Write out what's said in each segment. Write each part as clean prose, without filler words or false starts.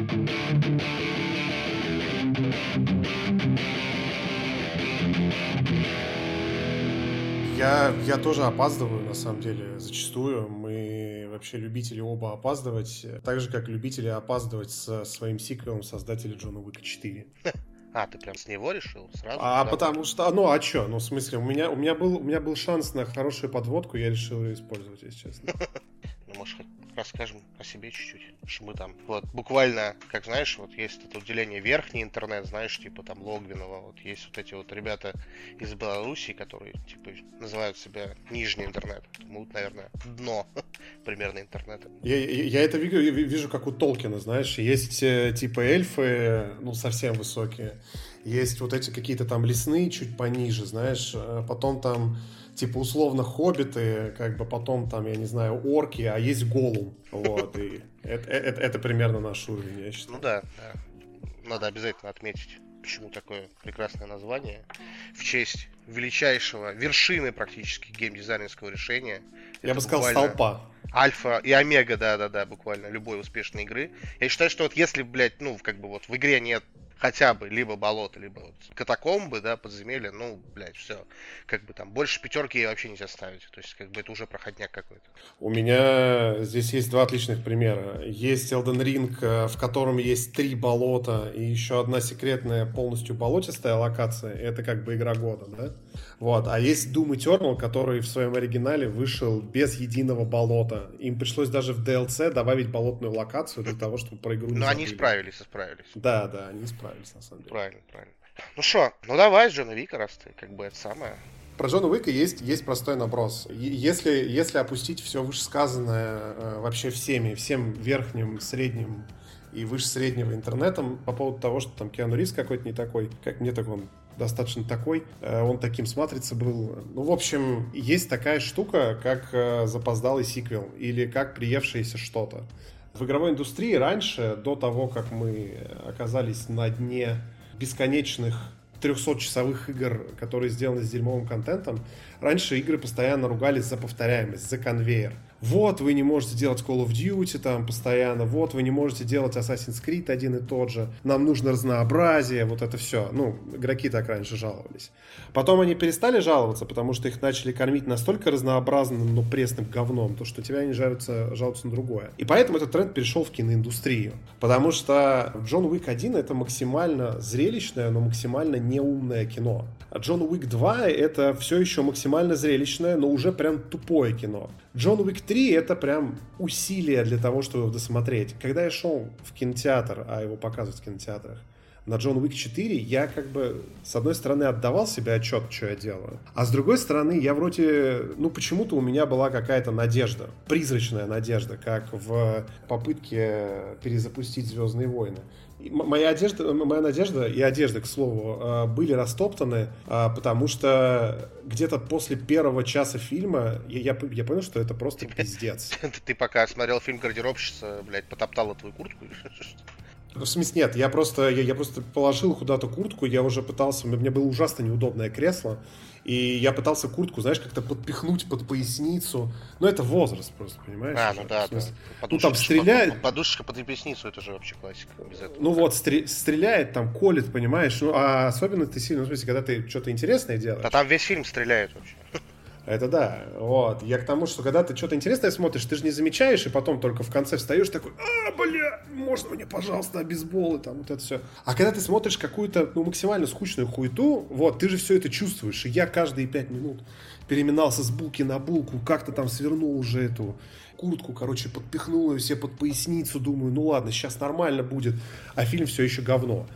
Я тоже опаздываю, на самом деле, зачастую. Мы вообще любители оба опаздывать, так же, как любители опаздывать со своим сиквелом создатели Джона Уика 4. А, ты прям с него решил сразу? Потому что, а чё? Ну, в смысле, у меня был шанс на хорошую подводку, я решил ее использовать, если честно. Ну, может, расскажем о себе чуть-чуть. Что мы там, вот, буквально, как знаешь, вот есть это отделение верхний интернет, знаешь, типа там Логвинова, вот есть вот эти вот ребята из Беларуси, которые, типа, называют себя нижний интернет. Мы вот, наверное, дно примерно интернета. Я это вижу, как у Толкина, знаешь, есть типа эльфы, ну, совсем высокие, есть вот эти какие-то там лесные чуть пониже, знаешь, потом там типа условно хоббиты, как бы потом там, я не знаю, орки, а есть Голлум, вот, и это примерно наш уровень, я считаю. Ну да. Надо обязательно отметить, почему такое прекрасное название. В честь величайшего, вершины практически геймдизайнерского решения. Я бы сказал, столпа. Альфа и омега, да, буквально любой успешной игры. Я считаю, что вот если, блядь, ну, как бы вот в игре нет хотя бы либо болото, либо вот катакомбы, да, подземелья, ну, блядь, все. Как бы там больше пятерки ей вообще нельзя ставить. То есть, как бы это уже проходняк какой-то. У меня здесь есть два отличных примера. Есть Elden Ring, в котором есть 3 болота и еще одна секретная полностью болотистая локация. Это как бы игра года, да? Вот. А есть Doom Eternal, который в своем оригинале вышел без единого болота. Им пришлось даже в DLC добавить болотную локацию для того, чтобы про игру не Но забыли. они справились. Да, они справились, на самом деле. Правильно. Ну что, ну давай, Джона Вика, раз ты как бы это самое. Про Джона Уика есть простой наброс. Если опустить все вышесказанное вообще всем верхним, средним и выше среднего интернетом по поводу того, что там Киану Ривз какой-то не такой, как мне, так он достаточно такой, он таким с «Матрицей» был. Ну, в общем, есть такая штука, как запоздалый сиквел или как приевшееся что-то. В игровой индустрии раньше, до того, как мы оказались на дне бесконечных 300-часовых игр, которые сделаны с дерьмовым контентом, раньше игры постоянно ругались за повторяемость, за конвейер. Вот, вы не можете делать Call of Duty там постоянно, вот, вы не можете делать Assassin's Creed один и тот же, нам нужно разнообразие, вот это все. Ну, игроки так раньше жаловались. Потом они перестали жаловаться, потому что их начали кормить настолько разнообразным, но пресным говном, то что тебя они жалуются на другое. И поэтому этот тренд перешел в киноиндустрию. Потому что Джон Уик 1 это максимально зрелищное, но максимально неумное кино. А Джон Уик 2 это все еще максимально зрелищное, но уже прям тупое кино. Джон Уик 3 это прям усилие для того, чтобы его досмотреть. Когда я шел в кинотеатр, а его показывают в кинотеатрах, на Джон Уик 4 я как бы с одной стороны отдавал себе отчет, что я делаю, а с другой стороны я вроде, ну почему-то у меня была какая-то надежда, призрачная надежда, как в попытке перезапустить «Звездные войны». Моя надежда и одежда, к слову, были растоптаны, потому что где-то после первого часа фильма я понял, что это просто пиздец. Ты пока смотрел фильм «Гардеробщица», блядь, потоптала твою куртку? В смысле, нет, я просто положил куда-то куртку, я уже пытался, мне было ужасно неудобное кресло, и я пытался куртку, знаешь, как-то подпихнуть под поясницу. Но это возраст просто, понимаешь? Ну да. Ну там стреляет... Подушечка под поясницу, это же вообще классика. Без этого. Ну вот, стреляет, там, колет, понимаешь? Ну, а особенно ты сильно, в смысле, когда ты что-то интересное делаешь. Да там весь фильм стреляет вообще. Это да, вот. Я к тому, что когда ты что-то интересное смотришь, ты же не замечаешь, и потом только в конце встаешь такой, бля, можно мне, пожалуйста, бейсбол, и там вот это все. А когда ты смотришь какую-то, ну, максимально скучную хуету, вот, ты же все это чувствуешь. И я каждые 5 минут переминался с булки на булку, как-то там свернул уже эту куртку, короче, подпихнул ее себе под поясницу, думаю, ну ладно, сейчас нормально будет, а фильм все еще говно.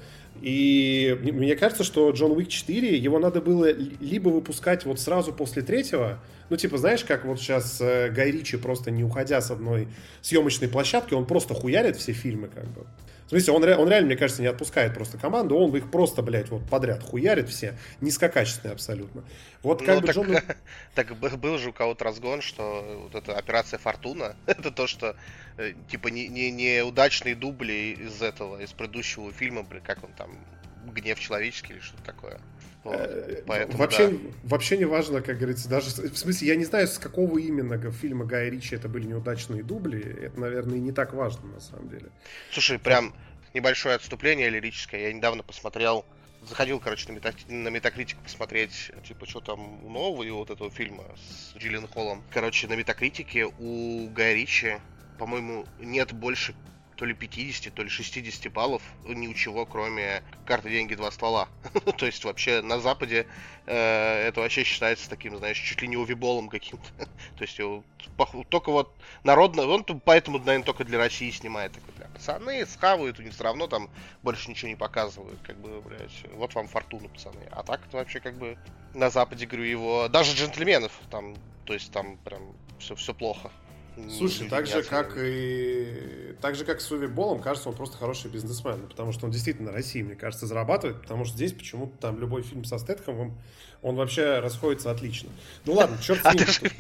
И мне кажется, что Джон Уик 4, его надо было либо выпускать вот сразу после третьего, ну, типа, знаешь, как вот сейчас Гай Ричи, просто не уходя с одной съемочной площадки, он просто хуярит все фильмы, как бы. В смысле, он реально, мне кажется, не отпускает просто команду, он их просто, блядь, вот подряд хуярит все, низкокачественные абсолютно. Вот как бы Джон... Так был же у кого-то разгон, что вот эта операция «Фортуна», это то, что, типа, неудачные дубли из предыдущего фильма, как он там, «Гнев человеческий» или что-то такое. Вот, поэтому, вообще не важно, как говорится, даже в смысле, я не знаю, с какого именно фильма Гая Ричи это были неудачные дубли, это, наверное, и не так важно, на самом деле. Слушай, прям небольшое отступление лирическое. Я недавно посмотрел, заходил, короче, на Metacritic посмотреть, типа, что там у нового и вот этого фильма с Джилленхолом. Короче, на Метакритике у Гая Ричи, по-моему, нет больше то ли 50, то ли 60 баллов ни у чего, кроме «Карты, деньги, два ствола». То есть вообще на Западе это вообще считается таким, знаешь, чуть ли не увиболом каким-то. То есть только вот народно, он поэтому, наверное, только для России снимает. Такой, бля, пацаны схавают, у них все равно там больше ничего не показывают. Как бы, блядь, вот вам фортуна, пацаны. А так это вообще как бы на Западе, говорю, его... Даже «Джентльменов» там, то есть там прям все плохо. Слушай, так же, как с Уви Боллом, кажется, он просто хороший бизнесмен, потому что он действительно на России, мне кажется, зарабатывает, потому что здесь почему-то там любой фильм со Стэтхэмом, он вообще расходится отлично. Ну ладно, черт с ним.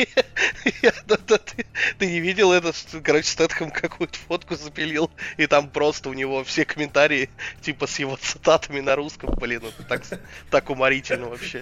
Ты не видел это, короче, Стэтхэм какую-то фотку запилил, и там просто у него все комментарии, типа, с его цитатами на русском, блин, это так уморительно вообще.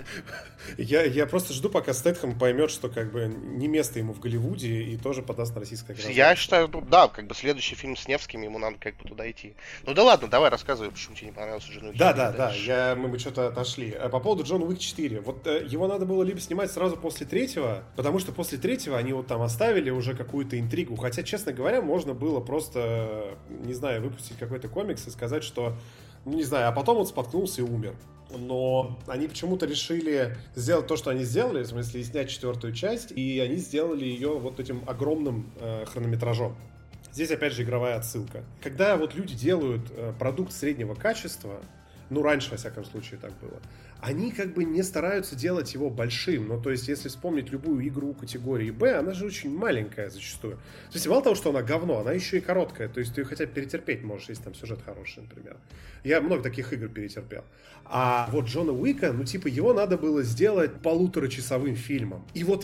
Я просто жду, пока Стэтхэм поймет, что как бы не место ему в Голливуде и тоже подаст на российское гражданство. Я считаю, да, как бы следующий фильм с Невским, ему надо как бы туда идти. Ну да ладно, давай рассказывай, почему тебе не понравился Джон Уик 4. Да, мы что-то отошли. По поводу Джона Уик 4. Вот его надо было либо снимать сразу после третьего, потому что после третьего они вот там оставили уже какую-то интригу. Хотя, честно говоря, можно было просто, не знаю, выпустить какой-то комикс и сказать, что, ну не знаю, а потом он споткнулся и умер. Но они почему-то решили сделать то, что они сделали, в смысле, снять четвертую часть, и они сделали ее вот этим огромным хронометражом. Здесь, опять же, игровая отсылка. Когда вот люди делают продукт среднего качества, ну, раньше, во всяком случае, так было, они как бы не стараются делать его большим. Ну, то есть, если вспомнить любую игру категории Б, она же очень маленькая зачастую. То есть, мало того, что она говно, она еще и короткая. То есть, ты ее хотя бы перетерпеть можешь, если там сюжет хороший, например. Я много таких игр перетерпел. А вот Джона Уика, ну, типа, его надо было сделать 1,5-часовым фильмом. И вот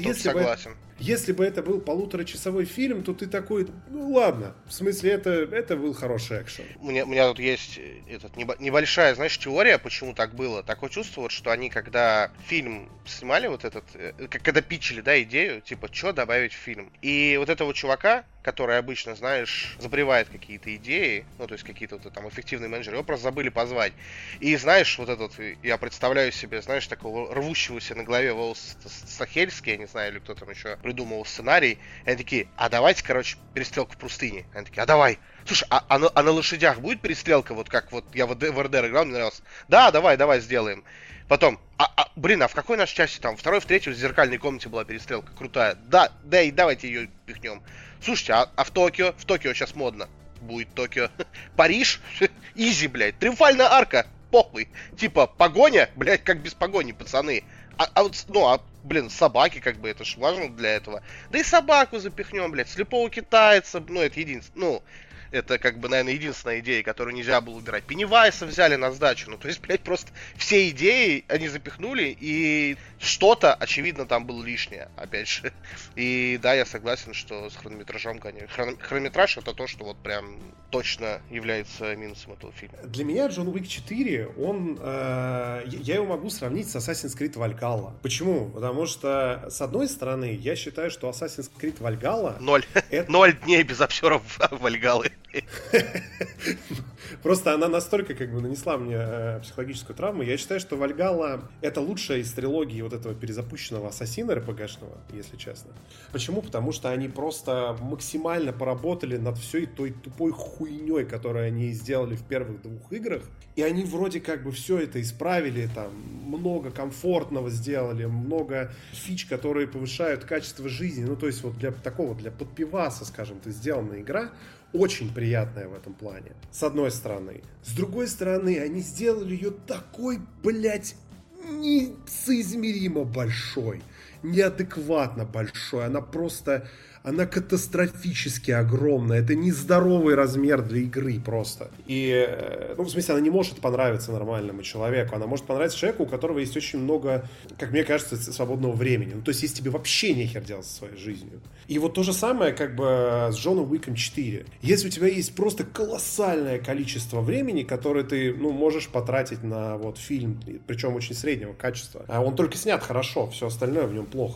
если бы это был 1,5-часовой фильм, то ты такой, ну, ладно. В смысле, это был хороший экшен. У меня тут есть небольшая, знаешь, теория, почему так было. Такое чувство, вот, что они, когда фильм снимали, вот этот, когда питчили, да, идею, типа, что добавить в фильм. И вот этого чувака, который обычно, знаешь, забревает какие-то идеи, ну, то есть какие-то вот там эффективные менеджеры, его просто забыли позвать. И знаешь, вот этот, я представляю себе, знаешь, такого рвущегося на голове волос Сахельский, я не знаю, или кто там еще придумал сценарий, и они такие, а давайте, короче, перестрелку в пустыне. Они такие, а давай. Слушай, а на лошадях будет перестрелка, вот как вот я в РДР играл, мне нравилось. Да, давай сделаем. Потом, блин, а в какой нашей части там, второй, в третьей, в зеркальной комнате была перестрелка крутая? Да, и давайте ее пихнем. Слушайте, а в Токио сейчас модно. Будет Токио. Париж? Изи, блядь. Триумфальная арка. Похуй. Типа, погоня? Блядь, как без погони, пацаны. Блин, собаки, как бы, это ж важно для этого. Да и собаку запихнем, блядь. Слепого китайца, ну, это единственное, ну... Это, как бы, наверное, единственная идея, которую нельзя было убирать. Пеннивайса взяли на сдачу. Ну, то есть, блядь, просто все идеи они запихнули, и что-то, очевидно, там было лишнее, опять же. И да, я согласен, что с хронометражом, конечно. Хронометраж — это то, что вот прям точно является минусом этого фильма. Для меня Джон Уик 4, он... я его могу сравнить с Assassin's Creed Valhalla. Почему? Потому что, с одной стороны, я считаю, что Assassin's Creed Valhalla... 0 дней без обзоров Вальгаллы. Просто она настолько как бы нанесла мне психологическую травму. Я считаю, что Вальгалла это лучшая из трилогии вот этого перезапущенного Ассасина РПГшного, если честно. Почему? Потому что они просто максимально поработали над всей той тупой хуйней, которую они сделали в первых двух играх. И они вроде как бы все это исправили, там много комфортного сделали, много фич, которые повышают качество жизни. Ну, то есть вот для такого, для подпиваса, скажем, сделана игра очень приятная в этом плане. С одной стороны. С другой стороны, они сделали ее такой, блядь, несоизмеримо большой. Неадекватно большой. Она катастрофически огромная. Это нездоровый размер для игры просто. И, ну, в смысле, она не может понравиться нормальному человеку. Она может понравиться человеку, у которого есть очень много, как мне кажется, свободного времени. Ну, то есть, если тебе вообще нехер делать со своей жизнью. И вот то же самое, как бы, с Джоном Уиком 4. Если у тебя есть просто колоссальное количество времени, которое ты, ну, можешь потратить на вот фильм, причем очень среднего качества, а он только снят хорошо, все остальное в нем плохо.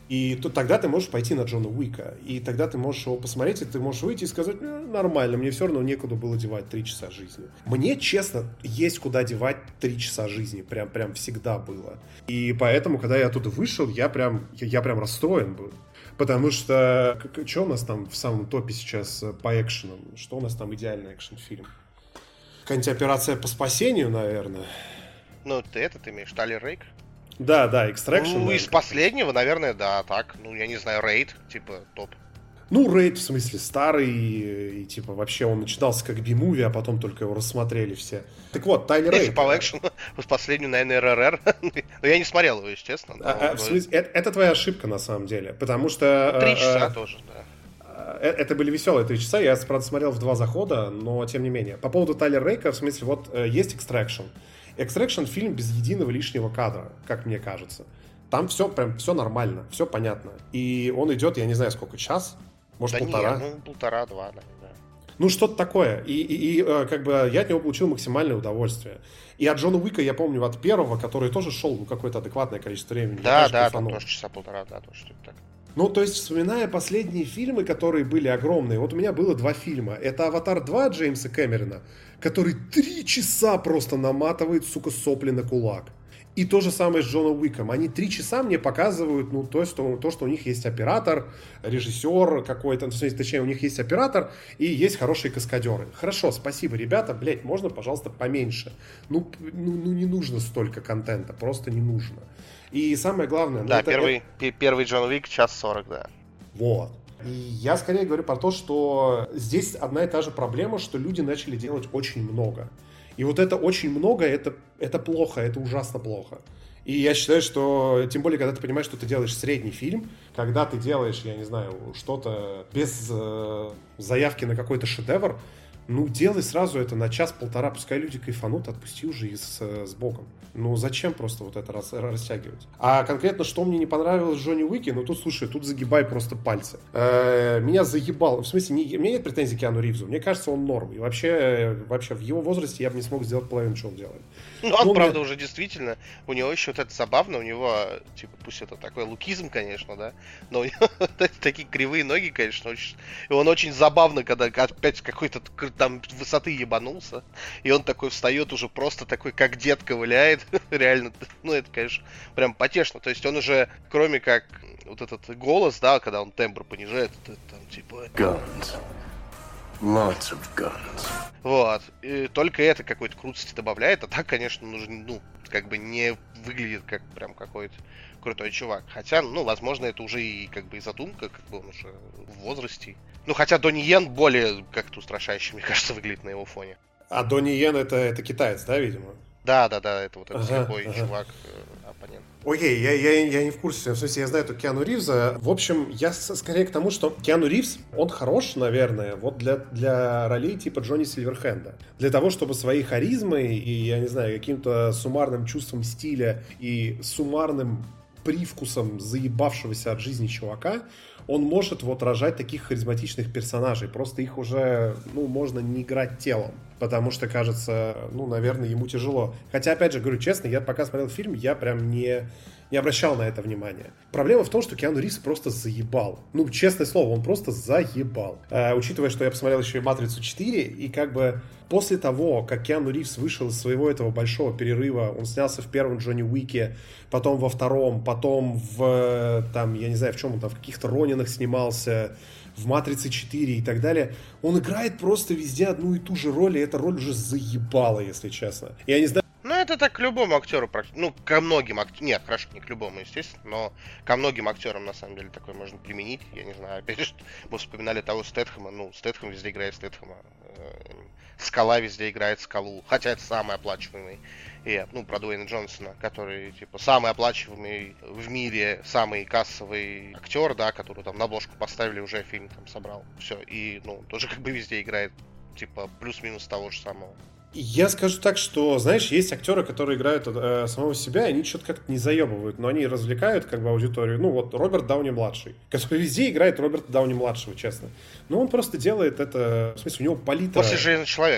И тогда ты можешь пойти на Джона Уика. И тогда ты можешь его посмотреть, и ты можешь выйти и сказать: нормально, мне все равно некуда было девать 3 часа жизни. Мне, честно, есть куда девать 3 часа жизни. Прям всегда было. И поэтому, когда я оттуда вышел, я прям расстроен был. Потому что, что у нас там в самом топе сейчас по экшенам? Что у нас там идеальный экшен-фильм? Какая-нибудь операция по спасению, наверное. Ну, ты имеешь, Тайлер Рейк? Да, Extraction. Ну, из последнего, наверное, да, так. Ну, я не знаю, Рейд, типа, топ. Ну, Рейд, в смысле, старый, и типа, вообще он начинался как би-муви, а потом только его рассмотрели все. Так вот, Тайлер Рейк. Если по экшену, с последнюю, наверное, РРР. Но я не смотрел его, естественно. В смысле, это твоя ошибка, на самом деле, потому что... 3 часа тоже, да. Это были веселые 3 часа, я, правда, смотрел в 2 захода, но тем не менее. По поводу Тайлера Рейка, в смысле, вот есть Extraction. Extraction фильм без единого лишнего кадра, как мне кажется. Там все нормально, все понятно. И он идет, я не знаю, сколько, час? Может, да полтора? Нет, полтора-два, да. Ну, что-то такое. И как бы я от него получил максимальное удовольствие. И от Джона Уика, я помню, от первого, который тоже шел какое-то адекватное количество времени. Да, там тоже часа полтора, да, тоже что-то так. Ну, то есть, вспоминая последние фильмы, которые были огромные, вот у меня было 2 фильма. Это «Аватар 2» Джеймса Кэмерона, который 3 часа просто наматывает, сука, сопли на кулак. И то же самое с Джоном Уиком. Они 3 часа мне показывают, ну, то, что у них есть оператор, режиссер какой-то, точнее, у них есть оператор и есть хорошие каскадеры. Хорошо, спасибо, ребята, блять, можно, пожалуйста, поменьше. Ну, не нужно столько контента, просто не нужно. И самое главное... Да, первый Джон Уик, 1:40, да. Вот. И я скорее говорю про то, что здесь одна и та же проблема, что люди начали делать очень много. И вот это очень много, это плохо, это ужасно плохо. И я считаю, что, тем более, когда ты понимаешь, что ты делаешь средний фильм, когда ты делаешь, я не знаю, что-то без заявки на какой-то шедевр, ну, делай сразу это на час-полтора, пускай люди кайфанут, отпусти уже с боком. Ну, зачем просто вот это растягивать? А конкретно, что мне не понравилось в Джонни Уике, ну, тут, слушай, тут загибай просто пальцы. Меня заебало. В смысле, у меня нет претензий к Киану Ривзу. Мне кажется, он норм. И вообще в его возрасте я бы не смог сделать половину, что он делает. Ну, он, правда, уже действительно, у него еще вот это забавно, у него, типа, пусть это такой лукизм, конечно, да, но у него такие кривые ноги, конечно, очень... И он очень забавно, когда опять какой-то там высоты ебанулся, и он такой встает уже просто такой, как дед ковыляет, реально, ну, это, конечно, прям потешно, то есть он уже, кроме как вот этот голос, да, когда он тембр понижает, это там, типа... Guns. Lots of guns. Вот. И только это какой-то крутости добавляет, а так, конечно, нужно, ну, как бы не выглядит как прям какой-то крутой чувак. Хотя, ну, возможно, это уже и как бы и задумка, как бы он уже в возрасте. Ну, хотя Донни Йен более как-то устрашающе, мне кажется, выглядит на его фоне. А Донни Йен это китаец, да, видимо? Да, это вот этот слепой чувак, оппонент. Окей, я не в курсе. В смысле, я знаю только Киану Ривза. В общем, я скорее к тому, что Киану Ривз, он хорош, наверное, вот для ролей типа Джонни Сильверхенда. Для того, чтобы своей харизмой и, я не знаю, каким-то суммарным чувством стиля и суммарным привкусом заебавшегося от жизни чувака, он может вот рожать таких харизматичных персонажей. Просто их уже, ну, можно не играть телом. Потому что, кажется, ну, наверное, ему тяжело. Хотя, опять же, говорю честно, я пока смотрел фильм, я прям не обращал на это внимания. Проблема в том, что Киану Ривз просто заебал. Ну, честное слово, он просто заебал. Учитывая, что я посмотрел еще и «Матрицу 4», и как бы после того, как Киану Ривз вышел из своего этого большого перерыва, он снялся в первом Джонни Уике, потом во втором, потом в, там, я не знаю, в чем он там, в каких-то Ронинах снимался, в «Матрице 4» и так далее. Он играет просто везде одну и ту же роль, и эта роль уже заебала, если честно. Я не знаю. Ну, это так к любому актеру, ну, ко многим актерам, нет, хорошо, не к любому, естественно, но ко многим актерам, на самом деле, такое можно применить, я не знаю, опять же, мы вспоминали того Стэтхэма, ну, Стэтхэм везде играет Стэтхэма, Скала везде играет Скалу, хотя это самый оплачиваемый, и, ну, про Дуэйна Джонсона, который, типа, самый оплачиваемый в мире, самый кассовый актер, да, который там на обложку поставили, уже фильм там собрал, все, и, ну, тоже как бы везде играет, типа, плюс-минус того же самого. Я скажу так, что, знаешь, есть актеры, которые играют самого себя, и они что-то как-то не заебывают, но они развлекают как бы аудиторию. Ну вот Роберт Дауни-младший, который везде играет Роберта Дауни-младшего, честно. Но он просто делает это, в смысле, у него палитра... После «Железного человека».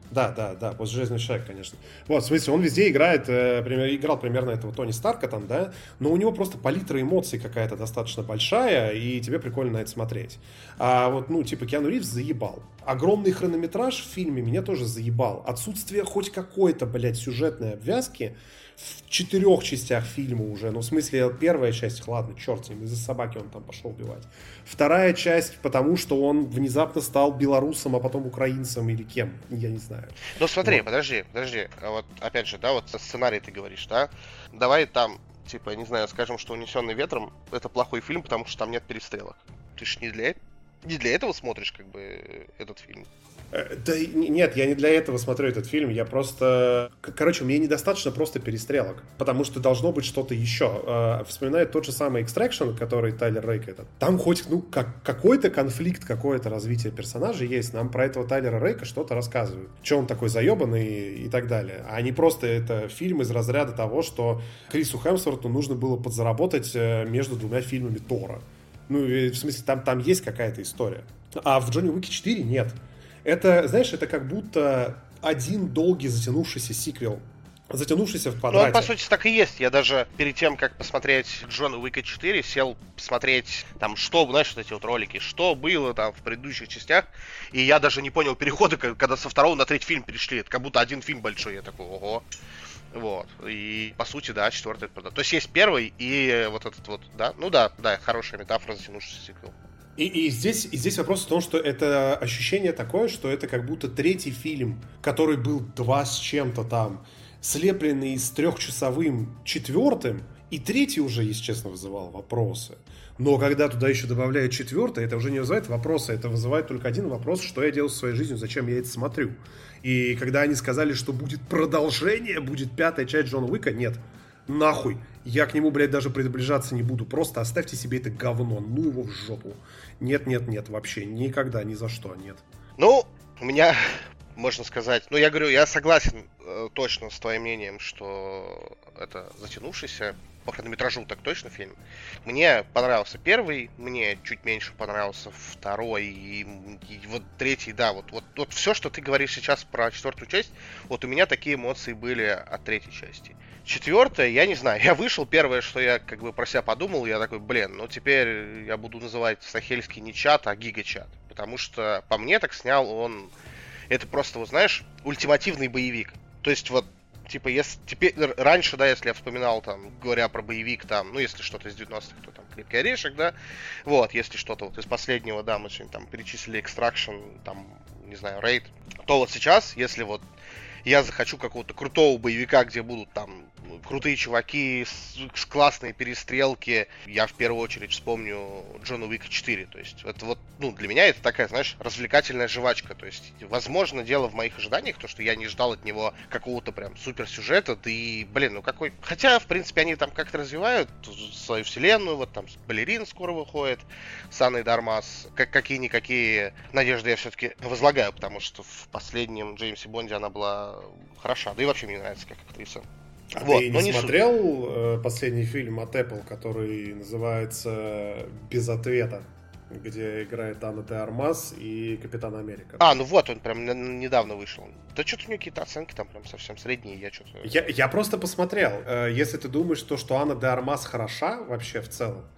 Да, вот «Железный человек», конечно. Вот, в смысле, он везде играет, играл примерно этого Тони Старка там, да, но у него просто палитра эмоций какая-то достаточно большая, и тебе прикольно на это смотреть. А вот, ну, типа, Киану Ривз заебал. Огромный хронометраж в фильме меня тоже заебал. Отсутствие хоть какой-то, блядь, сюжетной обвязки в 4 частях фильма уже. Ну, в смысле, первая часть, ладно, черт с ним, из-за собаки он там пошел убивать. Вторая часть, потому что он внезапно стал белорусом, а потом украинцем или кем, я не знаю. Ну смотри, Вот. подожди. Вот опять же, да, вот сценарий ты говоришь, да? Давай там, типа, не знаю, скажем, что «Унесенный ветром» — это плохой фильм, потому что там нет перестрелок. Ты ж не для этого смотришь, как бы, этот фильм. Да нет, я не для этого смотрю этот фильм, я просто... Короче, мне недостаточно просто перестрелок, потому что должно быть что-то еще. Вспоминаю тот же самый Extraction, который Тайлер Рейк этот. Там хоть, ну, какой-то конфликт, какое-то развитие персонажей есть. Нам про этого Тайлера Рейка что-то рассказывают. Че он такой заебанный и так далее. А не просто это фильм из разряда того, что Крису Хемсворту нужно было подзаработать между 2 фильмами Тора. Ну, в смысле, там есть какая-то история. А в Джонни Уике 4 нет. Это, знаешь, это как будто один долгий затянувшийся сиквел. Затянувшийся в квадрате. Ну, по сути, так и есть. Я даже перед тем, как посмотреть Джона Уика 4, сел посмотреть, там, что, знаешь, вот эти вот ролики, что было там в предыдущих частях, и я даже не понял перехода, когда со 2 на 3 фильм перешли. Это как будто один фильм большой. Я такой, ого. Вот. И, по сути, да, 4-й. То есть есть 1 и вот этот вот, да? Ну да, хорошая метафора, затянувшийся сиквел. И здесь вопрос в том, что это ощущение такое, что это как будто 3-й фильм, который был 2 с чем-то там, слепленный с 3-часовым 4-м, и 3-й уже, если честно, вызывал вопросы. Но когда туда еще добавляют 4-й, это уже не вызывает вопросы, это вызывает только один вопрос, что я делаю со своей жизнью, зачем я это смотрю. И когда они сказали, что будет продолжение, будет 5-я часть Джона Уика, нет. Нахуй. Я к нему, блядь, даже приближаться не буду. Просто оставьте себе это говно. Ну его в жопу. Нет, вообще. Никогда, ни за что, нет. Ну, у меня, можно сказать... Ну, я говорю, я согласен точно с твоим мнением, что это затянувшийся, по хронометражу так точно фильм. Мне понравился 1, мне чуть меньше понравился 2, и вот 3, да, вот все, что ты говоришь сейчас про 4-ю часть, вот у меня такие эмоции были от 3-й части. 4-я, я не знаю, я вышел, первое, что я как бы про себя подумал, я такой, блин, ну теперь я буду называть Сахельский не чат, а гигачат. Потому что по мне так снял он, это просто, вот знаешь, ультимативный боевик. То есть вот, типа, если теперь, раньше, да, если я вспоминал, там, говоря про боевик, там, ну, если что-то из 90-х, то там «Крепкий орешек», да, вот, если что-то вот из последнего, да, мы сегодня там перечислили Extraction, там, не знаю, Raid, то вот сейчас, если вот я захочу какого-то крутого боевика, где будут там крутые чуваки с классной перестрелки, я в первую очередь вспомню Джона Уика 4. То есть это вот, ну, для меня это такая, знаешь, развлекательная жвачка. То есть, возможно, дело в моих ожиданиях, то, что я не ждал от него какого-то прям супер сюжета, да и, блин, ну какой... Хотя, в принципе, они там как-то развивают свою вселенную, вот там Балерин скоро выходит, с Анной Дармас. Какие-никакие надежды я все-таки возлагаю, потому что в последнем Джеймсе Бонде она была хороша. Да и вообще мне нравится как актриса. А вот, ты не смотрел последний фильм от Apple, который называется «Без ответа», где играет Анна де Армас и Капитан Америка? А, ну вот, он прям недавно вышел. Да что-то у него какие-то оценки там прям совсем средние, я что-то... Я просто посмотрел. Если ты думаешь, что Анна де Армас хороша вообще в целом,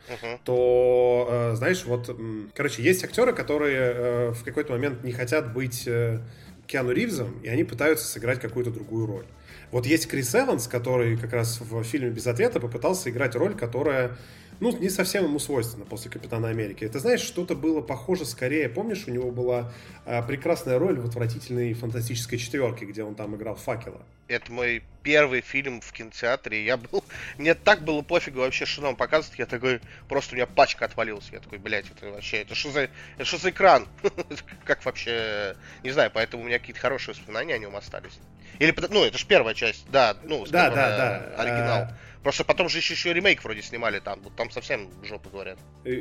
то, знаешь, вот... Короче, есть актеры, которые в какой-то момент не хотят быть Киану Ривзом, и они пытаются сыграть какую-то другую роль. Вот есть Крис Эванс, который как раз в фильме «Без ответа» попытался играть роль, которая, ну, не совсем ему свойственна после «Капитана Америки». Это, знаешь, что-то было похоже скорее. Помнишь, у него была прекрасная роль в «Отвратительной фантастической четверке», где он там играл Факела? Это мой первый фильм в кинотеатре. Мне так было пофигу вообще, что нам показывают. Я такой, просто у меня пачка отвалилась. Я такой, блядь, это вообще, это что за экран? Как вообще, не знаю, поэтому у меня какие-то хорошие воспоминания о нем остались. Или, ну, это же первая часть, да, ну, да. Оригинал. Просто потом же еще ремейк вроде снимали там, вот там совсем жопы говорят.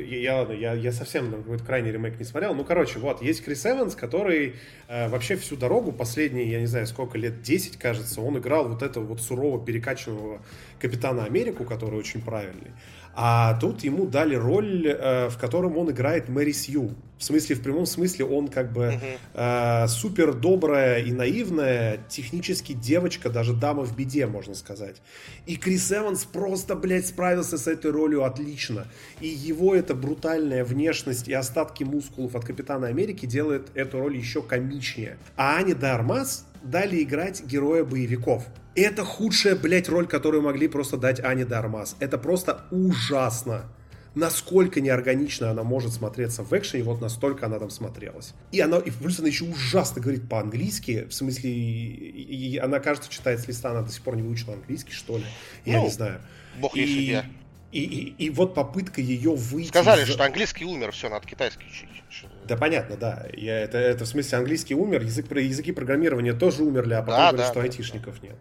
Я совсем какой-то крайний ремейк не смотрел. Ну, короче, вот, есть Крис Эванс, который вообще всю дорогу, последние, я не знаю, сколько лет, 10, кажется, он играл вот этого вот сурово перекачанного Капитана Америку, который очень правильный. А тут ему дали роль, в котором он играет Мэри Сью. В смысле, в прямом смысле, он как бы супер добрая и наивная, технически девочка, даже дама в беде, можно сказать. И Крис Эванс просто, блядь, справился с этой ролью отлично. И его эта брутальная внешность и остатки мускулов от Капитана Америки делают эту роль еще комичнее. А Ане де Армас дали играть героя боевиков. Это худшая, блядь, роль, которую могли просто дать Ане де Армас. Это просто ужасно. Насколько неорганично она может смотреться в экшене, вот настолько она там смотрелась. И плюс она еще ужасно говорит по-английски, в смысле, и она, кажется, читает с листа, она до сих пор не выучила английский, что ли, я не знаю. Бог ей судья. И вот попытка ее выйти... Сказали, что английский умер, все, надо китайский учить. Да, понятно, да. Это в смысле английский умер, языки программирования тоже умерли, а потом говорят, что айтишников нет.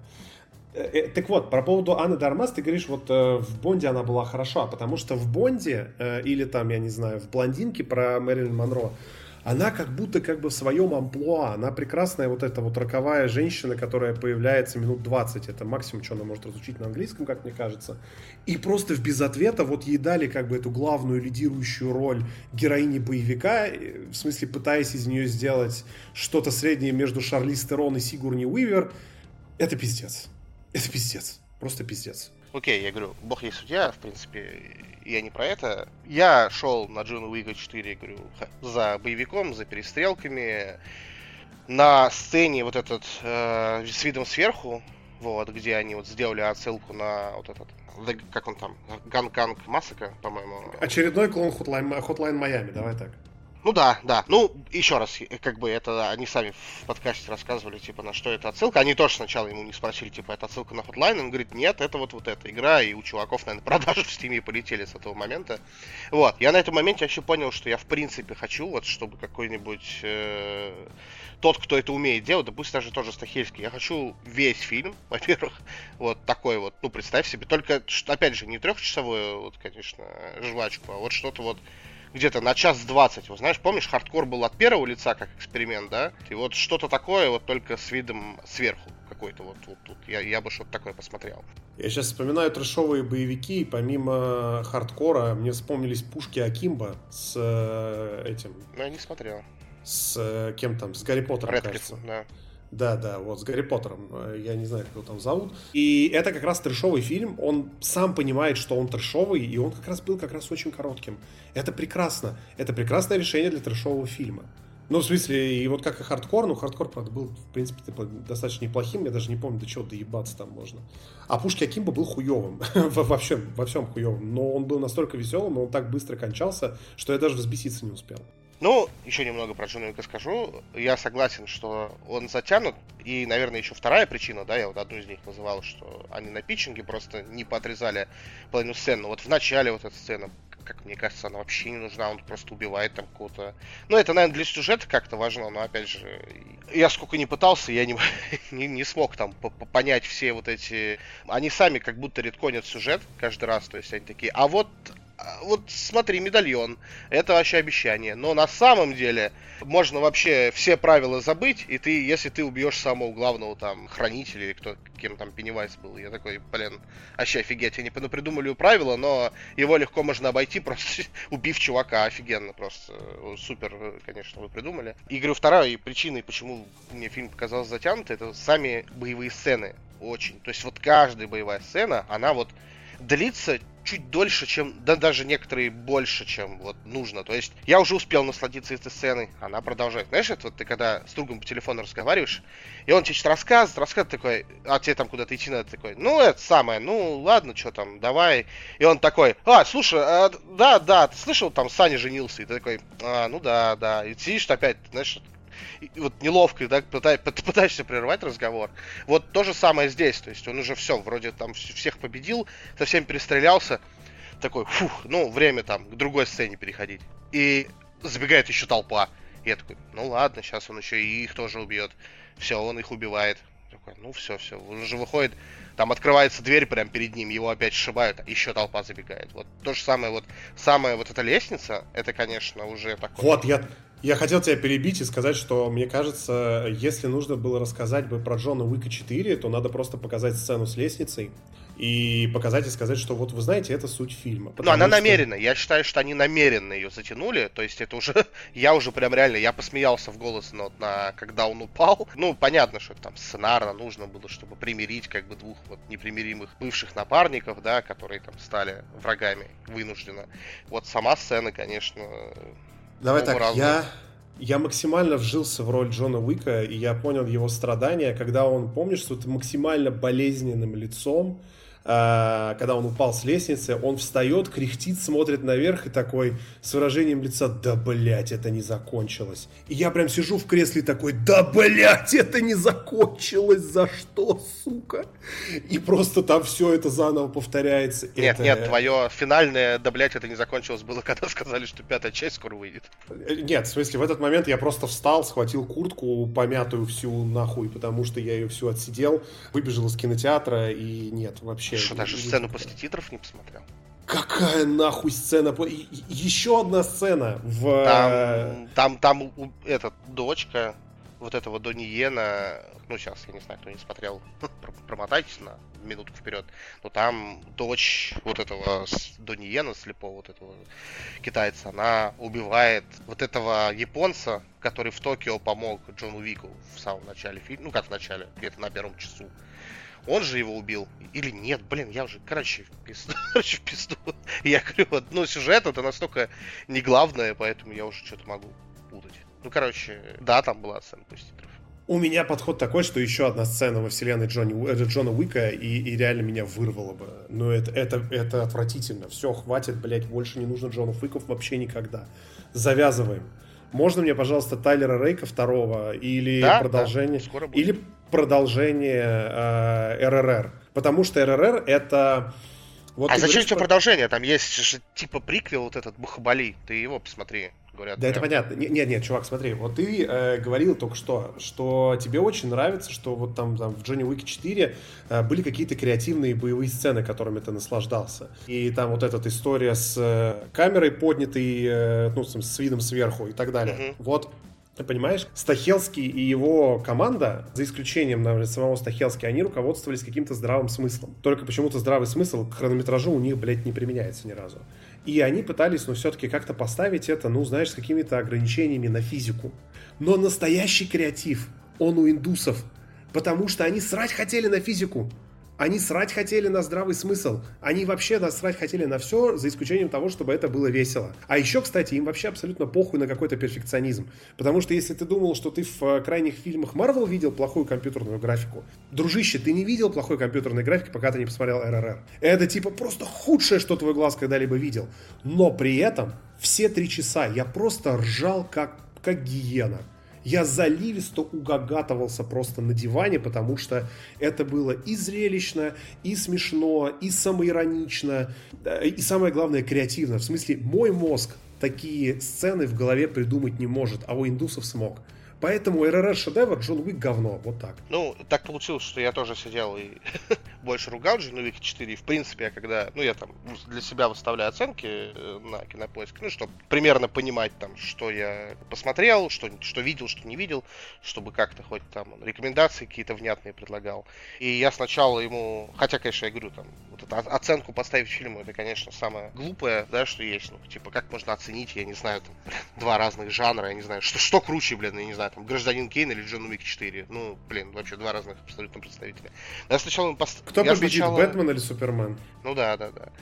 Так вот, про поводу Анны де Армас, ты говоришь, вот в Бонде она была хороша, потому что в Бонде, или там, я не знаю, в Блондинке про Мэрилин Монро, она как будто как бы в своем амплуа, она прекрасная вот эта вот роковая женщина, которая появляется минут 20, это максимум, что она может разучить на английском, как мне кажется, и просто в без ответа вот ей дали как бы эту главную лидирующую роль героини боевика, в смысле пытаясь из нее сделать что-то среднее между Шарлиз Терон и Сигурни Уивер, это пиздец. Это пиздец. Просто пиздец. Окей, я говорю, бог есть судья, в принципе, я не про это. Я шел на Джона Уика 4, говорю, за боевиком, за перестрелками. На сцене вот этот с видом сверху, вот, где они вот сделали отсылку на вот этот, как он там, Ганг Массакр, по-моему. Очередной клон Hotline Miami, давай так. Ну да. Ну, еще раз, как бы это они сами в подкасте рассказывали, типа, на что это отсылка. Они тоже сначала ему не спросили, типа, это отсылка на Hotline. Он говорит, нет, это вот эта игра, и у чуваков, наверное, продажи в Steam полетели с этого момента. Вот, я на этом моменте вообще понял, что я в принципе хочу, вот, чтобы какой-нибудь тот, кто это умеет делать, да пусть даже тоже Стахельский, я хочу весь фильм, во-первых, вот такой вот, ну, представь себе, только, опять же, не трехчасовую, вот, конечно, жвачку, а вот что-то вот где-то на 1:20. Вот знаешь, помнишь, хардкор был от первого лица как эксперимент, да? И вот что-то такое, вот только с видом сверху какой-то вот тут. Я бы что-то такое посмотрел. Я сейчас вспоминаю трэшовые боевики, и помимо хардкора мне вспомнились пушки Акимбо с этим... Ну, я не смотрел. С кем там? С Гарри Поттером, Рэдклифф, кажется. Да, вот с Гарри Поттером. Я не знаю, как его там зовут. И это как раз трэшовый фильм. Он сам понимает, что он трэшовый, и он как раз был очень коротким. Это прекрасно. Это прекрасное решение для трэшового фильма. Ну, в смысле, и вот как и хардкор, ну, хардкор, правда, был, в принципе, достаточно неплохим, я даже не помню, до чего доебаться там можно. А пушки Акимбо был хуевым, во всем хуевым, но он был настолько веселым, и он так быстро кончался, что я даже взбеситься не успел. Ну, еще немного про Джона Уика скажу. Я согласен, что он затянут. И, наверное, еще вторая причина, да, я вот одну из них называл, что они на питчинге просто не поотрезали половину сцены. Вот в начале вот эта сцена, как мне кажется, она вообще не нужна, он просто убивает там кого-то. Ну, это, наверное, для сюжета как-то важно, но, опять же, я сколько не пытался, я не смог там понять все вот эти... Они сами как будто редконят сюжет каждый раз, то есть они такие, а вот смотри, медальон, это вообще обещание. Но на самом деле можно вообще все правила забыть, и если ты убьешь самого главного там хранителя, или кем там Пеннивайз был, я такой, блин, вообще офигеть, они придумали правила, но его легко можно обойти, просто убив чувака, офигенно, просто супер, конечно, вы придумали. И говорю, второй причиной, почему мне фильм показался затянутый, это сами боевые сцены, очень. То есть вот каждая боевая сцена, она вот длится чуть дольше, чем, да даже некоторые больше, чем вот нужно. То есть я уже успел насладиться этой сценой, она продолжает. Знаешь, это вот ты когда с другом по телефону разговариваешь, и он тебе что-то рассказывает такой, а тебе там куда-то идти надо, такой, ну это самое, ну ладно, что там, давай. И он такой, слушай, да, ты слышал, там Саня женился, и ты такой, ну да, и сидишь опять, знаешь, и вот неловко, да, пытаешься прервать разговор. Вот то же самое здесь, то есть он уже все, вроде там всех победил, со всеми перестрелялся, такой, ну, время там к другой сцене переходить. И забегает еще толпа. И я такой, ну ладно, сейчас он еще и их тоже убьет. Все, он их убивает. Такой, ну все, он уже выходит Там открывается дверь прямо перед ним, его опять сшибают, еще толпа забегает. Вот то же самое, вот самая вот эта лестница, это, конечно, уже такое. Вот, я хотел тебя перебить и сказать, что, мне кажется, если нужно было рассказать бы про Джона Уика 4, то надо просто показать сцену с лестницей и показать и сказать, что вот вы знаете, это суть фильма. Ну, она намеренная. Я считаю, что они намеренно ее затянули. То есть это уже... Я уже прям реально... Я посмеялся в голос, когда он упал. Ну, понятно, что это там сценарно нужно было, чтобы примирить как бы двух вот непримиримых бывших напарников, да, которые там стали врагами вынужденно. Вот сама сцена, конечно... Давай так, я максимально вжился в роль Джона Уика, и я понял его страдания, когда он, помнишь, с вот максимально болезненным лицом, когда он упал с лестницы, он встает, кряхтит, смотрит наверх и такой с выражением лица: да, блять, это не закончилось. И я прям сижу в кресле такой: да, блять, это не закончилось, за что, сука? И просто там все это заново повторяется. Нет, твое финальное «да, блять, это не закончилось» было, когда сказали, что 5-я часть скоро выйдет. Нет, в смысле, в этот момент я просто встал, схватил куртку, помятую всю нахуй, потому что я ее всю отсидел, выбежал из кинотеатра, и нет, вообще... Что, даже сцену после титров не посмотрел? Какая нахуй сцена? Еще одна сцена Там дочка вот этого Донни Йена, ну сейчас, я не знаю, кто не смотрел, промотайтесь на минутку вперед, но там дочь вот этого Донни Йена, слепого вот этого китайца, она убивает вот этого японца, который в Токио помог Джону Уику в самом начале фильма, ну как в начале, где-то на первом часу. Он же его убил. Или нет, блин, я уже, короче, в пизду. Я говорю, вот, ну, сюжет это настолько не главное, поэтому я уже что-то могу путать. Ну, короче, да, там была сцена после титров. У меня подход такой, что еще одна сцена во вселенной Джона Уика и реально меня вырвало бы. Но это отвратительно. Все, хватит, блять, больше не нужно Джонов Уиков вообще никогда. Завязываем. Можно мне, пожалуйста, Тайлера Рейка второго или продолжение... Да, или продолжение РРР. Потому что РРР это... Вот зачем тебе продолжение? Там есть же типа приквел вот этот Бахабали. Ты его посмотри. Говорят, да, это понятно. Нет, чувак, смотри. Вот ты говорил только что тебе очень нравится, что вот там в Джонни Уике 4 были какие-то креативные боевые сцены, которыми ты наслаждался. И там вот эта история с камерой поднятой, ну, с видом сверху и так далее. Вот. Ты понимаешь, Стахелский и его команда, за исключением, наверное, самого Стахелски, они руководствовались каким-то здравым смыслом. Только почему-то здравый смысл к хронометражу у них, блядь, не применяется ни разу. И они пытались, ну, все-таки как-то поставить это, ну, знаешь, с какими-то ограничениями на физику. Но настоящий креатив, он у индусов. Потому что они срать хотели на физику. Они срать хотели на здравый смысл. Они вообще насрать хотели на все, за исключением того, чтобы это было весело. А еще, кстати, им вообще абсолютно похуй на какой-то перфекционизм. Потому что если ты думал, что ты в крайних фильмах Marvel видел плохую компьютерную графику, дружище, ты не видел плохой компьютерной графики, пока ты не посмотрел РРР. Это типа просто худшее, что твой глаз когда-либо видел. Но при этом все 3 часа я просто ржал как гиена. Я заливисто угагатывался просто на диване, потому что это было и зрелищно, и смешно, и самоиронично, и самое главное, креативно. В смысле, мой мозг такие сцены в голове придумать не может, а у индусов смог. Поэтому РРР шедевр, Джон Уик говно. Вот так. Ну, так получилось, что я тоже сидел и больше ругал Джон Уик 4. В принципе, я когда... Ну, я там для себя выставляю оценки на Кинопоиск, ну, чтобы примерно понимать там, что я посмотрел, что видел, что не видел, чтобы как-то хоть там рекомендации какие-то внятные предлагал. И я сначала ему... Хотя, конечно, я говорю, там, вот эту оценку поставить фильму, это, конечно, самое глупое, да, что есть. Ну, типа, как можно оценить, я не знаю, там, 2 разных жанра, я не знаю, что круче, блин, я не знаю, там, Гражданин Кейн или Джон Уик 4. Ну, блин, вообще 2 разных абсолютно представителя. Я сначала Кто победит, Бэтмен или Супермен? Ну да.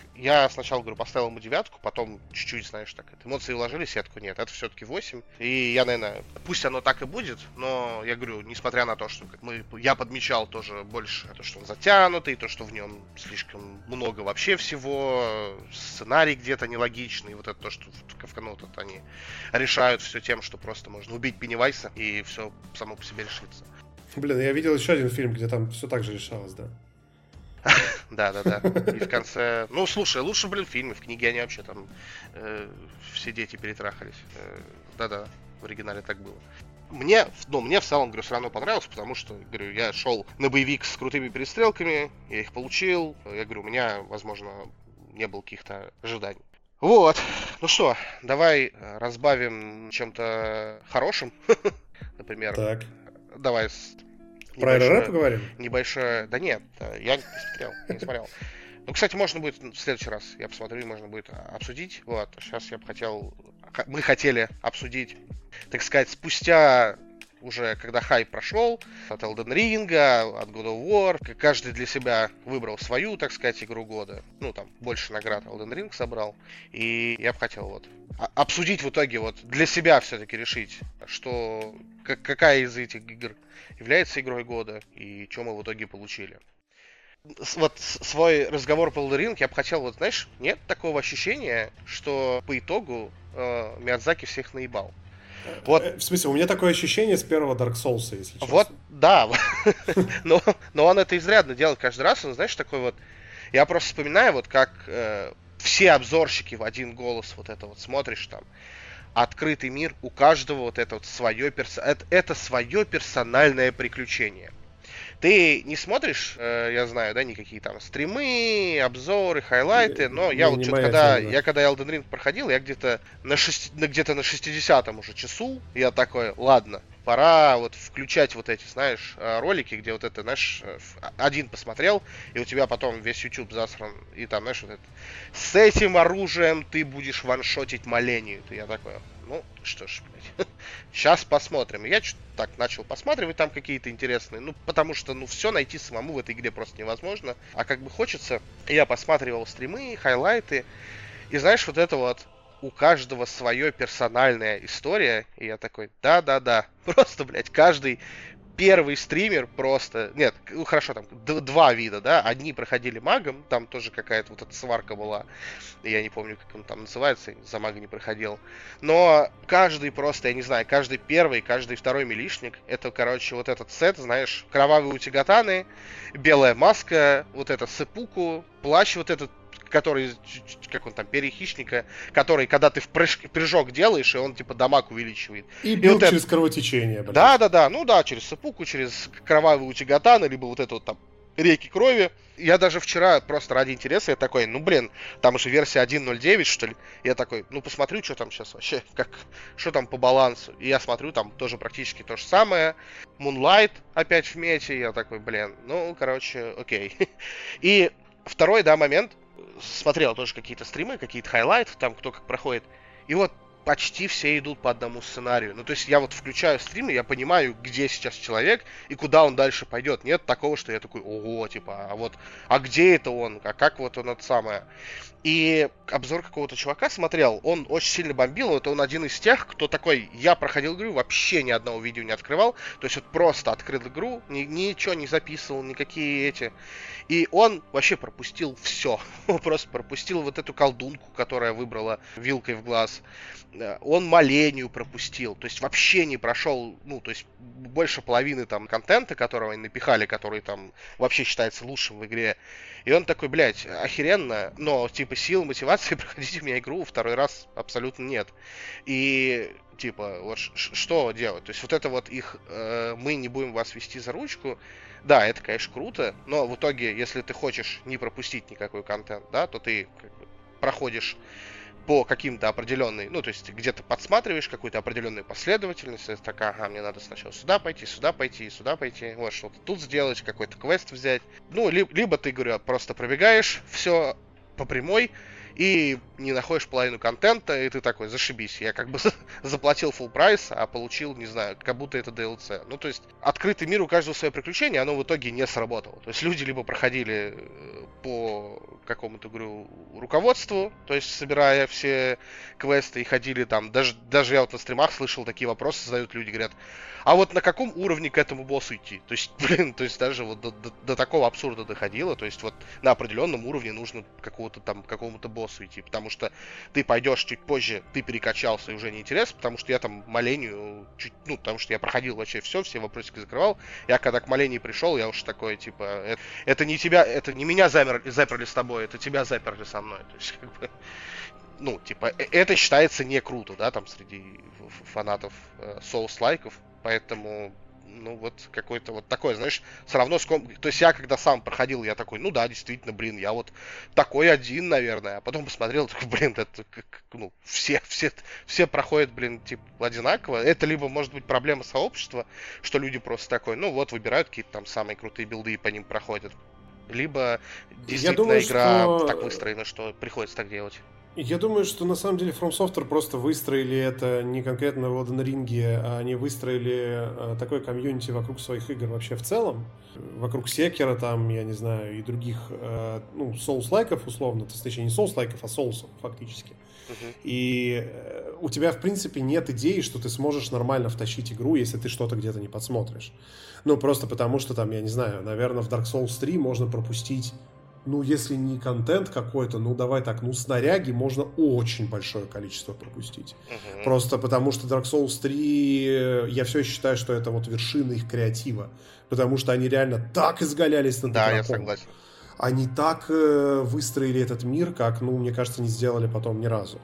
Я сначала, говорю, поставил ему 9, потом чуть-чуть, знаешь, так, эмоции уложились, я такой, нет, это все-таки 8. И я, наверное, пусть оно так и будет, но я говорю, несмотря на то, что я подмечал тоже больше то, что он затянутый, то, что в нем слишком много вообще всего, сценарий где-то нелогичный, вот это то, что вот они решают все тем, что просто можно убить Пеннивайса, и все само по себе решится. Блин, я видел еще один фильм, где там все так же решалось, да? Да. И в конце... Ну, слушай, лучше, блин, в фильме. В книге они вообще там все дети перетрахались. Да-да, в оригинале так было. мне в целом, говорю, все равно понравилось, потому что, говорю, я шел на боевик с крутыми перестрелками, я их получил, я говорю, у меня, возможно, не было каких-то ожиданий. Вот, ну что, давай разбавим чем-то хорошим, например. Так. Давай про РР поговорим? Небольшое, да нет, я не смотрел. Ну, кстати, можно будет в следующий раз, я посмотрю, и можно будет обсудить. Вот, сейчас я бы хотел, мы хотели обсудить, так сказать, спустя уже, когда хайп прошел, от Elden Ring, от God of War, каждый для себя выбрал свою, так сказать, игру года. Ну, там, больше наград Elden Ring собрал. И я бы хотел вот обсудить в итоге, вот, для себя все-таки решить, что, какая из этих игр является игрой года, и что мы в итоге получили. Вот свой разговор по Elden Ring я бы хотел, вот, знаешь, нет такого ощущения, что по итогу Миядзаки всех наебал. Вот. В смысле, у меня такое ощущение с первого Dark Souls, если честно. Вот, да. но он это изрядно делает каждый раз. Он, знаешь, такой вот... Я просто вспоминаю, вот как все обзорщики в один голос вот это вот смотришь там. Открытый мир, у каждого вот это вот свое это свое персональное приключение. Ты не смотришь, я знаю, да, никакие там стримы, обзоры, хайлайты, но я вот что-то, когда Elden Ring проходил, я где-то на 60-м уже часу, я такой, ладно, пора вот включать вот эти, знаешь, ролики, где вот это, знаешь, один посмотрел, и у тебя потом весь YouTube засран, и там, знаешь, вот это, с этим оружием ты будешь ваншотить Малению. Я такой, ну, что ж, блядь, сейчас посмотрим. Я что-то так начал посматривать там какие-то интересные, ну, потому что, ну, все найти самому в этой игре просто невозможно. А как бы хочется, я посматривал стримы, хайлайты, и знаешь, вот это вот, у каждого свое персональная история, и я такой, да-да-да, просто, блядь, каждый первый стример просто... Нет, ну хорошо, там два вида, да. Одни проходили магом, там тоже какая-то вот эта сварка была. Я не помню, как он там называется, за мага не проходил. Но каждый просто, я не знаю, каждый первый, каждый второй милишник, это, короче, вот этот сет, знаешь, кровавые утигатаны, белая маска, вот это сэпуку, плащ вот этот, который, как он там, перья хищника, который, когда ты в прыжок делаешь, и он, типа, дамаг увеличивает. И бил вот через кровотечение, блядь. Да-да-да, ну да, через сэпуку, через кровавые утигатаны, либо вот это вот там реки крови. Я даже вчера просто ради интереса, я такой, ну, блин, там же версия 1.09, что ли. Я такой, ну, посмотрю, что там сейчас вообще, что там по балансу. И я смотрю, там тоже практически то же самое. Moonlight опять в мете, я такой, блин, ну, короче, окей. И второй, да, момент, смотрел тоже какие-то стримы, какие-то хайлайты, там кто как проходит. И вот почти все идут по одному сценарию. Ну, то есть я вот включаю стримы, я понимаю, где сейчас человек и куда он дальше пойдет. Нет такого, что я такой, ого, типа, а где это он? А как вот он это самое? И обзор какого-то чувака смотрел, он очень сильно бомбил, вот он один из тех, кто такой, я проходил игру, вообще ни одного видео не открывал, то есть вот просто открыл игру, ничего не записывал, никакие эти, и он вообще пропустил все, он просто пропустил вот эту колдунку, которая выбрала вилкой в глаз, он Малению пропустил, то есть вообще не прошел, ну, то есть больше половины там контента, которого они напихали, который там вообще считается лучшим в игре. И он такой, блядь, охеренно, но, типа, сил, мотивации проходить у меня игру второй раз абсолютно нет. И, типа, вот что делать? То есть вот это вот их, мы не будем вас вести за ручку, да, это, конечно, круто, но в итоге, если ты хочешь не пропустить никакой контент, да, то ты как бы проходишь по каким-то определенной, ну, то есть где-то подсматриваешь какую-то определенную последовательность, это так, ага, мне надо сначала сюда пойти, сюда пойти, сюда пойти, вот что-то тут сделать, какой-то квест взять. Ну, либо ты, говорю, просто пробегаешь все по прямой и не находишь половину контента, и ты такой, зашибись, я как бы заплатил full прайс, а получил, не знаю, как будто это DLC. Ну, то есть, открытый мир, у каждого свое приключение, оно в итоге не сработало. То есть, люди либо проходили по какому-то, говорю, руководству, то есть, собирая все квесты и ходили там, даже я вот на стримах слышал, такие вопросы задают люди, говорят, а вот на каком уровне к этому боссу идти? То есть, блин, то есть, даже вот до такого абсурда доходило, то есть, вот на определенном уровне нужно какому-то боссу идти, потому что ты пойдешь чуть позже, ты перекачался и уже не интересно, потому что я там Малению потому что я проходил вообще все вопросики закрывал. Я когда к Малении пришел, я уж такой, типа, это не тебя, это не меня заперли с тобой, это тебя заперли со мной. То есть, как бы, ну, типа, это считается не круто, да, там, среди фанатов Souls-лайков. Поэтому, ну, вот какой-то вот такой, знаешь, все равно... То есть я, когда сам проходил, я такой, ну да, действительно, блин, я вот такой один, наверное. А потом посмотрел, такой, блин, это, ну, все проходят, блин, типа, одинаково. Это либо, может быть, проблема сообщества, что люди просто такой, ну, вот, выбирают какие-то там самые крутые билды и по ним проходят. Либо действительно игра так выстроена, что приходится так делать. Я думаю, что на самом деле From Software просто выстроили это не конкретно в Elden Ring, а они выстроили такой комьюнити вокруг своих игр вообще в целом. Вокруг Sekiro там, я не знаю, и других, ну, Souls-лайков условно, точнее не Souls-лайков, а Souls фактически. И у тебя, в принципе, нет идеи, что ты сможешь нормально втащить игру, если ты что-то где-то не подсмотришь. Ну, просто потому что там, я не знаю, наверное, в Dark Souls 3 можно пропустить, ну, если не контент какой-то, ну, давай так, ну, снаряги можно очень большое количество пропустить. Просто потому что Dark Souls 3, я все считаю, что это вот вершина их креатива. Потому что они реально так изгалялись над игроком. Да, я согласен. Они так выстроили этот мир, как, ну, мне кажется, не сделали потом ни разу.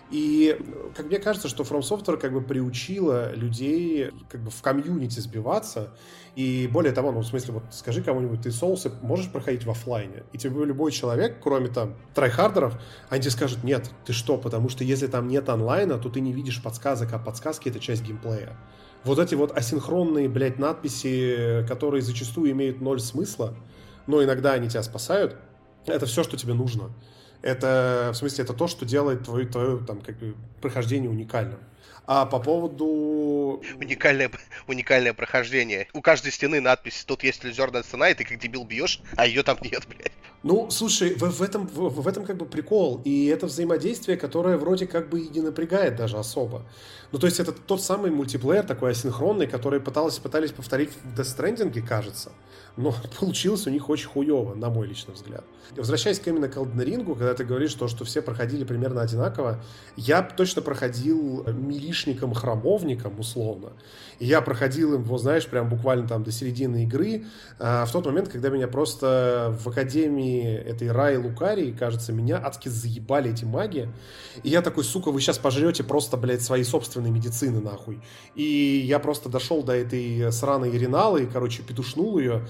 И, как мне кажется, что From Software как бы приучила людей как бы в комьюнити сбиваться. И более того, ну, в смысле, вот скажи кому-нибудь, ты соусы можешь проходить в офлайне? И тебе любой человек, кроме там трайхардеров, они тебе скажут, нет, ты что? Потому что если там нет онлайна, то ты не видишь подсказок, а подсказки — это часть геймплея. Вот эти вот асинхронные, блядь, надписи, которые зачастую имеют ноль смысла, но иногда они тебя спасают, это все, что тебе нужно. Это, в смысле, это то, что делает твое там, как бы, прохождение уникальным. А по поводу... Уникальное прохождение. У каждой стены надпись «Тут есть лазерная стена», и ты как дебил бьешь, а ее там нет, блядь. Ну, слушай, в этом как бы прикол. И это взаимодействие, которое вроде как бы и не напрягает даже особо. Ну, то есть это тот самый мультиплеер такой асинхронный, который пытались повторить в Death Stranding, кажется. Но получилось у них очень хуево, на мой личный взгляд. Возвращаясь именно к Elden Ring, когда ты говоришь, что все проходили примерно одинаково, я точно проходил милишником-храмовником, условно. И я проходил им, вот знаешь, прям буквально там до середины игры, в тот момент, когда меня просто в академии этой Раи Лукарии, кажется, меня адски заебали эти маги. И я такой, сука, вы сейчас пожрете просто, блядь, свои собственные медицины, нахуй. И я просто дошел до этой сраной Ириналы, короче, петушнул ее.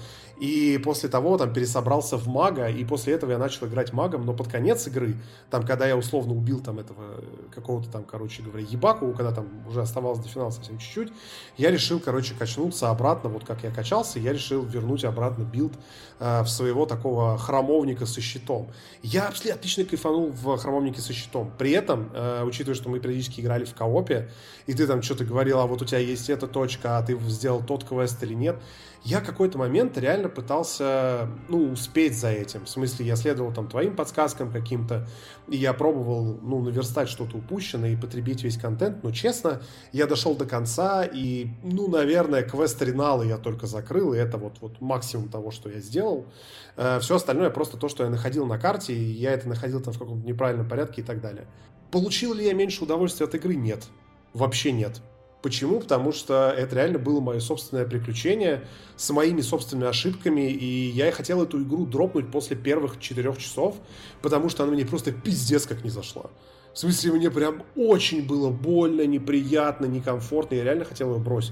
И после того там пересобрался в мага, и после этого я начал играть магом, но под конец игры, там, когда я условно убил там этого какого-то там, короче говоря, ебаку, когда там уже оставалось до финала совсем чуть-чуть, я решил, короче, качнуться обратно, вот как я качался, я решил вернуть обратно билд в своего такого храмовника со щитом. Я отлично кайфанул в храмовнике со щитом. При этом, учитывая, что мы периодически играли в коопе, и ты там что-то говорил, а вот у тебя есть эта точка, а ты сделал тот квест или нет, я какой-то момент реально пытался, ну, успеть за этим. В смысле, я следовал там твоим подсказкам каким-то, и я пробовал, ну, наверстать что-то упущенное и потребить весь контент. Но, честно, я дошел до конца, и, ну, наверное, квест Риналы я только закрыл, и это вот максимум того, что я сделал. Все остальное просто то, что я находил на карте, и я это находил там в каком-то неправильном порядке и так далее. Получил ли я меньше удовольствия от игры? Нет. Вообще нет. Почему? Потому что это реально было мое собственное приключение с моими собственными ошибками, и я хотел эту игру дропнуть после первых 4 часов, потому что она мне просто пиздец как не зашла. В смысле, мне прям очень было больно, неприятно, некомфортно, я реально хотел ее бросить.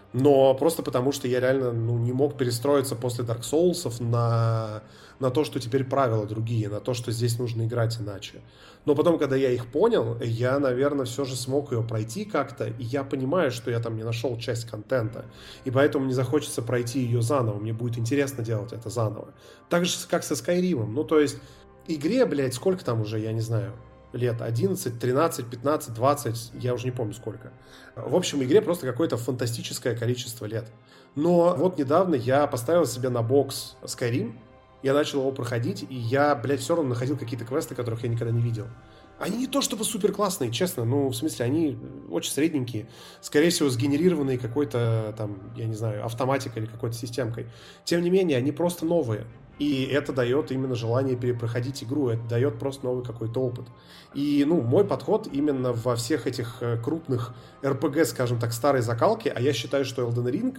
Но просто потому, что я реально не мог перестроиться после Dark Souls'ов на то, что теперь правила другие, на то, что здесь нужно играть иначе. Но потом, когда я их понял, я, наверное, все же смог ее пройти как-то, и я понимаю, что я там не нашел часть контента, и поэтому мне захочется пройти ее заново, мне будет интересно делать это заново. Так же, как со Skyrim'ом. Ну, то есть, игре, блядь, сколько там уже, я не знаю, лет 11, 13, 15, 20, я уже не помню сколько. В общем, игре просто какое-то фантастическое количество лет. Но вот недавно я поставил себе на бокс Skyrim, я начал его проходить, и я, блядь, все равно находил какие-то квесты, которых я никогда не видел. Они не то чтобы супер классные, честно, ну, в смысле, они очень средненькие, скорее всего, сгенерированные какой-то, там, я не знаю, автоматикой или какой-то системкой. Тем не менее, они просто новые. И это дает именно желание перепроходить игру, это дает просто новый какой-то опыт. И, ну, мой подход именно во всех этих крупных RPG, скажем так, старой закалки, а я считаю, что Elden Ring,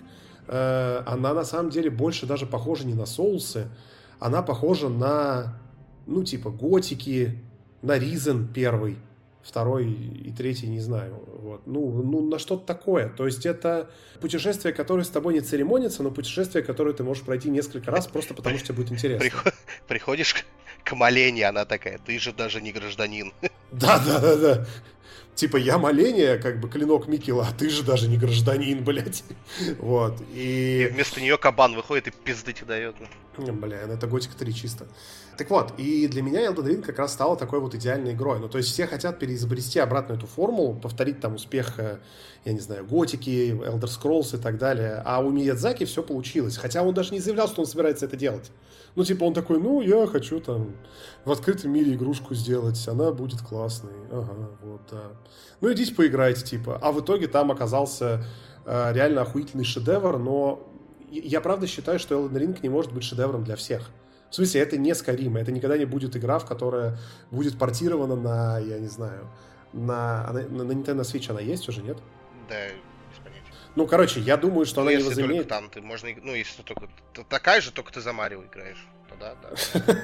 она на самом деле больше даже похожа не на соусы, она похожа на, ну, типа, готики, на Risen первый, второй и третий не знаю. Вот. Ну, на что-то такое. То есть это путешествие, которое с тобой не церемонится, но путешествие, которое ты можешь пройти несколько раз просто потому, что тебе будет интересно. Приходишь к Малене, она такая, ты же даже не гражданин. Да. Типа, я Маления, как бы клинок Микела, а ты же даже не гражданин, блядь. Вот. И вместо нее кабан выходит и пизды тебе дает. Бля, это Готик 3 чисто. Так вот, и для меня Elden Ring как раз стала такой вот идеальной игрой. Ну, то есть все хотят переизобрести обратно эту формулу, повторить там успех, я не знаю, Готики, Elder Scrolls и так далее. А у Миядзаки все получилось. Хотя он даже не заявлял, что он собирается это делать. Ну, типа, он такой, ну, я хочу там в открытом мире игрушку сделать, она будет классной. Ага, вот, да. Ну, идите поиграйте, типа. А в итоге там оказался реально охуительный шедевр, но я правда считаю, что Elden Ring не может быть шедевром для всех. В смысле, это не Skyrim, это никогда не будет игра, в которая будет портирована на, я не знаю, на Nintendo Switch она есть уже, нет? Да, без понятия. Ну, короче, я думаю, что она не возымеет... Если только там, ты можно... Ну, если только... Такая же, только ты за Марио играешь. Тогда, да.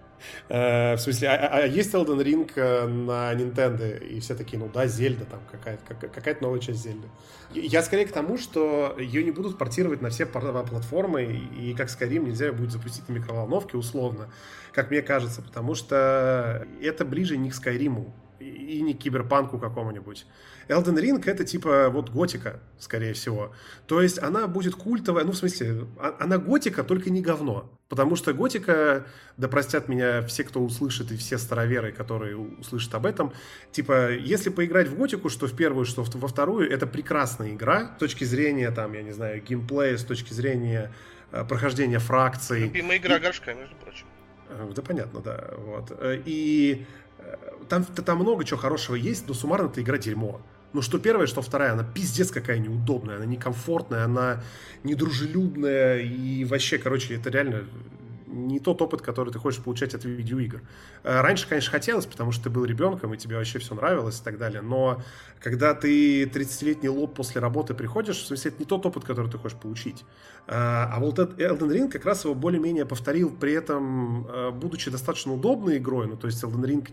В смысле, а есть Elden Ring на Nintendo? И все такие, ну да, Зельда там, какая-то новая часть Зельды. Я скорее к тому, что ее не будут портировать на все платформы, и как Skyrim нельзя ее будет запустить на микроволновке условно, как мне кажется, потому что это ближе не к Skyrim'у и не к Киберпанку какому-нибудь. Elden Ring — это типа вот готика, скорее всего. То есть она будет культовая, ну в смысле, она готика, только не говно. Потому что готика, да простят меня все, кто услышит, и все староверы, которые услышат об этом, типа, если поиграть в готику, что в первую, что во вторую, это прекрасная игра с точки зрения, там, я не знаю, геймплея, с точки зрения прохождения фракций. Любимая игра горшка, между прочим. Да, понятно, да. Вот. И там много чего хорошего есть, но суммарно эта игра дерьмо. Ну, что первая, что вторая, она пиздец какая неудобная, она некомфортная, она недружелюбная, и вообще, короче, это реально не тот опыт, который ты хочешь получать от видеоигр. Раньше, конечно, хотелось, потому что ты был ребенком, и тебе вообще все нравилось и так далее, но когда ты 30-летний лоб после работы приходишь, в смысле, это не тот опыт, который ты хочешь получить. А вот этот Elden Ring как раз его более-менее повторил, при этом, будучи достаточно удобной игрой, ну, то есть Elden Ring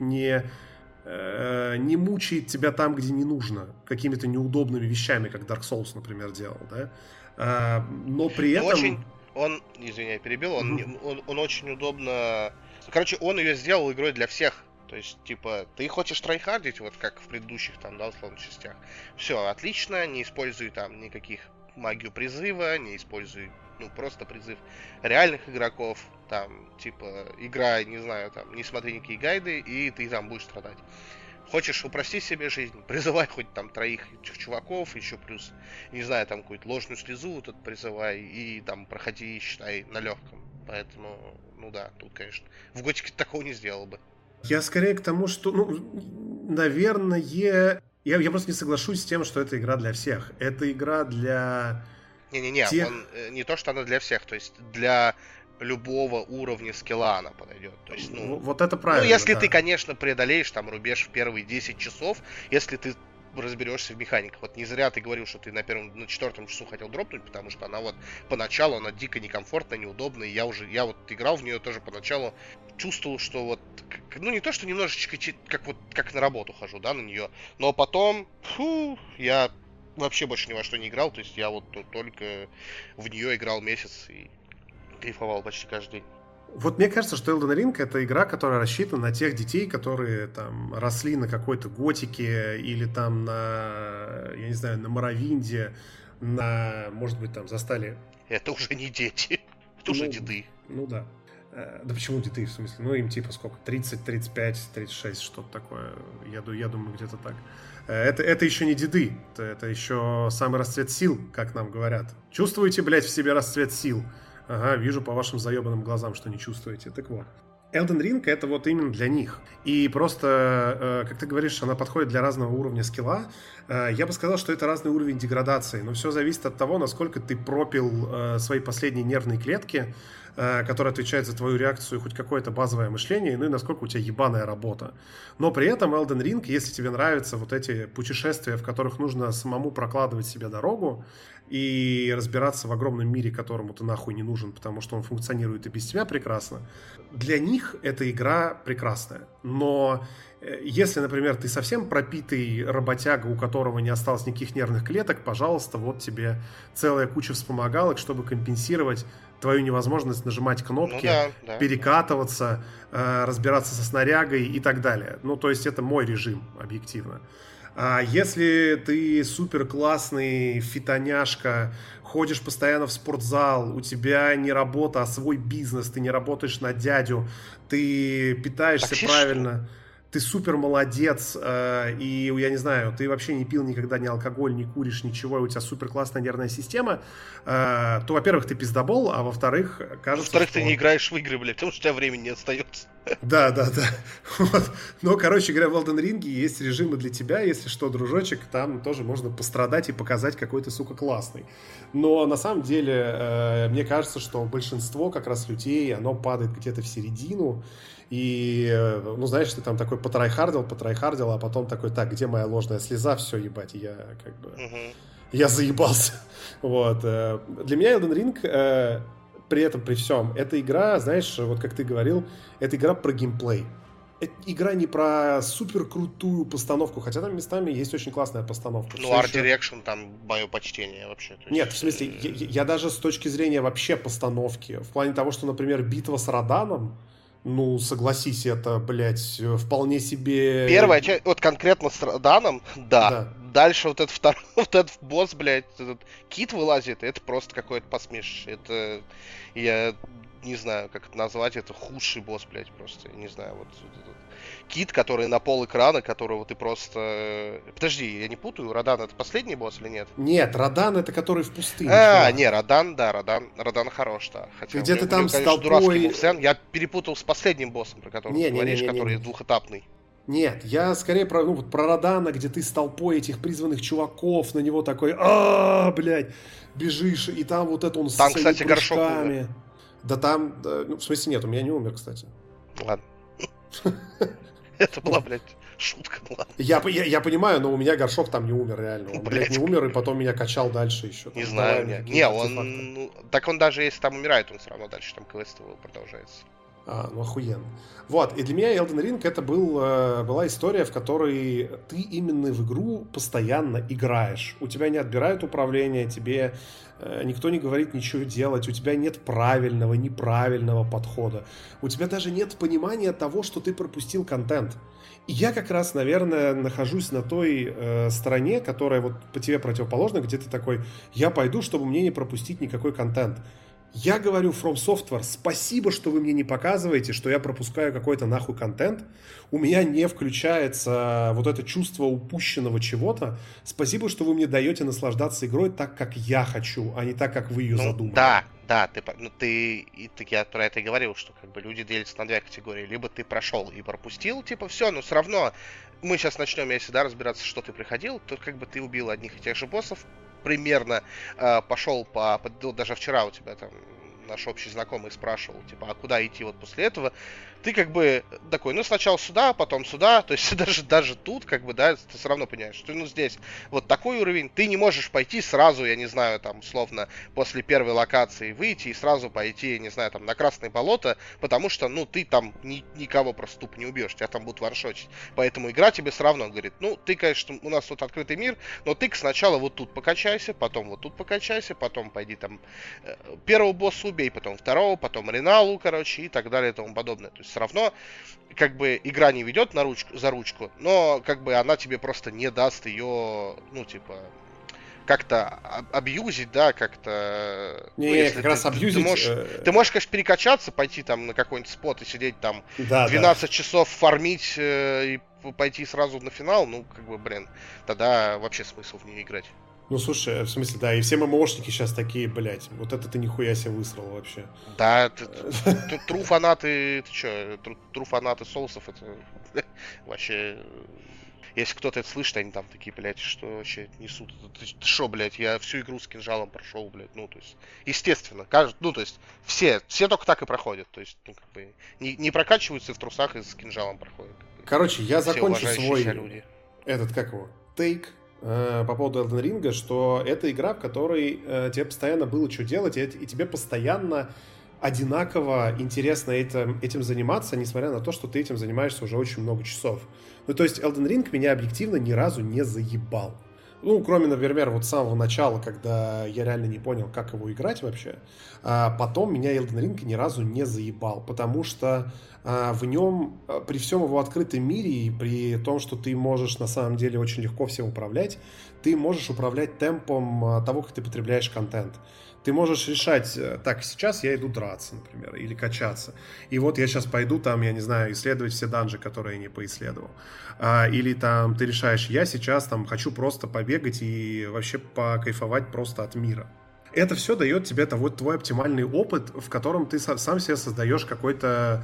не мучает тебя там, где не нужно, какими-то неудобными вещами, как Dark Souls, например, делал, да? Но при этом... Извиняй, перебил, он очень удобно... Короче, он ее сделал игрой для всех. То есть, типа, ты хочешь трайхардить, вот как в предыдущих, там, да, условно, частях. Все, отлично, не используй там никаких магию призыва, не используй, ну, просто призыв реальных игроков. Там, типа, играй, не знаю, там, не смотри никакие гайды, и ты там будешь страдать. Хочешь упростить себе жизнь, призывай хоть там троих чуваков, еще плюс, не знаю, там какую-то ложную слезу вот тут призывай, и там проходи, считай, на легком. Поэтому, ну да, тут, конечно, в готике такого не сделал бы. Я скорее к тому, что, ну, наверное, я просто не соглашусь с тем, что это игра для всех. Это игра для... Не-не-не, тех... не то, что она для всех, то есть для любого уровня скилла она подойдет. То есть, ну, вот это правильно. Ну, если да. ты, конечно, преодолеешь там рубеж в первые 10 часов, если ты разберешься в механиках. Вот не зря ты говорил, что ты на 4-м часу хотел дропнуть, потому что она вот поначалу, она дико некомфортная, неудобная. Я вот играл в нее тоже поначалу, чувствовал, что вот, ну не то, что немножечко как на работу хожу, да, на нее, но потом, я вообще больше ни во что не играл, то есть я вот только в нее играл месяц и кайфовал почти каждый день. Вот мне кажется, что Elden Ring — это игра, которая рассчитана на тех детей, которые там росли на какой-то готике или там на, я не знаю, на Моровинде, может быть, там застали... Это уже не дети, это уже деды. Ну да. Да почему деды, в смысле? Ну им типа сколько? 30, 35, 36, что-то такое. Я думаю, где-то так. Это еще не деды. Это еще самый расцвет сил, как нам говорят. Чувствуете, блядь, в себе расцвет сил? Ага, вижу по вашим заебанным глазам, что не чувствуете. Так вот. Elden Ring — это вот именно для них. И просто, как ты говоришь, она подходит для разного уровня скилла. Я бы сказал, что это разный уровень деградации. Но все зависит от того, насколько ты пропил свои последние нервные клетки, которые отвечают за твою реакцию, хоть какое-то базовое мышление, ну и насколько у тебя ебаная работа. Но при этом Elden Ring, если тебе нравятся вот эти путешествия, в которых нужно самому прокладывать себе дорогу и разбираться в огромном мире, которому ты нахуй не нужен, потому что он функционирует и без тебя прекрасно, для них эта игра прекрасная. Но Если, например, ты совсем пропитый работяга, у которого не осталось никаких нервных клеток, пожалуйста, вот тебе целая куча вспомогалок, чтобы компенсировать твою невозможность нажимать кнопки, перекатываться, разбираться со снарягой и так далее. Ну, то есть это мой режим, объективно. А если ты супер классный фитоняшка, ходишь постоянно в спортзал, у тебя не работа, а свой бизнес, ты не работаешь на дядю, ты питаешься правильно, ты супер молодец, и, я не знаю, ты вообще не пил никогда ни алкоголь, не куришь, ничего, и у тебя супер классная нервная система, то, во-первых, ты пиздобол, а во-вторых, кажется, во-вторых, ты не играешь в игры, блядь, потому что у тебя времени не остается. Да. Вот. Но, короче говоря, в Elden Ring есть режимы для тебя, если что, дружочек, там тоже можно пострадать и показать, какой ты, сука, классный. Но на самом деле, мне кажется, что большинство как раз людей, оно падает где-то в середину, и, ну, знаешь, ты там такой потрайхардил, а потом такой, так, где моя ложная слеза, все, ебать, я как бы, я заебался. Вот. Для меня Elden Ring, при этом, при всем, эта игра, знаешь, вот как ты говорил, это игра про геймплей. Это игра не про супер крутую постановку, хотя там местами есть очень классная постановка. Ну, Art Direction, там мое почтение вообще. То есть... Нет, в смысле, я даже с точки зрения вообще постановки, в плане того, что, например, битва с Раданом, ну, согласись, это, блядь, вполне себе... Первая часть, вот конкретно с Раданом, да. Дальше вот этот второй, вот этот босс, блядь, этот кит вылазит, это просто какое-то посмешище. Это, я не знаю, как это назвать, это худший босс, блядь, просто, я не знаю, вот этот кит, который на пол экрана, которого ты просто... Подожди, я не путаю, Радан это последний босс или нет? Нет, Радан это который в пустыне. Не, Радан, да, Радан хорош, да. Хотя где ты там конечно, с толпой... дурацкий был сцен. Я перепутал с последним боссом, про которого ты говоришь, который двухэтапный. Нет, я скорее про Радана, где ты с толпой этих призванных чуваков, на него такой, блядь, бежишь, и там вот это он там, кстати, горшок умер. Да там, ну, в смысле нет, у меня не умер, кстати. Ладно. Это была, блядь, шутка была. Я понимаю, но у меня горшок там не умер, реально. Он, блядь, не умер, и потом меня качал дальше еще. Не знаю, не, он... Так он даже если там умирает, он все равно дальше там квест его продолжается. Ну охуенно. Вот, и для меня Elden Ring это была история, в которой ты именно в игру постоянно играешь. У тебя не отбирают управление, тебе никто не говорит ничего делать, у тебя нет правильного, неправильного подхода. У тебя даже нет понимания того, что ты пропустил контент. И я как раз, наверное, нахожусь на той стороне, которая вот по тебе противоположна, где ты такой, я пойду, чтобы мне не пропустить никакой контент. Я говорю From Software, спасибо, что вы мне не показываете, что я пропускаю какой-то нахуй контент. У меня не включается вот это чувство упущенного чего-то. Спасибо, что вы мне даете наслаждаться игрой так, как я хочу, а не так, как вы ее задумали. Да, я про это и говорил, что как бы люди делятся на две категории. Либо ты прошел и пропустил, типа, все, но все равно мы сейчас начнем, если разбираться, что ты приходил, то как бы ты убил одних и тех же боссов, примерно пошел даже вчера у тебя там наш общий знакомый спрашивал, типа, а куда идти вот после этого, ты как бы такой, ну, сначала сюда, потом сюда, то есть даже тут, как бы, да, ты все равно понимаешь, что, ну, здесь вот такой уровень, ты не можешь пойти сразу, я не знаю, там, условно, после первой локации выйти и сразу пойти, я не знаю, там, на Красное болото, потому что, ну, ты там никого просто тупо не убьешь, тебя там будут ваншотить, поэтому игра тебе все равно говорит, ну, ты, конечно, у нас тут открытый мир, но ты сначала вот тут покачайся, потом вот тут покачайся, потом пойди там первого босса убей, потом второго, потом Реналу, короче, и так далее и тому подобное, то есть все равно, как бы, игра не ведет за ручку, но, как бы, она тебе просто не даст ее, ну, типа, как-то абьюзить, да, как-то... Не, как раз абьюзить... Ты можешь, конечно, перекачаться, пойти там на какой-нибудь спот и сидеть там 12 часов фармить и пойти сразу на финал, ну, как бы, блин, тогда вообще смысл в нее играть. Ну, слушай, в смысле, да, и все ММОшники сейчас такие, блядь, вот это ты нихуя себе высрал вообще. Да, тру фанаты, ты чё, тру фанаты соусов, это вообще... Если кто-то это слышит, они там такие, блядь, что вообще несут? Ты шо, блядь, я всю игру с кинжалом прошел, блядь, ну, то есть, естественно, ну, то есть, все только так и проходят, то есть, ну, как бы, не прокачиваются в трусах и с кинжалом проходят. Короче, я закончу свой, тейк по поводу Elden Ring, что это игра, в которой тебе постоянно было что делать, и тебе постоянно одинаково интересно этим заниматься, несмотря на то, что ты этим занимаешься уже очень много часов. Ну, то есть Elden Ring меня объективно ни разу не заебал. Ну, кроме, например, вот с самого начала, когда я реально не понял, как его играть вообще. А потом меня Elden Ring ни разу не заебал, потому что в нем, при всем его открытом мире и при том, что ты можешь на самом деле очень легко всем управлять, ты можешь управлять темпом того, как ты потребляешь контент. Ты можешь решать, так, сейчас я иду драться, например, или качаться. И вот я сейчас пойду там, я не знаю, исследовать все данжи, которые я не поисследовал. Или там ты решаешь, я сейчас там хочу просто побегать и вообще покайфовать просто от мира. Это все дает тебе твой оптимальный опыт, в котором ты сам себе создаешь какой-то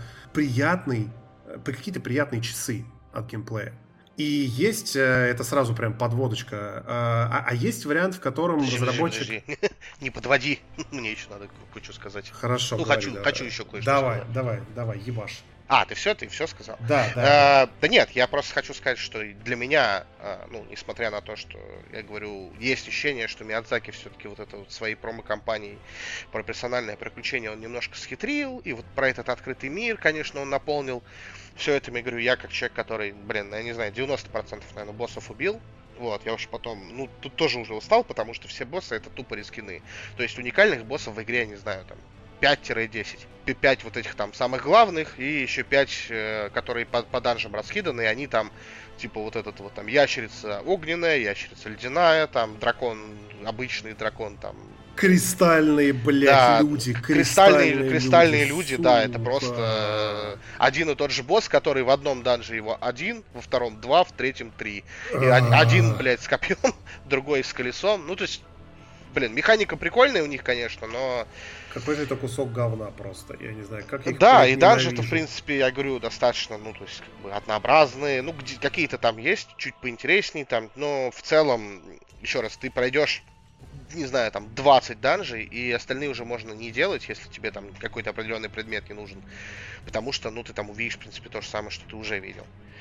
какие-то приятные часы от геймплея. И есть, это сразу прям подводочка, а есть вариант, в котором разработчик... Подожди. Не подводи, мне еще надо кое-что сказать. Хорошо, хочу еще кое-что сказать. Давай, ебашь. Ты все сказал? Да. Да нет, я просто хочу сказать, что для меня, несмотря на то, что я говорю, есть ощущение, что Миядзаки все-таки вот это вот своей промо-компанией про персональное приключение он немножко схитрил, и вот про этот открытый мир, конечно, он наполнил. Все это, я говорю, я как человек, который, я не знаю, 90%, наверное, боссов убил. Вот, я уж потом, тут тоже уже устал, потому что все боссы это тупо рискины. То есть уникальных боссов в игре, я не знаю, там, 5-10. 5 вот этих там самых главных, и еще 5, которые по данжам раскиданы, и они там, типа вот этот вот там ящерица огненная, ящерица ледяная, там дракон, обычный дракон, там... Кристальные, блядь, люди. Кристальные люди, да, это просто один и тот же босс, который в одном данже его 1, во втором 2, в третьем 3. И один, блядь, с копьем, другой с колесом. Ну, то есть, механика прикольная у них, конечно, но... Какой-то это кусок говна просто, я не знаю, как их... Да, и данжи-то, в принципе, я говорю, достаточно, однообразные. Какие-то там есть, чуть поинтереснее там, но в целом, еще раз, ты пройдешь, не знаю, там 20 данжей, и остальные уже можно не делать, если тебе там какой-то определенный предмет не нужен. Потому что, ты там увидишь, в принципе, то же самое, что ты уже видел.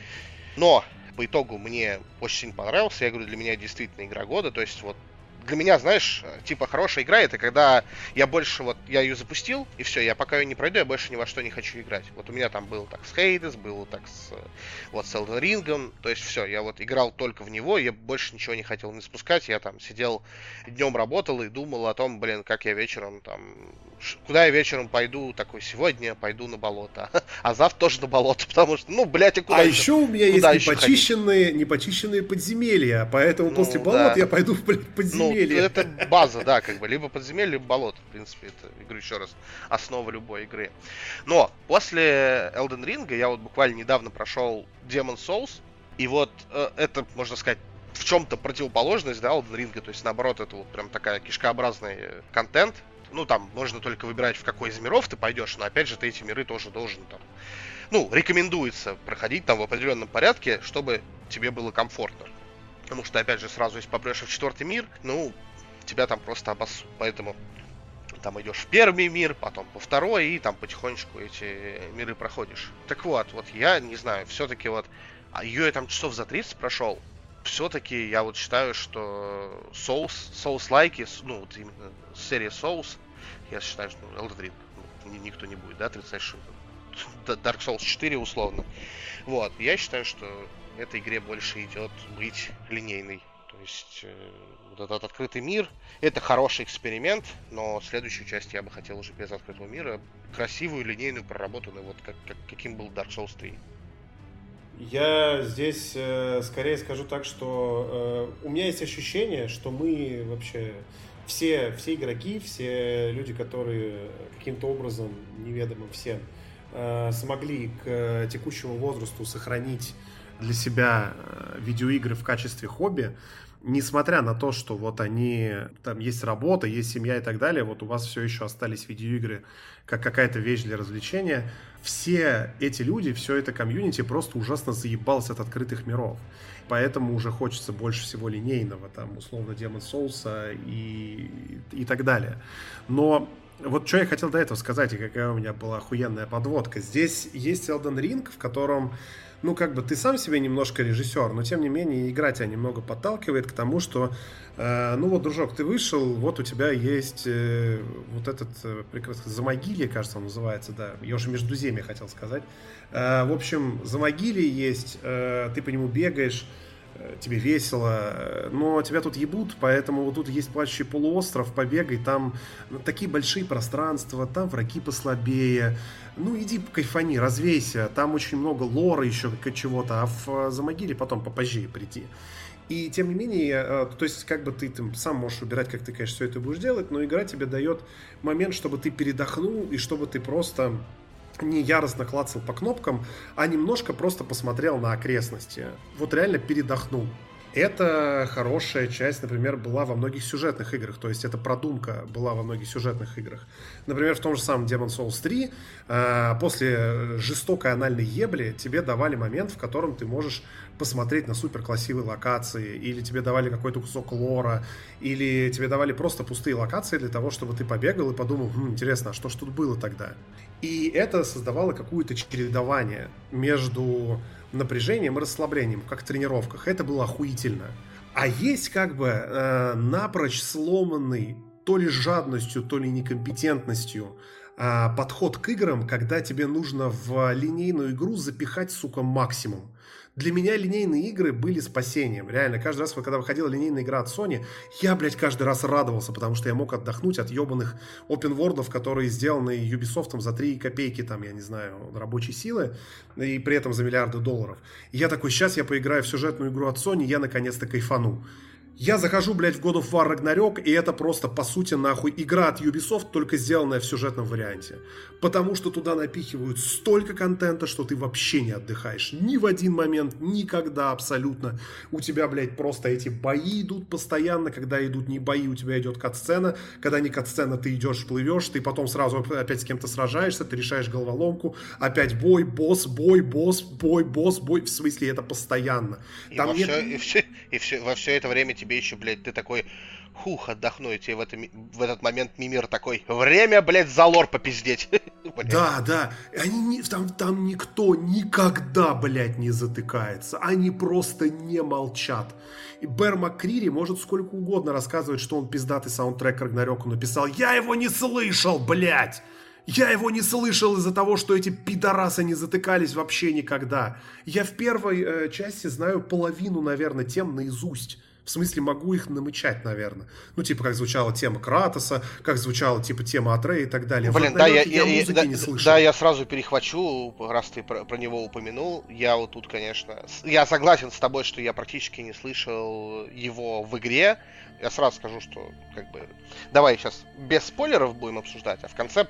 Но, по итогу, мне очень сильно понравился. Я говорю, для меня действительно игра года. То есть, вот, для меня, знаешь, типа, хорошая игра, это когда я я ее запустил, и все, я пока ее не пройду, я больше ни во что не хочу играть. Вот у меня там было так с Hades, было так с Elden Ring, то есть все, я вот играл только в него, я больше ничего не хотел не спускать, я там сидел, днем работал и думал о том, как я вечером там, куда я вечером пойду, такой, сегодня пойду на болото, а завтра тоже на болото, потому что, а куда еще у меня есть непочищенные подземелья, поэтому после болот я пойду в подземелье. Это база, да, либо подземелье, либо болото. В принципе, это, говорю еще раз, основа любой игры. Но после Elden Ring я вот буквально недавно прошел Demon's Souls, и вот это, можно сказать, в чем-то противоположность, да, Elden Ring, то есть, наоборот, это вот прям такая кишкообразный контент. Там можно только выбирать, в какой из миров ты пойдешь, но, опять же, ты эти миры тоже должен там... рекомендуется проходить там в определенном порядке, чтобы тебе было комфортно. Потому что, опять же, сразу, если попрешь в 4-й мир, тебя там просто обоссут. Поэтому там идешь в 1-й мир, потом во 2-й, и там потихонечку эти миры проходишь. Так вот я не знаю, все-таки ее я там часов за 30 прошел. Все-таки я вот считаю, что Souls-лайки, вот именно серия Souls, я считаю, что Elden Ring никто не будет, да, отрицать, что Dark Souls 4 условно. Вот, я считаю, что этой игре больше идет быть линейной. То есть вот этот открытый мир — это хороший эксперимент, но следующую часть я бы хотел уже без открытого мира, красивую, линейную, проработанную, вот каким был Dark Souls 3. Я здесь скорее скажу так, что у меня есть ощущение, что мы вообще все игроки, все люди, которые каким-то образом, неведомым всем, смогли к текущему возрасту сохранить для себя видеоигры в качестве хобби, несмотря на то, что вот они, там есть работа, есть семья и так далее, вот у вас все еще остались видеоигры как какая-то вещь для развлечения, все эти люди, все это комьюнити просто ужасно заебалось от открытых миров. Поэтому уже хочется больше всего линейного, там, условно, Demon's Souls и так далее. Но Вот что я хотел до этого сказать, и какая у меня была охуенная подводка. Здесь есть Elden Ring, в котором, ну, как бы ты сам себе немножко режиссер, но, тем не менее, игра тебя немного подталкивает к тому, что, ну, вот, дружок, ты вышел, вот у тебя есть вот этот прекрасный Замогилье, кажется, он называется, да, я уже Междуземье хотел сказать. В общем, Замогилье есть, ты по нему бегаешь, тебе весело, но тебя тут ебут, поэтому вот тут есть плачущий полуостров, побегай, там такие большие пространства, там враги послабее, ну иди кайфани, развейся, там очень много лора еще чего-то, а в Замогиле потом попозже приди. И тем не менее, то есть как бы ты там сам можешь выбирать, как ты, конечно, все это будешь делать, но игра тебе дает момент, чтобы ты передохнул и чтобы ты просто не яростно клацал по кнопкам, а немножко просто посмотрел на окрестности. Вот реально передохнул. Это хорошая часть, например, была во многих сюжетных играх. То есть эта продумка была во многих сюжетных играх. Например, в том же самом Demon's Souls 3 после жестокой анальной ебли тебе давали момент, в котором ты можешь посмотреть на супер красивые локации, или тебе давали какой-то кусок лора, или тебе давали просто пустые локации для того, чтобы ты побегал и подумал, интересно, а что ж тут было тогда? И это создавало какое-то чередование между напряжением и расслаблением, как в тренировках. Это было охуительно. А есть как бы напрочь сломанный то ли жадностью, то ли некомпетентностью подход к играм, когда тебе нужно в линейную игру запихать, сука, максимум. Для меня линейные игры были спасением. Реально, каждый раз, когда выходила линейная игра от Sony, я, блядь, каждый раз радовался, потому что я мог отдохнуть от ебаных опенвордов, которые сделаны Ubisoft за 3 копейки, там, я не знаю, рабочей силы, и при этом за миллиарды долларов. И я такой, сейчас я поиграю в сюжетную игру от Sony, я наконец-то кайфану. Я захожу, блядь, в God of War Ragnarok, и это просто, по сути, нахуй, игра от Ubisoft, только сделанная в сюжетном варианте. Потому что туда напихивают столько контента, что ты вообще не отдыхаешь. Ни в один момент, никогда абсолютно. У тебя, блядь, просто эти бои идут постоянно. Когда идут не бои, у тебя идет катсцена. Когда не катсцена, ты идешь, плывешь, ты потом сразу опять с кем-то сражаешься, ты решаешь головоломку. Опять бой, босс, бой, босс, бой, босс, бой. В смысле, это постоянно. И, Там во, нет... во все это время тебе еще, блядь, ты такой, отдохну, и тебе в этот момент Мимир такой, время, блядь, за лор попиздеть. Да, да, там никто никогда, блядь, не затыкается, они просто не молчат. И Бэр МакКрири может сколько угодно рассказывать, что он пиздатый саундтрек к Рагнарёку написал. Я его не слышал, блядь! Я его не слышал из-за того, что эти пидорасы не затыкались вообще никогда. Я в первой части знаю половину, наверное, тем наизусть. В смысле, могу их намычать, наверное. Ну, типа, как звучала тема Кратоса, как звучала, типа, тема Атрея и так далее. Блин, да, я музыки не слышал. Да, я сразу перехвачу, раз ты про него упомянул. Я вот тут, конечно... Я согласен с тобой, что я практически не слышал его в игре. Я сразу скажу, что, как бы... Давай сейчас без спойлеров будем обсуждать, а в конце,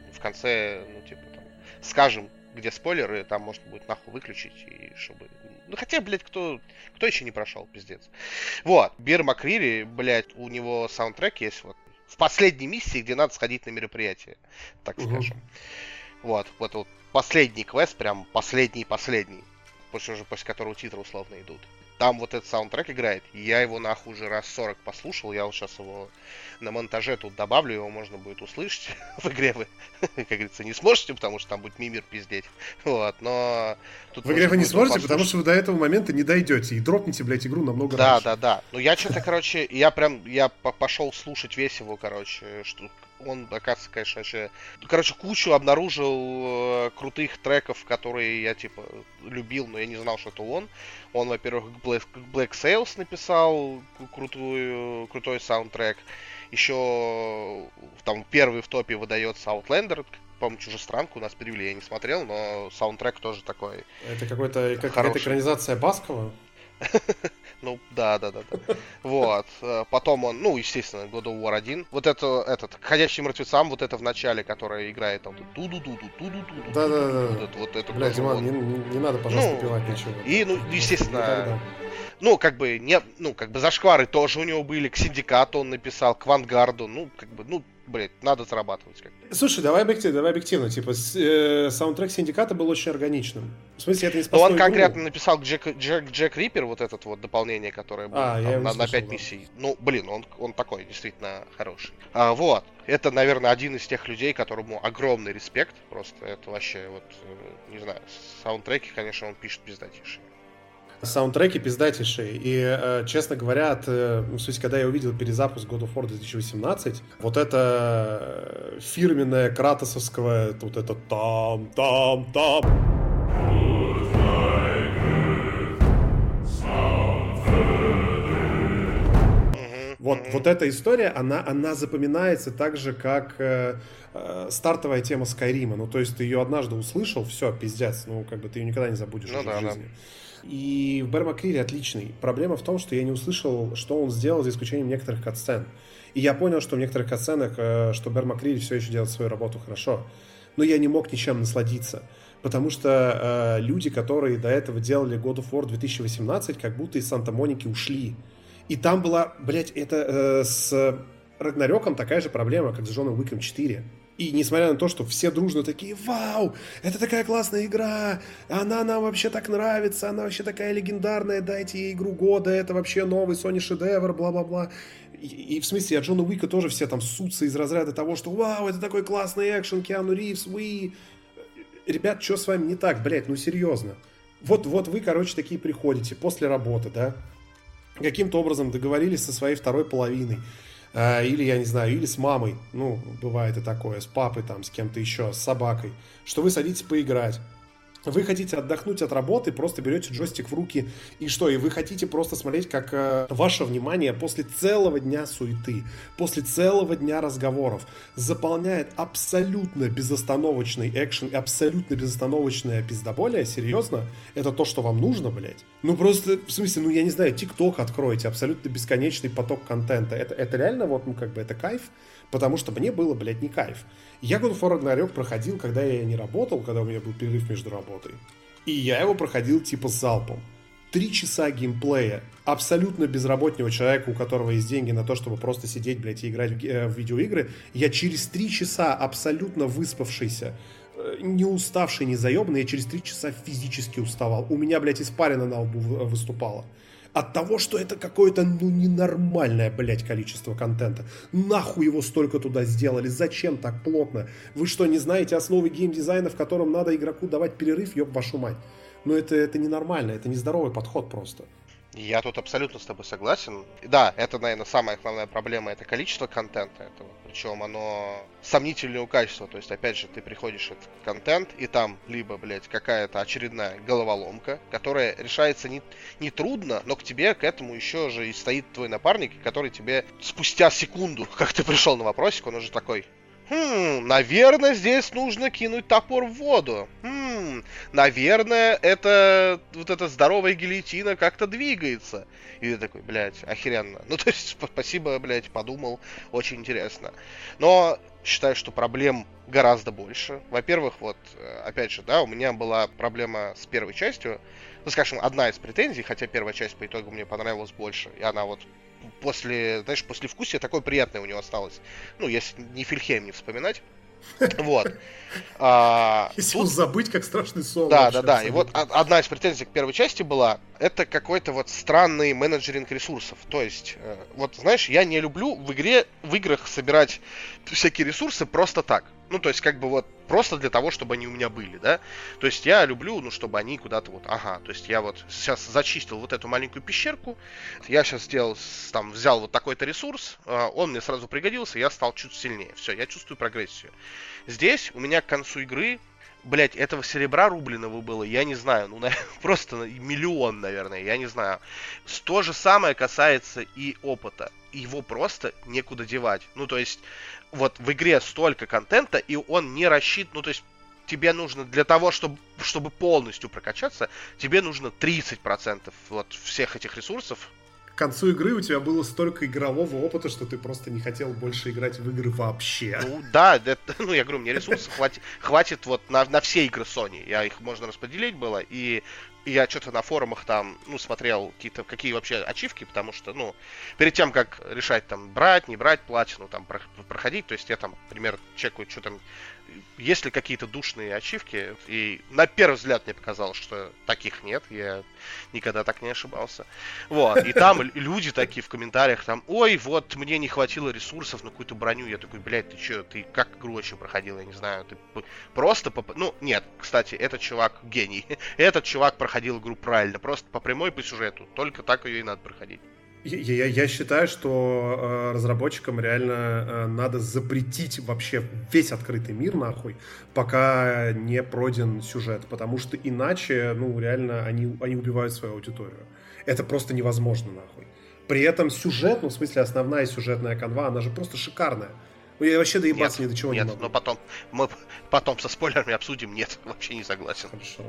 ну, типа, там, скажем, где спойлеры, там можно будет нахуй выключить, и чтобы... Ну, хотя, блядь, кто еще не прошел, пиздец. Вот, Бэр МакКрири, блядь, у него саундтрек есть вот в последней миссии, где надо сходить на мероприятие, так скажем. Вот последний квест, прям последний, после которого титры условно идут. Там вот этот саундтрек играет, и я его нахуй уже раз 40 послушал, я вот сейчас его на монтаже тут добавлю, его можно будет услышать в игре, вы, как говорится, не сможете, потому что там будет Мимир пиздеть, вот, но... Тут в игре вы не сможете, потому что вы до этого момента не дойдете, и дропнете, блядь, игру намного раньше. Да, ну я что-то, короче, я пошел слушать весь его, короче, что... Он, оказывается, конечно, еще... Короче, кучу обнаружил крутых треков, которые я, типа, любил, но я не знал, что это он. Он, во-первых, Black Sails написал крутой саундтрек. Еще там первый в топе выдается Outlander. По-моему, Чужестранку у нас перевели, я не смотрел, но саундтрек тоже такой. Это какая-то экранизация Баскова? Ну, да. Вот. Потом он, ну, естественно, God of War 1. Вот этот «Ходячим мертвецам», вот это в начале, которая играет там ту-ду-ду-ду-ду-ду-ду. Да. Вот это. Бля, Диман, не надо, пожалуйста, пивать ничего. И, ну, естественно... Ну, как бы, зашквары тоже у него были, к Синдикату он написал, к Вангарду, ну, как бы, ну, блядь, надо зарабатывать как. Слушай, давай объективно. Типа, саундтрек Синдиката был очень органичным. В смысле, это не спасло он игру. конкретно написал Джек Риппер, вот это вот дополнение, которое было на 5 миссий. Ну, блин, он такой действительно хороший. Вот. Это, наверное, один из тех людей, которому огромный респект. Просто это вообще, вот, не знаю, саундтреки, конечно, он пишет пиздатейшие. Саундтреки пиздатейшие. И, честно говоря, в смысле, когда я увидел перезапуск God of War 2018, вот это фирменное кратосовское, вот это там. Вот эта история, она запоминается так же, как стартовая тема Скайрима. Ну, то есть ты ее однажды услышал, все, пиздец, ну, как бы ты ее никогда не забудешь в жизни. И в Bear McCreary отличный. Проблема в том, что я не услышал, что он сделал, за исключением некоторых катсцен. И я понял, что в некоторых катсценах, что Bear McCreary все еще делает свою работу хорошо. Но я не мог ничем насладиться. Потому что люди, которые до этого делали God of War 2018, как будто из Санта-Моники ушли. И там была, блядь, это с Рагнарёком такая же проблема, как с Джоном Уиком 4. И несмотря на то, что все дружно такие: вау, это такая классная игра, она нам вообще так нравится, она вообще такая легендарная, дайте ей игру года, это вообще новый Sony шедевр, бла-бла-бла. И в смысле, от Джона Уика тоже все там ссутся из разряда того, что вау, это такой классный экшен, Киану Ривз, Ребят, что с вами не так, блядь, ну серьезно. Вот вы, короче, такие приходите после работы, да, каким-то образом договорились со своей второй половиной. Или, я не знаю, или с мамой, ну, бывает и такое, с папой там, с кем-то еще, с собакой, что вы садитесь поиграть. Вы хотите отдохнуть от работы, просто берете джойстик в руки, и что? И вы хотите просто смотреть, как ваше внимание после целого дня суеты, после целого дня разговоров заполняет абсолютно безостановочный экшен и абсолютно безостановочное пиздоболие. Серьезно? Это то, что вам нужно, блядь? Ну просто, в смысле, ну я не знаю, ТикТок откройте, абсолютно бесконечный поток контента. Это реально вот, ну как бы это кайф? Потому что мне было, блядь, не кайф. Я God of War Ragnarok проходил, когда я не работал, когда у меня был перерыв между работой. И я его проходил типа с залпом. 3 часа геймплея абсолютно безработного человека, у которого есть деньги на то, чтобы просто сидеть, блядь, и играть в видеоигры. Я через 3 часа абсолютно выспавшийся, не уставший, не заебанный, я через 3 часа физически уставал. У меня, блядь, испарина на лбу выступала. От того, что это какое-то, ну, ненормальное, блядь, количество контента. Нахуй его столько туда сделали? Зачем так плотно? Вы что, не знаете основы геймдизайна, в котором надо игроку давать перерыв? Ёб вашу мать. Ну, это ненормально, это нездоровый подход просто. Я тут абсолютно с тобой согласен. Да, это, наверное, самая основная проблема, это количество контента этого. Причем оно сомнительного качества. То есть, опять же, ты приходишь в этот контент, и там либо, блядь, какая-то очередная головоломка, которая решается не трудно, но к тебе, к этому еще же и стоит твой напарник, который тебе спустя секунду, как ты пришел на вопросик, он уже такой: наверное, здесь нужно кинуть топор в воду. Наверное, это вот эта здоровая гильотина как-то двигается. И ты такой: блядь, охеренно. Ну, то есть, спасибо, блядь, подумал, очень интересно. Но считаю, что проблем гораздо больше. Во-первых, вот, опять же, да, у меня была проблема с первой частью. Ну, скажем, одна из претензий, хотя первая часть по итогу мне понравилась больше. И она вот после, знаешь, послевкусие такое приятное у него осталось. Ну, если не Фильхейм не вспоминать. Вот. Если тут... забыть, как страшный сон. Да. И вот одна из претензий к первой части была, это какой-то вот странный менеджеринг ресурсов. То есть, вот, знаешь, я не люблю в играх собирать всякие ресурсы просто так. Ну, то есть, как бы вот, просто для того, чтобы они у меня были, да. То есть, я люблю, ну, чтобы они куда-то вот, то есть, я вот сейчас зачистил вот эту маленькую пещерку, я сейчас взял вот такой-то ресурс, он мне сразу пригодился, я стал чуть сильнее. Все, я чувствую прогрессию. Здесь у меня к концу игры, блять, этого серебра рубленого было, я не знаю, ну, просто миллион, наверное, я не знаю. То же самое касается и опыта. Его просто некуда девать. Ну, то есть, вот в игре столько контента, и он не рассчитан, ну, то есть, тебе нужно для того, чтобы полностью прокачаться, тебе нужно 30% вот всех этих ресурсов к концу игры у тебя было столько игрового опыта, что ты просто не хотел больше играть в игры вообще. Ну да, ну я говорю, мне ресурсов хватит вот на все игры Sony. Их можно распределить было, и я что-то на форумах там, смотрел какие вообще ачивки, потому что, перед тем, как решать там брать, не брать платину, там проходить, то есть я там, например, чекаю, что там, есть ли какие-то душные ачивки, и на первый взгляд мне показалось, что таких нет, я никогда так не ошибался. Вот, и там люди такие в комментариях, там, ой, вот мне не хватило ресурсов на какую-то броню, я такой, блядь, ты что, ты как игру вообще проходил, я не знаю, ты просто, нет, кстати, этот чувак гений, этот чувак проходил игру правильно, просто по прямой по сюжету, только так ее и надо проходить. Я считаю, что разработчикам реально надо запретить вообще весь открытый мир, нахуй, пока не пройден сюжет, потому что иначе, реально, они убивают свою аудиторию. Это просто невозможно, нахуй. При этом сюжет, в смысле, основная сюжетная канва, она же просто шикарная. Я вообще доебаться ни до чего не могу. Нет, но мы потом со спойлерами обсудим, нет, вообще не согласен. Хорошо.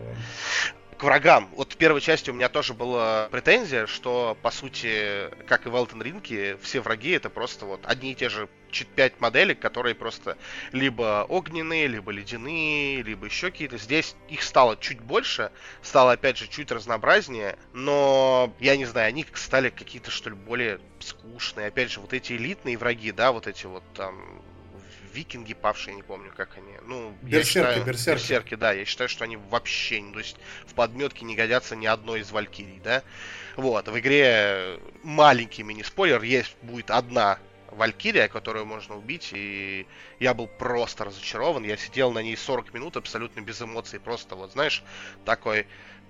К врагам. Вот в первой части у меня тоже была претензия, что, по сути, как и в Elden Ring, все враги это просто вот одни и те же 5 моделек, которые просто либо огненные, либо ледяные, либо еще какие-то. Здесь их стало чуть больше, стало, опять же, чуть разнообразнее, но, я не знаю, они стали какие-то, что ли, более скучные. Опять же, вот эти элитные враги, да, вот эти вот там... викинги павшие, не помню, как они. Берсерки, да. Я считаю, что они вообще, то есть в подметке не годятся ни одной из валькирий, да. Вот, в игре маленький мини-спойлер, будет одна валькирия, которую можно убить, и я был просто разочарован. Я сидел на ней 40 минут абсолютно без эмоций, просто вот, знаешь, такой...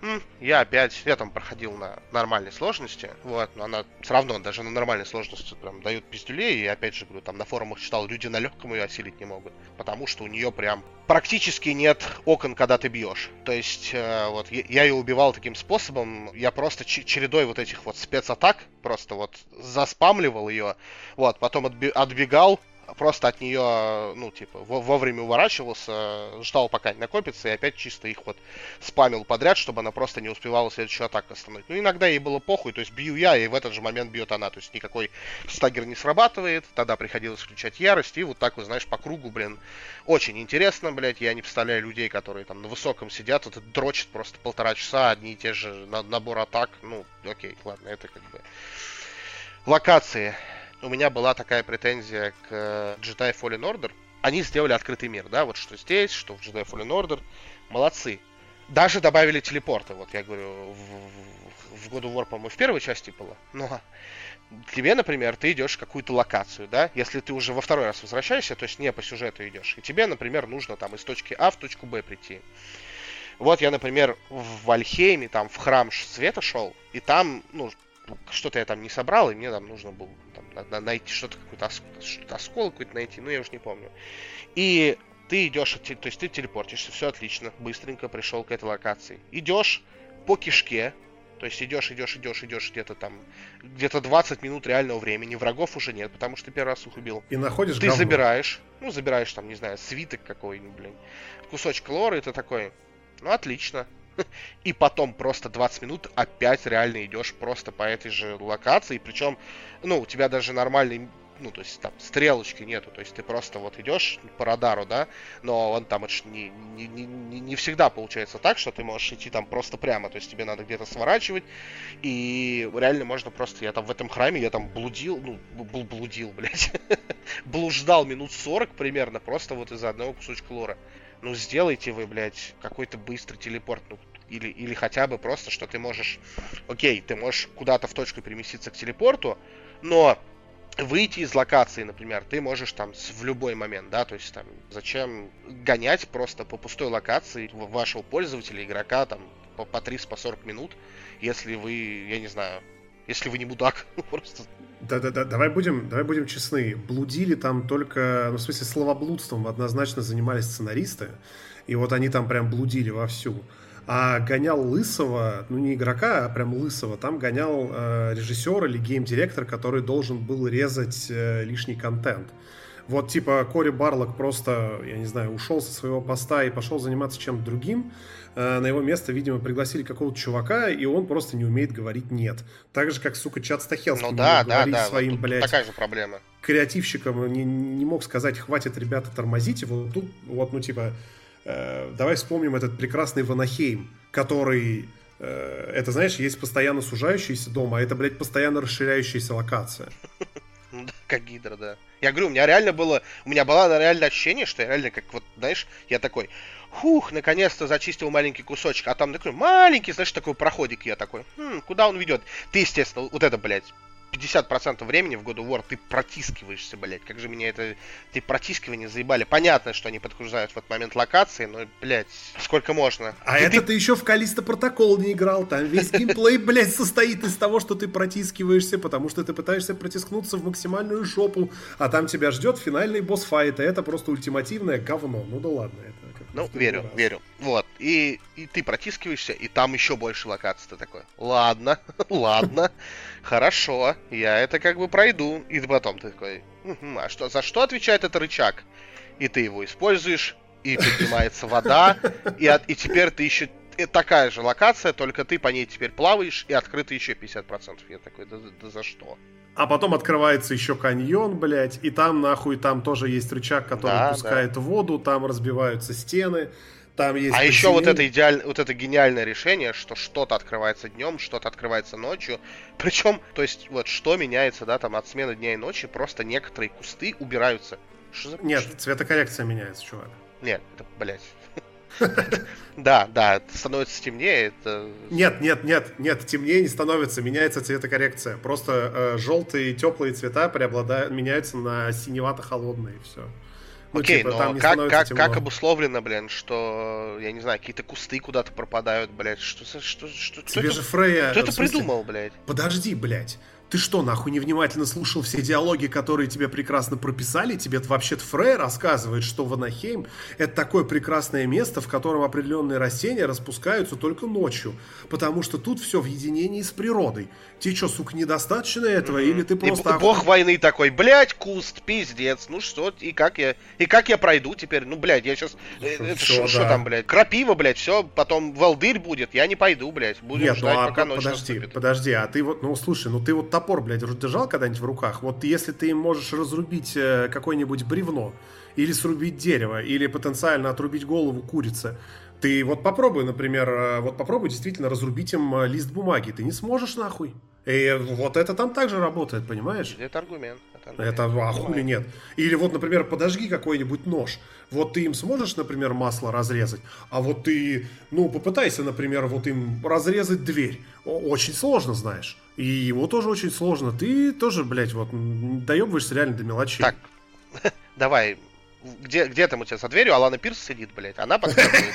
Я там проходил на нормальной сложности, вот, но она все равно даже на нормальной сложности прям дает пиздюлей, и опять же, говорю, там на форумах читал, люди на легком ее осилить не могут, потому что у нее прям практически нет окон, когда ты бьешь. То есть, вот, я ее убивал таким способом, я просто чередой вот этих вот спецатак, просто вот заспамливал ее, вот, потом отбегал, просто от нее, вовремя уворачивался, ждал, пока они накопятся, и опять чисто их вот спамил подряд, чтобы она просто не успевала следующую атаку остановить. Иногда ей было похуй, то есть бью я, и в этот же момент бьет она, то есть никакой стагер не срабатывает, тогда приходилось включать ярость, и вот так вот, знаешь, по кругу, блин, очень интересно, блядь, я не представляю людей, которые там на высоком сидят, это дрочит просто 1,5 часа, одни и те же набор атак, окей, ладно, это как бы... Локации. У меня была такая претензия к Jedi Fallen Order. Они сделали открытый мир, да, вот что здесь, что в Jedi Fallen Order. Молодцы. Даже добавили телепорты, вот я говорю, в God of War, по-моему, в первой части было. Но тебе, например, ты идешь в какую-то локацию, да, если ты уже во второй раз возвращаешься, то есть не по сюжету идешь, и тебе, например, нужно там из точки А в точку Б прийти. Вот я, например, в Вальхейме, там, в храм света шел, и там, что-то я там не собрал, и мне там нужно было там, найти что-то, какой-то осколок какой-то найти, я уже не помню. И ты идешь, то есть ты телепортишься, все отлично, быстренько пришел к этой локации. Идешь по кишке, то есть идешь где-то 20 минут реального времени, врагов уже нет, потому что ты первый раз их убил. И находишь ты говно. забираешь там, не знаю, свиток какой-нибудь, блин, кусочек лора, и ты такой, отлично. И потом просто 20 минут опять реально идешь просто по этой же локации. Причем, у тебя даже нормальный, то есть там стрелочки нету. То есть ты просто вот идешь по радару, да, но он там не всегда получается так, что ты можешь идти там просто прямо. То есть тебе надо где-то сворачивать. И реально можно просто, я там в этом храме, я там блудил, блядь. Блуждал минут 40 примерно, просто вот из-за одного кусочка лора. Сделайте вы, блядь, какой-то быстрый телепорт, или хотя бы просто, что ты можешь... Окей, ты можешь куда-то в точку переместиться к телепорту, но выйти из локации, например, ты можешь там в любой момент, да, то есть там зачем гонять просто по пустой локации вашего пользователя, игрока, там, по 30-40 минут, если вы, я не знаю, если вы не мудак, просто... Давай будем честны. Блудили там только, в смысле, словоблудством однозначно занимались сценаристы. И вот они там прям блудили вовсю. А гонял лысого, не игрока, а прям лысого, там гонял режиссер или гейм-директор, который должен был резать лишний контент. Вот типа Кори Барлок просто, я не знаю, ушел со своего поста и пошел заниматься чем-то другим. На его место, видимо, пригласили какого-то чувака, и он просто не умеет говорить «нет». Так же, как, сука, Чад Стахелский Ну не да, мог говорить да, своим, вот блядь, такая же проблема. креативщикам, не мог сказать «хватит, ребята, тормозите». Вот тут, вот, ну, типа, давай вспомним этот прекрасный Ванахейм, который... Это, знаешь, есть постоянно сужающийся дом, а это, блядь, постоянно расширяющаяся локация. Ну да, как Гидра, да. Я говорю, у меня было реально ощущение, что я реально как вот, знаешь, я такой, наконец-то зачистил маленький кусочек, а там такой маленький, знаешь, такой проходик, я такой, куда он ведет? Ты, естественно, вот это, блядь, 50% времени в God of War ты протискиваешься, блядь. Как же меня это... Эти протискивания заебали. Понятно, что они подгружают в этот момент локации, но, блядь, сколько можно. А это ты еще в Callisto Protocol не играл. Там весь геймплей, блядь, состоит из того, что ты протискиваешься, потому что ты пытаешься протискнуться в максимальную жопу, а там тебя ждет финальный босс-файт, и это просто ультимативное говно. Ну да ладно, это... Ну, верю. Вот. И ты протискиваешься, и там еще больше локаций. Ты такой, ладно, хорошо, я это как бы пройду. И потом ты такой, а что, за что отвечает этот рычаг? И ты его используешь, и поднимается вода, и теперь ты еще... такая же локация, только ты по ней теперь плаваешь, и открыто еще 50%. Я такой, да за что? А потом открывается еще каньон, блядь, и там нахуй, там тоже есть рычаг, который пускает воду, там разбиваются стены, там есть... А еще вот это гениальное решение, что что-то открывается днем, что-то открывается ночью. Причем, то есть, вот что меняется, да, там от смены дня и ночи, просто некоторые кусты убираются. Нет, цветокоррекция меняется, чувак. Нет, это, блядь... Да, становится темнее. Нет, темнее не становится, меняется цветокоррекция. Просто желтые теплые цвета меняются на синевато-холодные, и все. Окей, но как обусловлено, блин, что, я не знаю, какие-то кусты куда-то пропадают, блядь, что тебе же Фрея... Кто это придумал, блядь? Подожди, блядь. Ты что, нахуй, невнимательно слушал все диалоги, которые тебе прекрасно прописали? Тебе вообще-то Фрей рассказывает, что Ванахейм — это такое прекрасное место, в котором определенные растения распускаются только ночью. Потому что тут все в единении с природой. Тебе что, сука, недостаточно этого? Или ты просто... Бог войны такой, блядь, куст, пиздец, ну что, и как я пройду теперь? Ну, блядь, я сейчас... Что там, блядь? Крапива, блядь, все, потом волдырь будет, я не пойду, блядь. Будем ждать, пока ночь наступит. Подожди, а ты вот, ну, слушай, ну ты вот топор, блядь, держал когда-нибудь в руках? Вот если ты им можешь разрубить какое-нибудь бревно, или срубить дерево, или потенциально отрубить голову курицы, ты вот попробуй, например, действительно разрубить им лист бумаги. Ты не сможешь, нахуй. И вот это там также работает, понимаешь? Это аргумент. А хули нет? Или вот, например, подожги какой-нибудь нож. Вот ты им сможешь, например, масло разрезать, а вот ты, ну, попытайся, например, вот им разрезать дверь. Очень сложно, знаешь. И его тоже очень сложно. Ты тоже, блядь, вот, доебываешься реально до мелочей. Так, давай. Где там у тебя за дверью Алана Пирс сидит, блядь? Она подсказывает,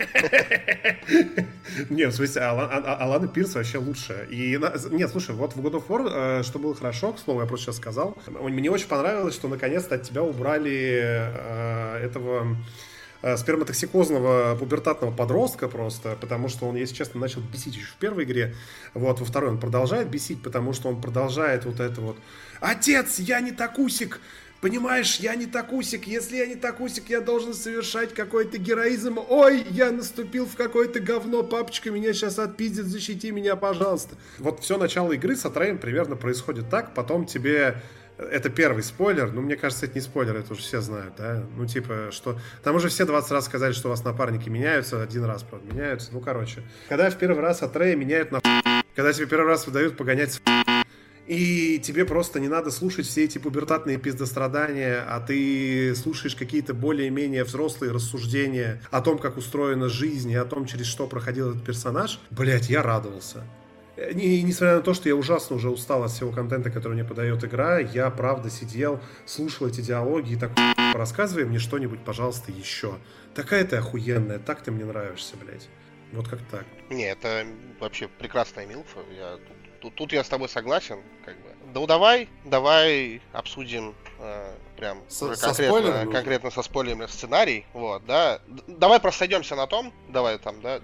блядь. Нет, в смысле, Алана Пирс вообще лучше. Нет, слушай, вот в God of War, что было хорошо, к слову, я просто сейчас сказал, мне очень понравилось, что наконец-то от тебя убрали этого сперматоксикозного пубертатного подростка просто, потому что он, если честно, начал бесить еще в первой игре. Вот, во второй он продолжает бесить, потому что он продолжает вот это вот: «Отец, я не такусик! Понимаешь, я не такусик. Если я не такусик, я должен совершать какой-то героизм. Ой, я наступил в какое-то говно. Папочка меня сейчас отпиздит. Защити меня, пожалуйста». Вот все начало игры с Атреем примерно происходит так. Потом тебе... Это первый спойлер. Ну, мне кажется, это не спойлер. Это уже все знают, да? Ну, типа, что... Там уже все 20 раз сказали, что у вас напарники меняются. Один раз, правда, меняются. Ну, короче. Когда в первый раз Атрея меняют на... Когда тебе первый раз выдают погонять с... И тебе просто не надо слушать все эти пубертатные пиздострадания, а ты слушаешь какие-то более-менее взрослые рассуждения о том, как устроена жизнь и о том, через что проходил этот персонаж. Блять, я радовался. И несмотря на то, что я ужасно уже устал от всего контента, который мне подает игра, я правда сидел, слушал эти диалоги и такой: рассказывай мне что-нибудь, пожалуйста, еще. Такая ты охуенная, так ты мне нравишься, блять. Вот как так. Не, это вообще прекрасная милфа. Тут я с тобой согласен, как бы. Ну давай обсудим прям конкретно со спойлерами сценарий, вот, да. Давай просойдемся на том, давай там, да,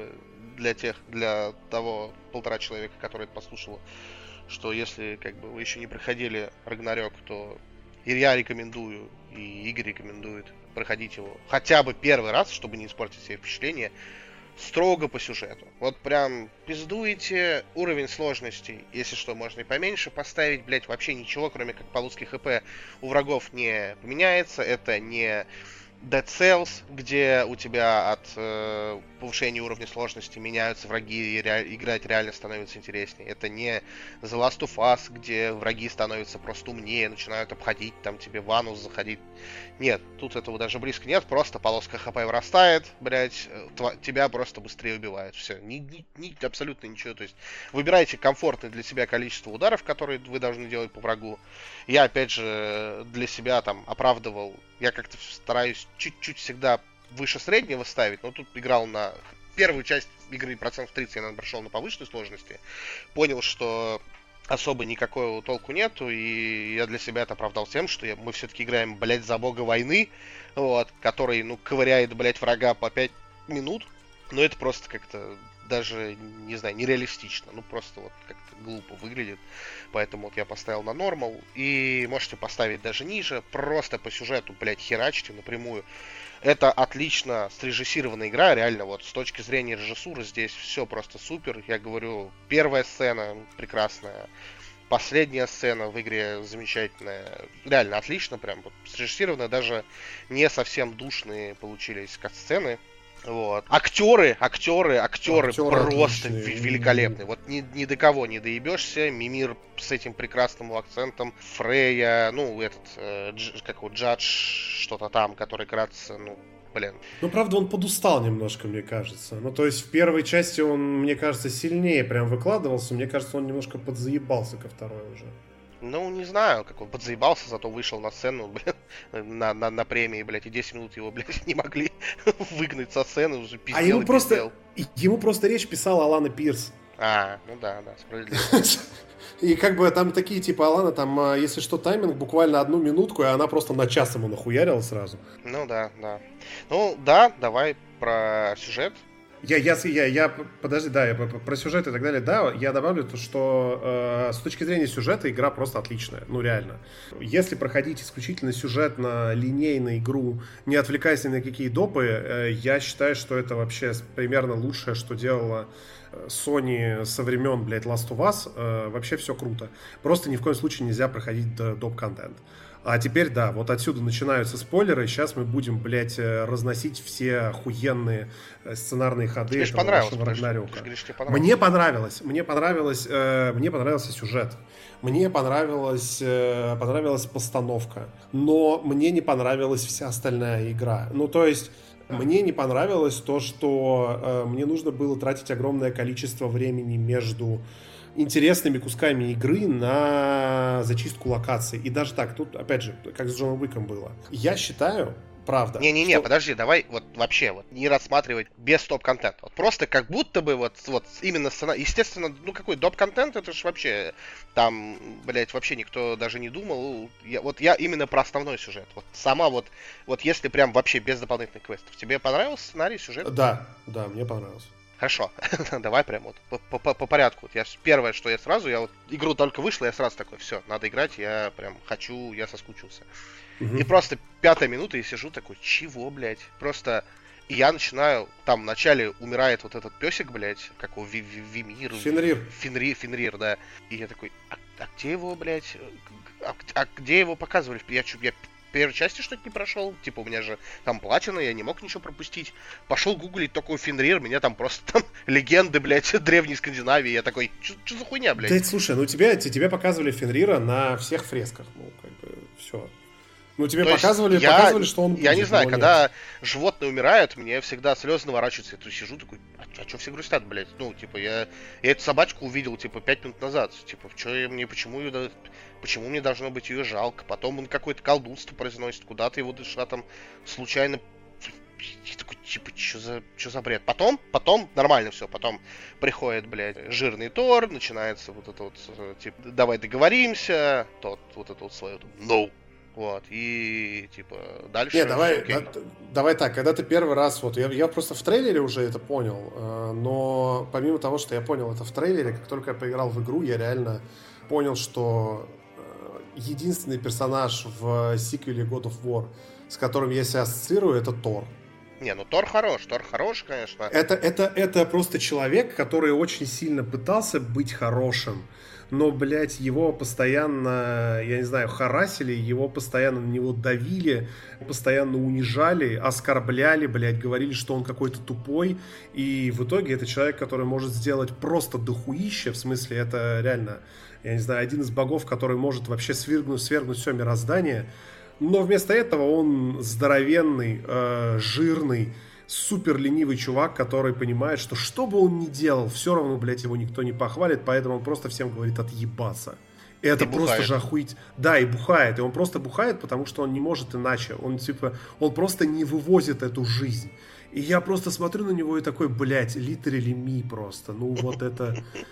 для того 1,5 человека, который это послушал, что если как бы вы еще не проходили Рагнарёк, то И я рекомендую, и Игорь рекомендует проходить его хотя бы первый раз, чтобы не испортить себе впечатление, строго по сюжету. Вот прям пиздуете, уровень сложности, если что, можно и поменьше поставить, блять, вообще ничего, кроме как полоски ХП у врагов не поменяется, это не Dead Cells, где у тебя от повышения уровня сложности меняются враги и играть реально становится интереснее. Это не The Last of Us, где враги становятся просто умнее, начинают обходить, там тебе в анус заходить. Нет, тут этого даже близко нет, просто полоска ХП вырастает, блять, тебя просто быстрее убивают. Все, абсолютно ничего. То есть выбирайте комфортное для себя количество ударов, которые вы должны делать по врагу. Я, опять же, для себя там оправдывал. Я как-то стараюсь чуть-чуть всегда выше среднего ставить, но тут играл на первую часть игры, процентов 30 я, наверное, прошел на повышенной сложности. Понял, что особо никакого толку нету, и я для себя это оправдал тем, что мы все-таки играем, блять, за бога войны, вот, который, ну, ковыряет, блять, врага по 5 минут, но это просто как-то даже, не знаю, нереалистично, ну, просто вот как-то глупо выглядит, поэтому вот я поставил на нормал, и можете поставить даже ниже, просто по сюжету, блять, херачьте напрямую. Это отлично срежиссированная игра, реально, вот, с точки зрения режиссуры здесь все просто супер, я говорю, первая сцена прекрасная, последняя сцена в игре замечательная, реально отлично, прям вот, срежиссированная, даже не совсем душные получились кат-сцены. Вот. Актеры просто великолепные. Вот ни до кого не доебешься. Мимир с этим прекрасным акцентом. Фрейя, ну, этот, как вот Джадж, что-то там, который кратко, ну, блин. Ну, правда, он подустал немножко, мне кажется. Ну, то есть в первой части он, мне кажется, сильнее прям выкладывался. Мне кажется, он немножко подзаебался ко второй уже. Ну, не знаю, как он подзаебался, зато вышел на сцену, блин, на премии, блядь, и 10 минут его, блядь, не могли выгнать со сцены, уже пиздел. А ему просто речь писала Алана Пирс. Ну да, справедливо. И как бы там такие типа Алана, там, если что, тайминг буквально 1 минутку, и она просто на час ему нахуярила сразу. Ну да. Ну да, давай про сюжет. Подожди, да, я про сюжет и так далее, да, я добавлю то, что с точки зрения сюжета игра просто отличная, ну реально. Если проходить исключительно сюжетно, линейную игру, не отвлекаясь ни на какие допы, я считаю, что это вообще примерно лучшее, что делала Sony со времен, блядь, Last of Us, вообще все круто. Просто ни в коем случае нельзя проходить доп-контент. А теперь, да, вот отсюда начинаются спойлеры. Сейчас мы будем, блядь, разносить все охуенные сценарные ходы этого нашего Рагнарёка. Мне понравилось сюжет. Мне понравилась постановка. Но мне не понравилась вся остальная игра. Ну, то есть... Мне не понравилось то, что мне нужно было тратить огромное количество времени между интересными кусками игры на зачистку локаций. И даже так, тут, опять же, как с Джоном Уиком было. Я считаю, правда... Не-не-не, подожди, давай вот вообще вот не рассматривать без топ-контента. Вот просто как будто бы вот именно сценарий... Естественно, ну какой доп-контент, это же вообще там, блять, вообще никто даже не думал. Я именно про основной сюжет. Вот сама вот если прям вообще без дополнительных квестов. Тебе понравился сценарий, сюжет? Да, мне понравился. Хорошо, давай прям вот по порядку. Первое, что я игру только вышла, я сразу такой, все, надо играть, я прям хочу, я соскучился. И просто 5-я минута, и сижу такой, чего, блядь? Просто я начинаю, там вначале умирает вот этот песик, блядь, как его, Вимир? Фенрир, да. И я такой, а где его, блядь, где его показывали? Я первой части что-то не прошел, типа у меня же там платина, я не мог ничего пропустить. Пошел гуглить такой Фенрир, меня там просто там легенды, блядь, древней Скандинавии. Я такой, что за хуйня, блядь? Да, слушай, ну тебе показывали Фенрира на всех фресках, ну как бы все. Ну тебе показывали, что он будет. Я не знаю, когда животные умирают, мне всегда слезы наворачиваются. Я сижу такой, а что все грустят, блядь? Ну, типа, я эту собачку увидел, типа, 5 минут назад. Типа, почему мне должно быть ее жалко? Потом он какое-то колдунство произносит, куда-то его душа там случайно... Я такой, типа, что за бред? Потом нормально все, потом приходит, блядь, жирный Тор, начинается вот это вот, типа, давай договоримся, вот это вот свое, no. Вот, и, типа, дальше... давай так, когда ты первый раз, вот, я просто в трейлере уже это понял, но помимо того, что я понял это в трейлере, как только я поиграл в игру, я реально понял, что единственный персонаж в сиквеле God of War, с которым я себя ассоциирую, это Тор. Не, ну Тор хорош, конечно. Это просто человек, который очень сильно пытался быть хорошим, но, блядь, его постоянно, я не знаю, харасили, его постоянно на него давили, постоянно унижали, оскорбляли, блядь, говорили, что он какой-то тупой, и в итоге это человек, который может сделать просто дохуище, в смысле, это реально, я не знаю, один из богов, который может вообще свергнуть все мироздание, но вместо этого он здоровенный, жирный, супер ленивый чувак, который понимает, что бы он ни делал, все равно, блядь, его никто не похвалит, поэтому он просто всем говорит отъебаться. И это просто же охуеть. Да, и бухает. И он просто бухает, потому что он не может иначе. Он просто не вывозит эту жизнь. И я просто смотрю на него и такой, блядь, literally me просто. Ну вот это...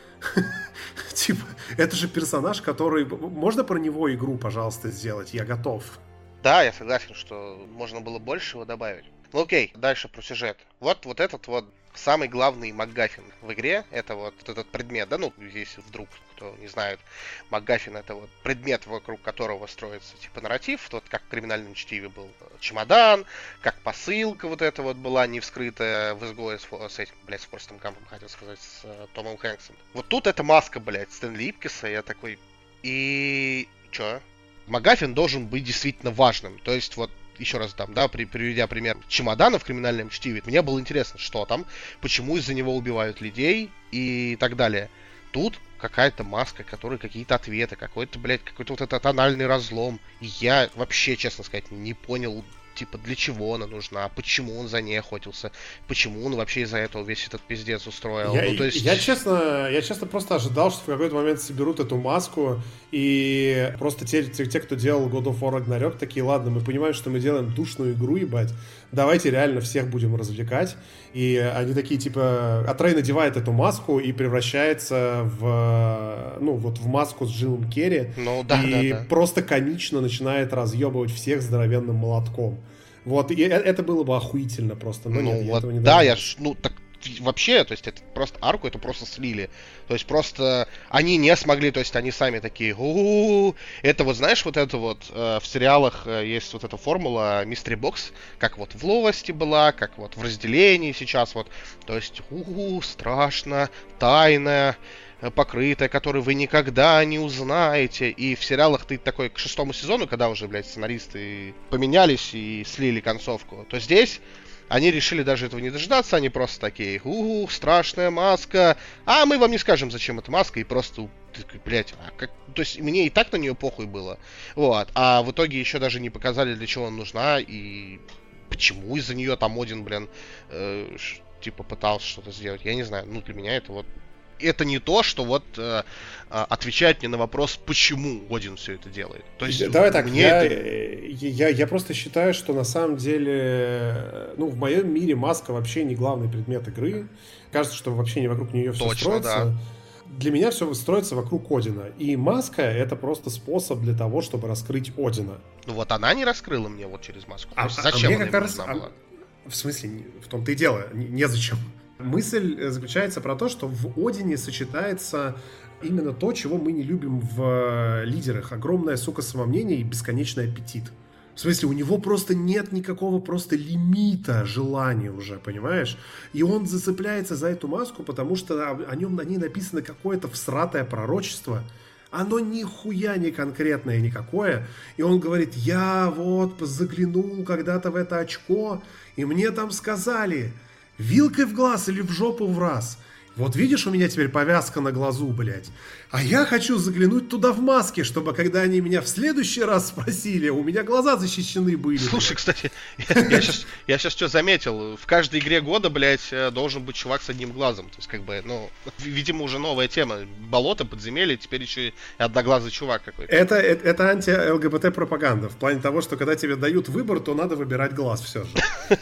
Типа, это же персонаж, который... Можно про него игру, пожалуйста, сделать? Я готов. Да, я согласен, что можно было больше его добавить. Ну окей, дальше про сюжет. Вот этот вот самый главный МакГаффин в игре, это вот этот предмет, да, ну, здесь вдруг, кто не знает, МакГаффин — это вот предмет, вокруг которого строится, типа, нарратив, вот как в криминальном чтиве был чемодан, как посылка вот эта вот была не вскрытая в изгое с этим, блядь, с Форестом Гампом, хотел сказать, с Томом Хэнксом. Вот тут эта маска, блядь, Стэнли Ипкиса, я такой, и чё? МакГаффин должен быть действительно важным, то есть вот еще раз дам, да, приведя пример чемодана в криминальном чтиве, мне было интересно, что там, почему из-за него убивают людей и так далее. Тут какая-то маска, которой какие-то ответы, какой-то вот этот тональный разлом. И я вообще, честно сказать, не понял, типа, для чего она нужна, почему он за ней охотился, почему он вообще из-за этого весь этот пиздец устроил. Я честно просто ожидал, что в какой-то момент соберут эту маску, и просто те, кто делал God of War Ragnarok, такие, ладно, мы понимаем, что мы делаем душную игру, ебать, давайте реально всех будем развлекать. И они такие, типа, Атрей надевает эту маску и превращается в маску с Джимом Керри, просто комично начинает разъебывать всех здоровенным молотком. Вот, и это было бы охуительно просто, но нет, я этого не да, вообще, то есть это просто арку, это просто слили. То есть просто они не смогли, то есть они сами такие, это вот, знаешь, вот это вот в сериалах есть вот эта формула Mystery Box, как вот в Ловости была, как вот в Разделении сейчас вот. То есть, страшно, тайное, покрытая, которую вы никогда не узнаете. И в сериалах ты такой к 6-му сезону, когда уже, блядь, сценаристы поменялись и слили концовку, то здесь они решили даже этого не дождаться, они просто такие, страшная маска, а мы вам не скажем, зачем эта маска, и просто, блядь, то есть мне и так на нее похуй было, вот, а в итоге еще даже не показали, для чего она нужна, и почему из-за нее там Один, блин, типа пытался что-то сделать, я не знаю, ну для меня это вот, это не то, что вот отвечает мне на вопрос, почему Один все это делает. То есть, давай так, я просто считаю, что на самом деле, в моем мире маска вообще не главный предмет игры. Кажется, что вообще не вокруг нее все строится. Да. Для меня все строится вокруг Одина. И маска — это просто способ для того, чтобы раскрыть Одина. Ну вот она не раскрыла мне вот через маску. Зачем она мне нужна была? В смысле, в том-то и дело, незачем. Мысль заключается про то, что в Одине сочетается именно то, чего мы не любим в лидерах. Огромное, самомнение и бесконечный аппетит. В смысле, у него просто нет никакого просто лимита желания уже, понимаешь? И он зацепляется за эту маску, потому что на ней написано какое-то всратое пророчество. Оно нихуя не конкретное никакое. И он говорит, я вот заглянул когда-то в это очко, и мне там сказали... Вилкой в глаз или в жопу в раз. Вот видишь, у меня теперь повязка на глазу, блядь. А я хочу заглянуть туда в маске, чтобы когда они меня в следующий раз спросили, у меня глаза защищены были. Слушай, блядь. Кстати, я сейчас что заметил. В каждой игре года, блядь, должен быть чувак с одним глазом. То есть, как бы, видимо, уже новая тема. Болото, подземелье, теперь еще и одноглазый чувак какой-то. Это анти-ЛГБТ-пропаганда. В плане того, что когда тебе дают выбор, то надо выбирать глаз все же.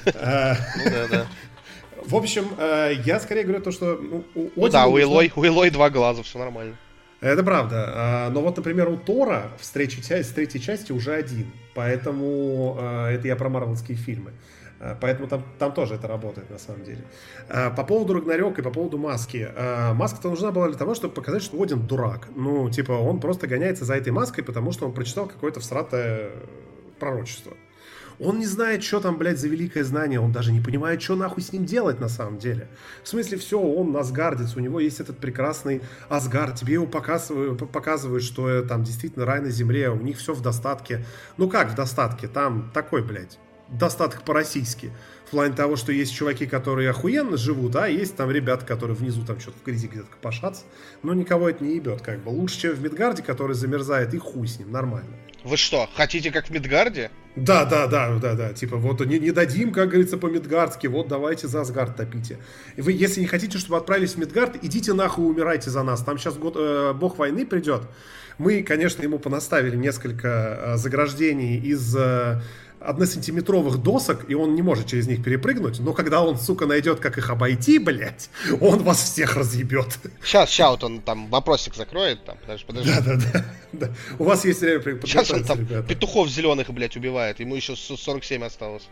Ну да. В общем, я скорее говорю то, что... у Элой 2 глаза, все нормально. Это правда. Но вот, например, у Тора с третьей части уже один. Поэтому это я про марвелские фильмы. Поэтому там тоже это работает, на самом деле. По поводу Рагнарёка и по поводу маски. Маска-то нужна была для того, чтобы показать, что Один дурак. Ну, типа, он просто гоняется за этой маской, потому что он прочитал какое-то всратое пророчество. Он не знает, что там, блядь, за великое знание. Он даже не понимает, что нахуй с ним делать на самом деле. В смысле, все, он асгардец. У него есть этот прекрасный Асгард. Тебе его показывают, что там действительно рай на земле. У них все в достатке. Ну как в достатке? Там такой, блядь, достаток по-российски. В плане того, что есть чуваки, которые охуенно живут, а есть там ребята, которые внизу там что-то в грязи где-то копошатся. Но никого это не ебет, как бы. Лучше, чем в Мидгарде, который замерзает, и хуй с ним, нормально. Вы что, хотите как в Мидгарде? Да. Типа, вот не дадим, как говорится, по-мидгардски. Вот давайте за Асгард топите. И вы, если не хотите, чтобы отправились в Мидгард, идите нахуй, умирайте за нас. Там сейчас бог войны придет. Мы, конечно, ему понаставили несколько заграждений из 1-сантиметровых досок, и он не может через них перепрыгнуть. Но когда он, сука, найдет, как их обойти, блядь, он вас всех разъебет. Сейчас вот он там вопросик закроет. Там, подожди. Да. У вас есть время подготовиться, сейчас он там ребята. петухов зеленых, блядь, убивает. Ему еще 47 осталось.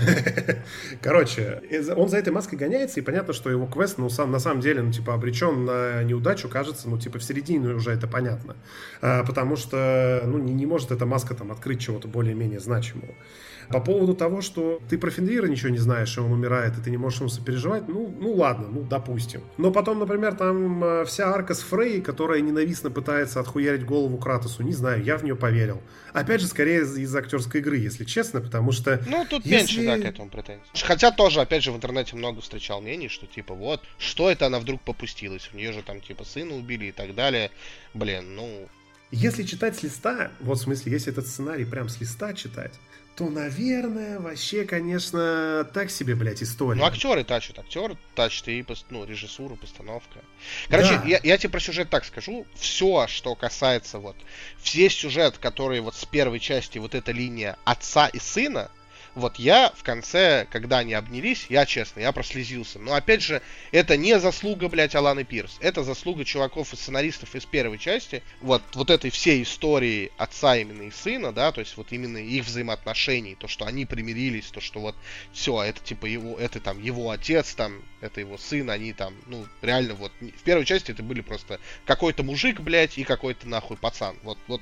Короче, он за этой маской гоняется, и понятно, что его квест, на самом деле, обречен на неудачу, кажется, в середине уже это понятно. Потому что, не может эта маска там открыть чего-то более-менее значимого. По поводу того, что ты про Фенрира ничего не знаешь, и он умирает, и ты не можешь ему сопереживать, ладно, допустим. Но потом, например, там вся арка с Фрей, которая ненавистно пытается отхуярить голову Кратосу, не знаю, я в нее поверил. Опять же, скорее из актерской игры, если честно, потому что... Тут меньше, к этому претензий. Хотя тоже, опять же, в интернете много встречал мнений, что, типа, вот, что это она вдруг попустилась? У нее же там, типа, сына убили и так далее. Блин, Если читать с листа, вот в смысле, если этот сценарий прям с листа читать, то, наверное, вообще, конечно, так себе, блядь, история. Актер тащит и режиссура, постановка. Короче, да. я тебе про сюжет так скажу. Все, что касается весь сюжет, который с первой части, эта линия отца и сына, я в конце, когда они обнялись, я прослезился. Но опять же, это не заслуга, блядь, Аланы Пирс. Это заслуга чуваков и сценаристов из первой части. Вот этой всей истории отца именно и сына, да, то есть именно их взаимоотношений, то, что они примирились, то, что все, это типа его отец, там, это его сын, они там, реально в первой части это были просто какой-то мужик, блядь, и какой-то нахуй пацан.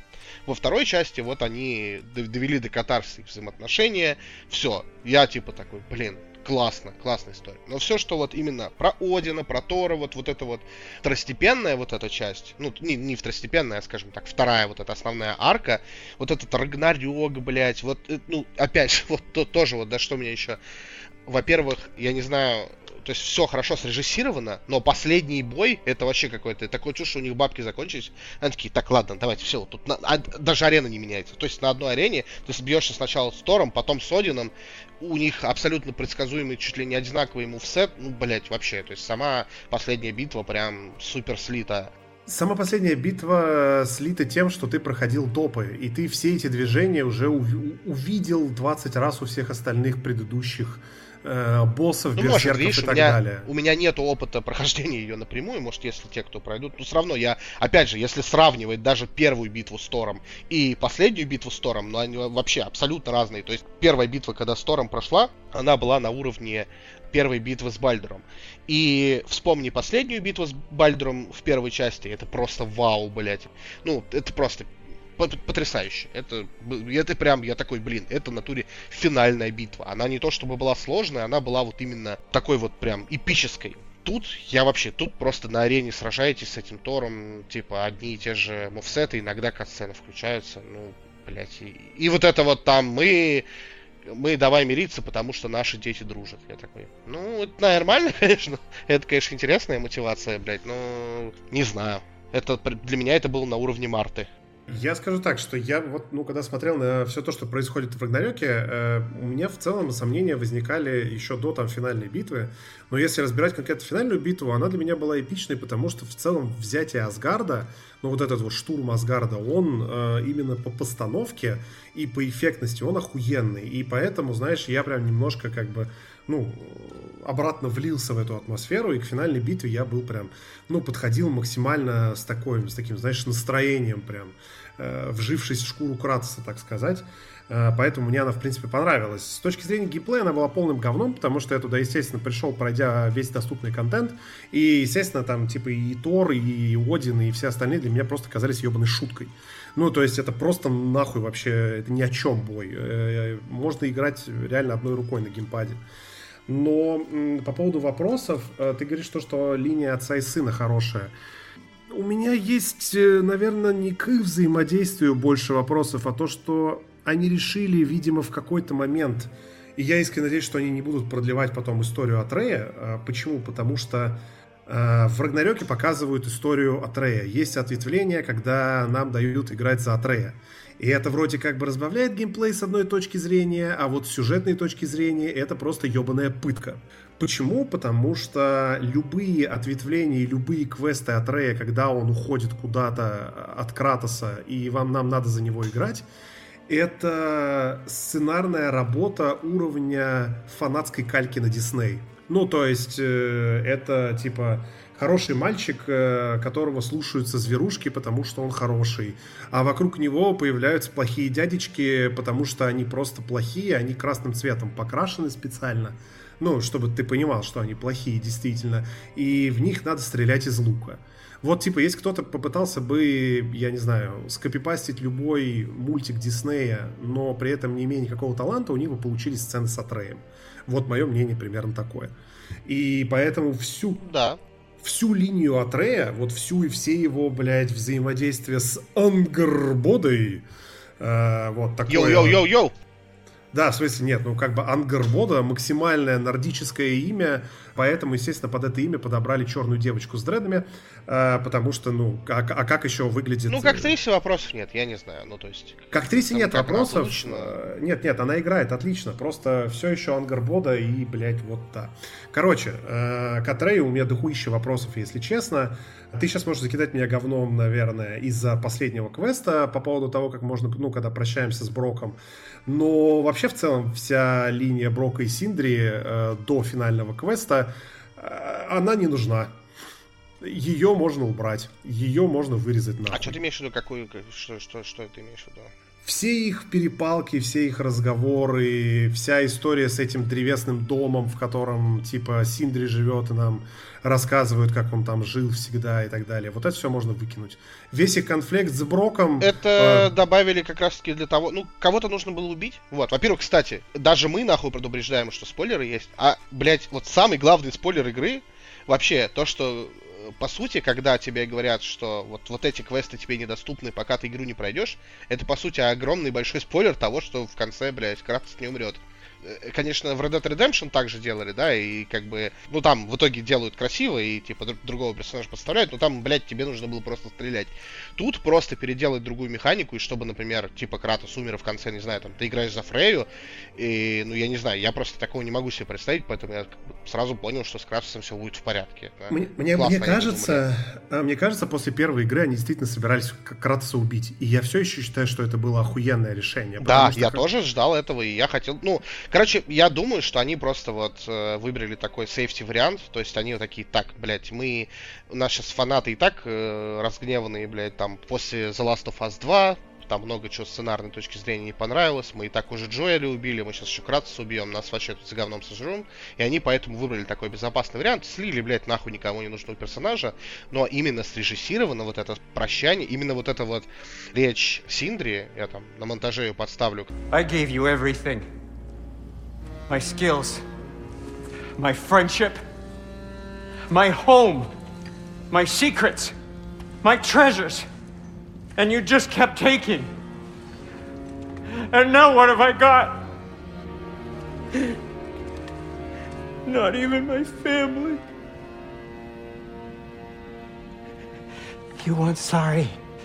Во второй части они довели до катарсиса их взаимоотношения. Все, я типа такой, блин, классно, классная история. Но все, что именно про Одина, про Тора, эта второстепенная эта часть, не второстепенная, а, скажем так, вторая эта основная арка, этот Рагнарёк, блядь, опять же, тоже, да, что меня еще... Во-первых, я не знаю, то есть все хорошо срежиссировано, но последний бой, это вообще какой-то, такое чувство, что у них бабки закончились. Они такие, так, ладно, давайте, все, тут даже арена не меняется. То есть на одной арене ты бьешься сначала с Тором, потом с Одином, у них абсолютно предсказуемый, чуть ли не одинаковый мувсет, блять, вообще, то есть сама последняя битва прям супер слита. Сама последняя битва слита тем, что ты проходил топы, и ты все эти движения уже увидел 20 раз у всех остальных предыдущих боссов, берсерков и так далее. У меня нет опыта прохождения ее напрямую, может, если те, кто пройдут, все равно я, опять же, если сравнивать даже первую битву с Тором и последнюю битву с Тором, они вообще абсолютно разные. То есть первая битва, когда с Тором прошла, она была на уровне первой битвы с Бальдуром. И вспомни последнюю битву с Бальдуром в первой части, это просто вау, блять. Это просто потрясающе. Это прям, я такой, блин, это в натуре финальная битва. Она не то чтобы была сложная, она была именно такой прям эпической. Тут просто на арене сражаетесь с этим Тором, типа, одни и те же мувсеты, иногда катсцены включаются, блять. И это там мы давай мириться, потому что наши дети дружат. Я такой, это нормально, конечно. Это, конечно, интересная мотивация, блять, но не знаю. Для меня это было на уровне Марты. Я скажу так, что я когда смотрел на все то, что происходит в Рагнарёке, у меня в целом сомнения возникали еще до финальной битвы. Но если разбирать конкретно финальную битву, она для меня была эпичной, потому что в целом взятие Асгарда, этот штурм Асгарда, он именно по постановке и по эффектности, он охуенный. И поэтому, знаешь, я прям немножко обратно влился в эту атмосферу, и к финальной битве я был прям, подходил максимально с таким, знаешь, настроением прям. вжившись в шкуру Кратоса, так сказать. Поэтому мне она, в принципе, понравилась. С точки зрения геймплея она была полным говном, потому что я туда, естественно, пришел, пройдя весь доступный контент. И, естественно, там, типа, и Тор, и Один, и все остальные для меня просто казались ебаной шуткой. Ну, то есть, это просто нахуй вообще, это ни о чем бой. Можно играть реально одной рукой на геймпаде. Но по поводу вопросов, ты говоришь то, что линия отца и сына хорошая. У меня есть, наверное, не к их взаимодействию больше вопросов, а то, что они решили, видимо, в какой-то момент, и я искренне надеюсь, что они не будут продлевать потом историю Атрея. Почему? Потому что в Рагнарёке показывают историю Атрея. Есть ответвление, когда нам дают играть за Атрея. И это вроде как бы разбавляет геймплей с одной точки зрения, а вот с сюжетной точки зрения это просто ебаная пытка. Почему? Потому что любые ответвления, любые квесты Атрея, когда он уходит куда-то от Кратоса, и нам надо за него играть, это сценарная работа уровня фанатской кальки на Дисней. Ну, то есть, это, типа, хороший мальчик, которого слушаются зверушки, потому что он хороший. А вокруг него появляются плохие дядечки, потому что они просто плохие, они красным цветом покрашены специально. Ну, чтобы ты понимал, что они плохие, действительно. И в них надо стрелять из лука. Вот, типа, если кто-то попытался бы, я не знаю, скопипастить любой мультик Диснея, но при этом не имея никакого таланта, у них бы получились сцены с Атреем. Вот мое мнение примерно такое. И поэтому всю линию Атрея, вот всю и все его, блядь, взаимодействие с Ангрбодой, вот такое... Йоу-йоу-йоу-йоу! Да, в смысле, нет, ну как бы Ангрбода максимальное нордическое имя, поэтому, естественно, под это имя подобрали черную девочку с дредами, потому что, ну, а как еще выглядит... Ну, к актрисе вопросов нет, я не знаю, ну, то есть... К актрисе нет вопросов, нет, она играет отлично, просто все еще Ангрбода и, блядь, вот та. Короче, к Атрею у меня дохуища вопросов, если честно. Ты сейчас можешь закидать меня говном, наверное, из-за последнего квеста по поводу того, как можно, ну, когда прощаемся с Броком. Но вообще, в целом, вся линия Брока и Синдри до финального квеста, она не нужна. Ее можно убрать. Ее можно вырезать нахуй. А что ты имеешь в виду? Что ты имеешь в виду? Все их перепалки, все их разговоры, вся история с этим древесным домом, в котором, типа, Синдри живет и нам рассказывают, как он там жил всегда и так далее. Вот это все можно выкинуть. Весь их конфликт с Броком... Это добавили как раз-таки для того... Ну, кого-то нужно было убить. Вот. Во-первых, кстати, даже мы, нахуй, предупреждаем, что спойлеры есть. А, блядь, вот самый главный спойлер игры... Вообще, то, что... По сути, когда тебе говорят, что вот эти квесты тебе недоступны, пока ты игру не пройдешь, это, по сути, огромный большой спойлер того, что в конце, блядь, Кратос не умрет. Конечно, в Red Dead Redemption также делали, да, и как бы, ну, там в итоге делают красиво и, типа, другого персонажа подставляют, но там, блядь, тебе нужно было просто стрелять. Тут просто переделать другую механику, и чтобы, например, типа, Кратос умер в конце, не знаю, там, ты играешь за Фрейю, и, ну, я не знаю, я просто такого не могу себе представить, поэтому я сразу понял, что с Кратосом все будет в порядке. Да? Мне кажется, после первой игры они действительно собирались Кратоса убить, и я все еще считаю, что это было охуенное решение. Да, я тоже ждал этого, и я хотел, ну, короче, я думаю, что они просто вот выбрали такой сейфти вариант, то есть они вот такие, так, блядь, у нас сейчас фанаты и так разгневанные, блядь, там, после The Last of Us 2, там много чего с сценарной точки зрения не понравилось, мы и так уже Джоэля убили, мы сейчас еще Кратоса убьем, нас вообще тут за говном сожрем, и они поэтому выбрали такой безопасный вариант, слили, блядь, нахуй никому не нужного персонажа, но именно срежиссировано вот это прощание, именно вот эта вот речь Синдри, я там на монтаже ее подставлю. I gave you everything. My skills, my friendship, my home, my secrets, my treasures, and you just kept taking. And now what have I got? Not even my family. You want sorry?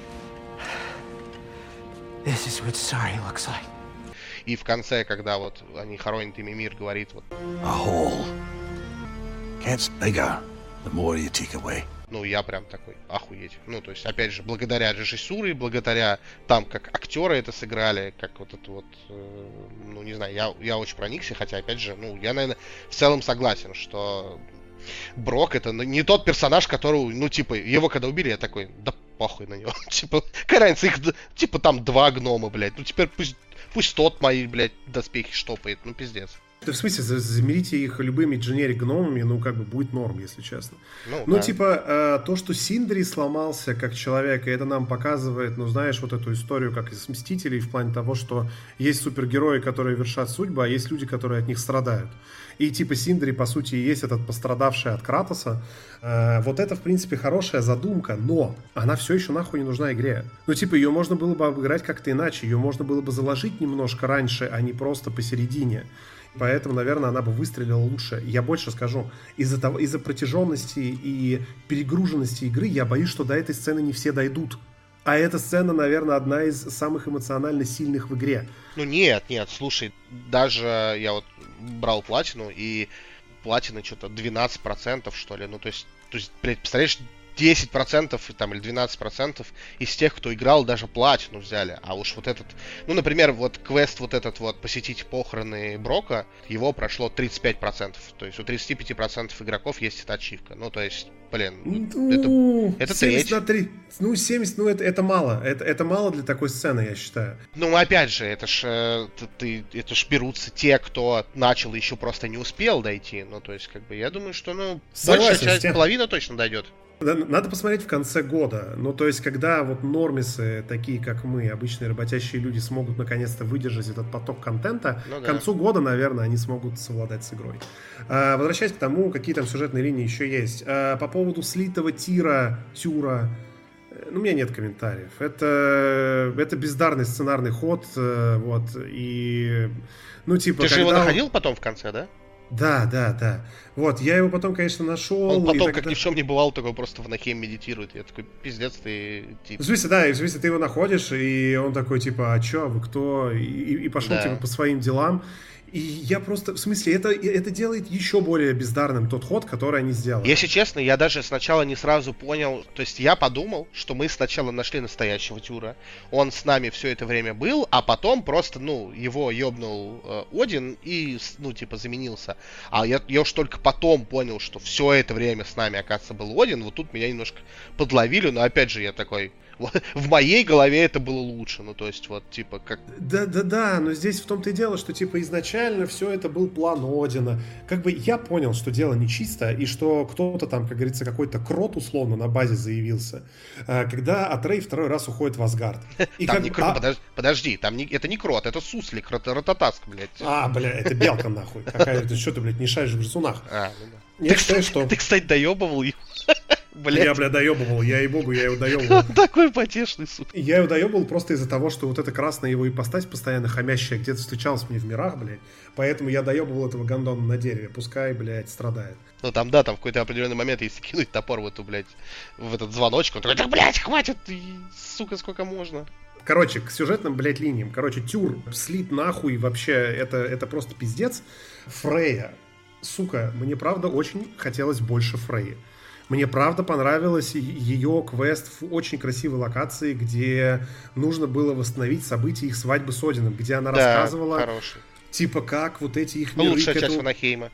This is what sorry looks like. И в конце, когда вот они хоронят ими мир, говорит вот... A hole gets bigger the more you take away. Ну, я прям такой, охуеть. Ну, то есть, опять же, благодаря режиссуре, благодаря там, как актеры это сыграли, как вот это вот... ну, не знаю, я очень проникся, хотя, опять же, ну, я, наверное, в целом согласен, что Брок это не тот персонаж, которого, ну, типа, его когда убили, я такой, да похуй на него. Типа, какая разница, их, типа, там 2 гнома, блядь. Ну, теперь пусть тот мои, блядь, доспехи штопает. Ну, пиздец. Да, в смысле, замените их любыми дженерик-гномами, ну, как бы, будет норм, если честно. Ну, да. Типа, то, что Синдри сломался как человек, и это нам показывает, ну, знаешь, вот эту историю, как из Мстителей, в плане того, что есть супергерои, которые вершат судьбы, а есть люди, которые от них страдают. И, типа, Синдри, по сути, и есть этот пострадавший от Кратоса. Вот это, в принципе, хорошая задумка, но она все еще нахуй не нужна игре. Ну, типа, ее можно было бы обыграть как-то иначе, ее можно было бы заложить немножко раньше, а не просто посередине. Поэтому, наверное, она бы выстрелила лучше. Я больше скажу, из-за протяженности и перегруженности игры я боюсь, что до этой сцены не все дойдут. А эта сцена, наверное, одна из самых эмоционально сильных в игре. Ну нет, слушай, даже я вот брал платину, и платина что-то 12%, что ли. Ну, то есть, блядь, представляешь, 10% там, или 12% из тех, кто играл, даже платину взяли. А уж вот этот... Ну, например, вот квест вот этот вот «Посетить похороны Брока», его прошло 35%. То есть у 35% игроков есть эта ачивка. Ну, то есть, блин, это 70 треть. на 3. Ну, 70, ну, это мало. Это мало для такой сцены, я считаю. Ну, опять же, это ж берутся те, кто начал и еще просто не успел дойти. Ну, то есть, как бы, я думаю, что, ну, большая часть, половина точно дойдет. Надо посмотреть в конце года. Ну, то есть, когда вот нормисы, такие как мы, обычные работящие люди, смогут наконец-то выдержать этот поток контента, к концу года, наверное, они смогут совладать с игрой. Возвращаясь к тому, какие там сюжетные линии еще есть. По поводу слитого тюра, ну, у меня нет комментариев. Это бездарный сценарный ход, вот, и... Ну, типа, ты же его находил потом в конце, да? Да. Вот, я его потом, конечно, нашел. Он потом, как ни в чем не бывало, такой просто в Нахейм медитирует. Я такой, пиздец, ты... Типа... В смысле, ты его находишь, и он такой, типа, а чё, вы кто? И пошел, типа, по своим делам. И я просто, в смысле, это делает еще более бездарным тот ход, который они сделали. Если честно, я даже сначала не сразу понял, то есть я подумал, что мы сначала нашли настоящего Тюра, он с нами все это время был, а потом просто, ну, его ёбнул Один и, ну, типа, заменился. А я уж только потом понял, что все это время с нами, оказывается, был Один, вот тут меня немножко подловили, но опять же я такой... В моей голове это было лучше, ну то есть вот типа как... Да, но здесь в том-то и дело, что типа изначально все это был план Одина. Как бы я понял, что дело нечисто, и что кто-то там, как говорится, какой-то крот условно на базе заявился, когда Атрей второй раз уходит в Асгард. И там не крот, подожди, там это не крот, это суслик, Рататаск, блядь. Бля, это белка нахуй. Какая-то, что ты, блядь, не шаришь в рисунах. Я считаю, что... Ты, кстати, доебывал его. Блядь. Я, доебывал, я его доебывал. Он такой потешный, сука. Я его доебывал просто из-за того, что вот эта красная его ипостась постоянно хамящая где-то встречалась мне в мирах, блядь. Поэтому я доебывал этого гондона на дереве. Пускай, блядь, страдает. Ну там, да, там в какой-то определенный момент, если кинуть топор в эту, блядь, в этот звоночек, он такой, да, блядь, хватит, сука, сколько можно. Короче, к сюжетным, блядь, линиям. Короче, Тюр слит нахуй вообще, это просто пиздец. Фрейя. Сука, мне правда очень хотелось больше Фрейи. Мне правда понравилась ее квест в очень красивой локации, где нужно было восстановить события их свадьбы с Одином, где она рассказывала, хороший. Типа, как вот эти их миры... Лучшая часть Ванахейма.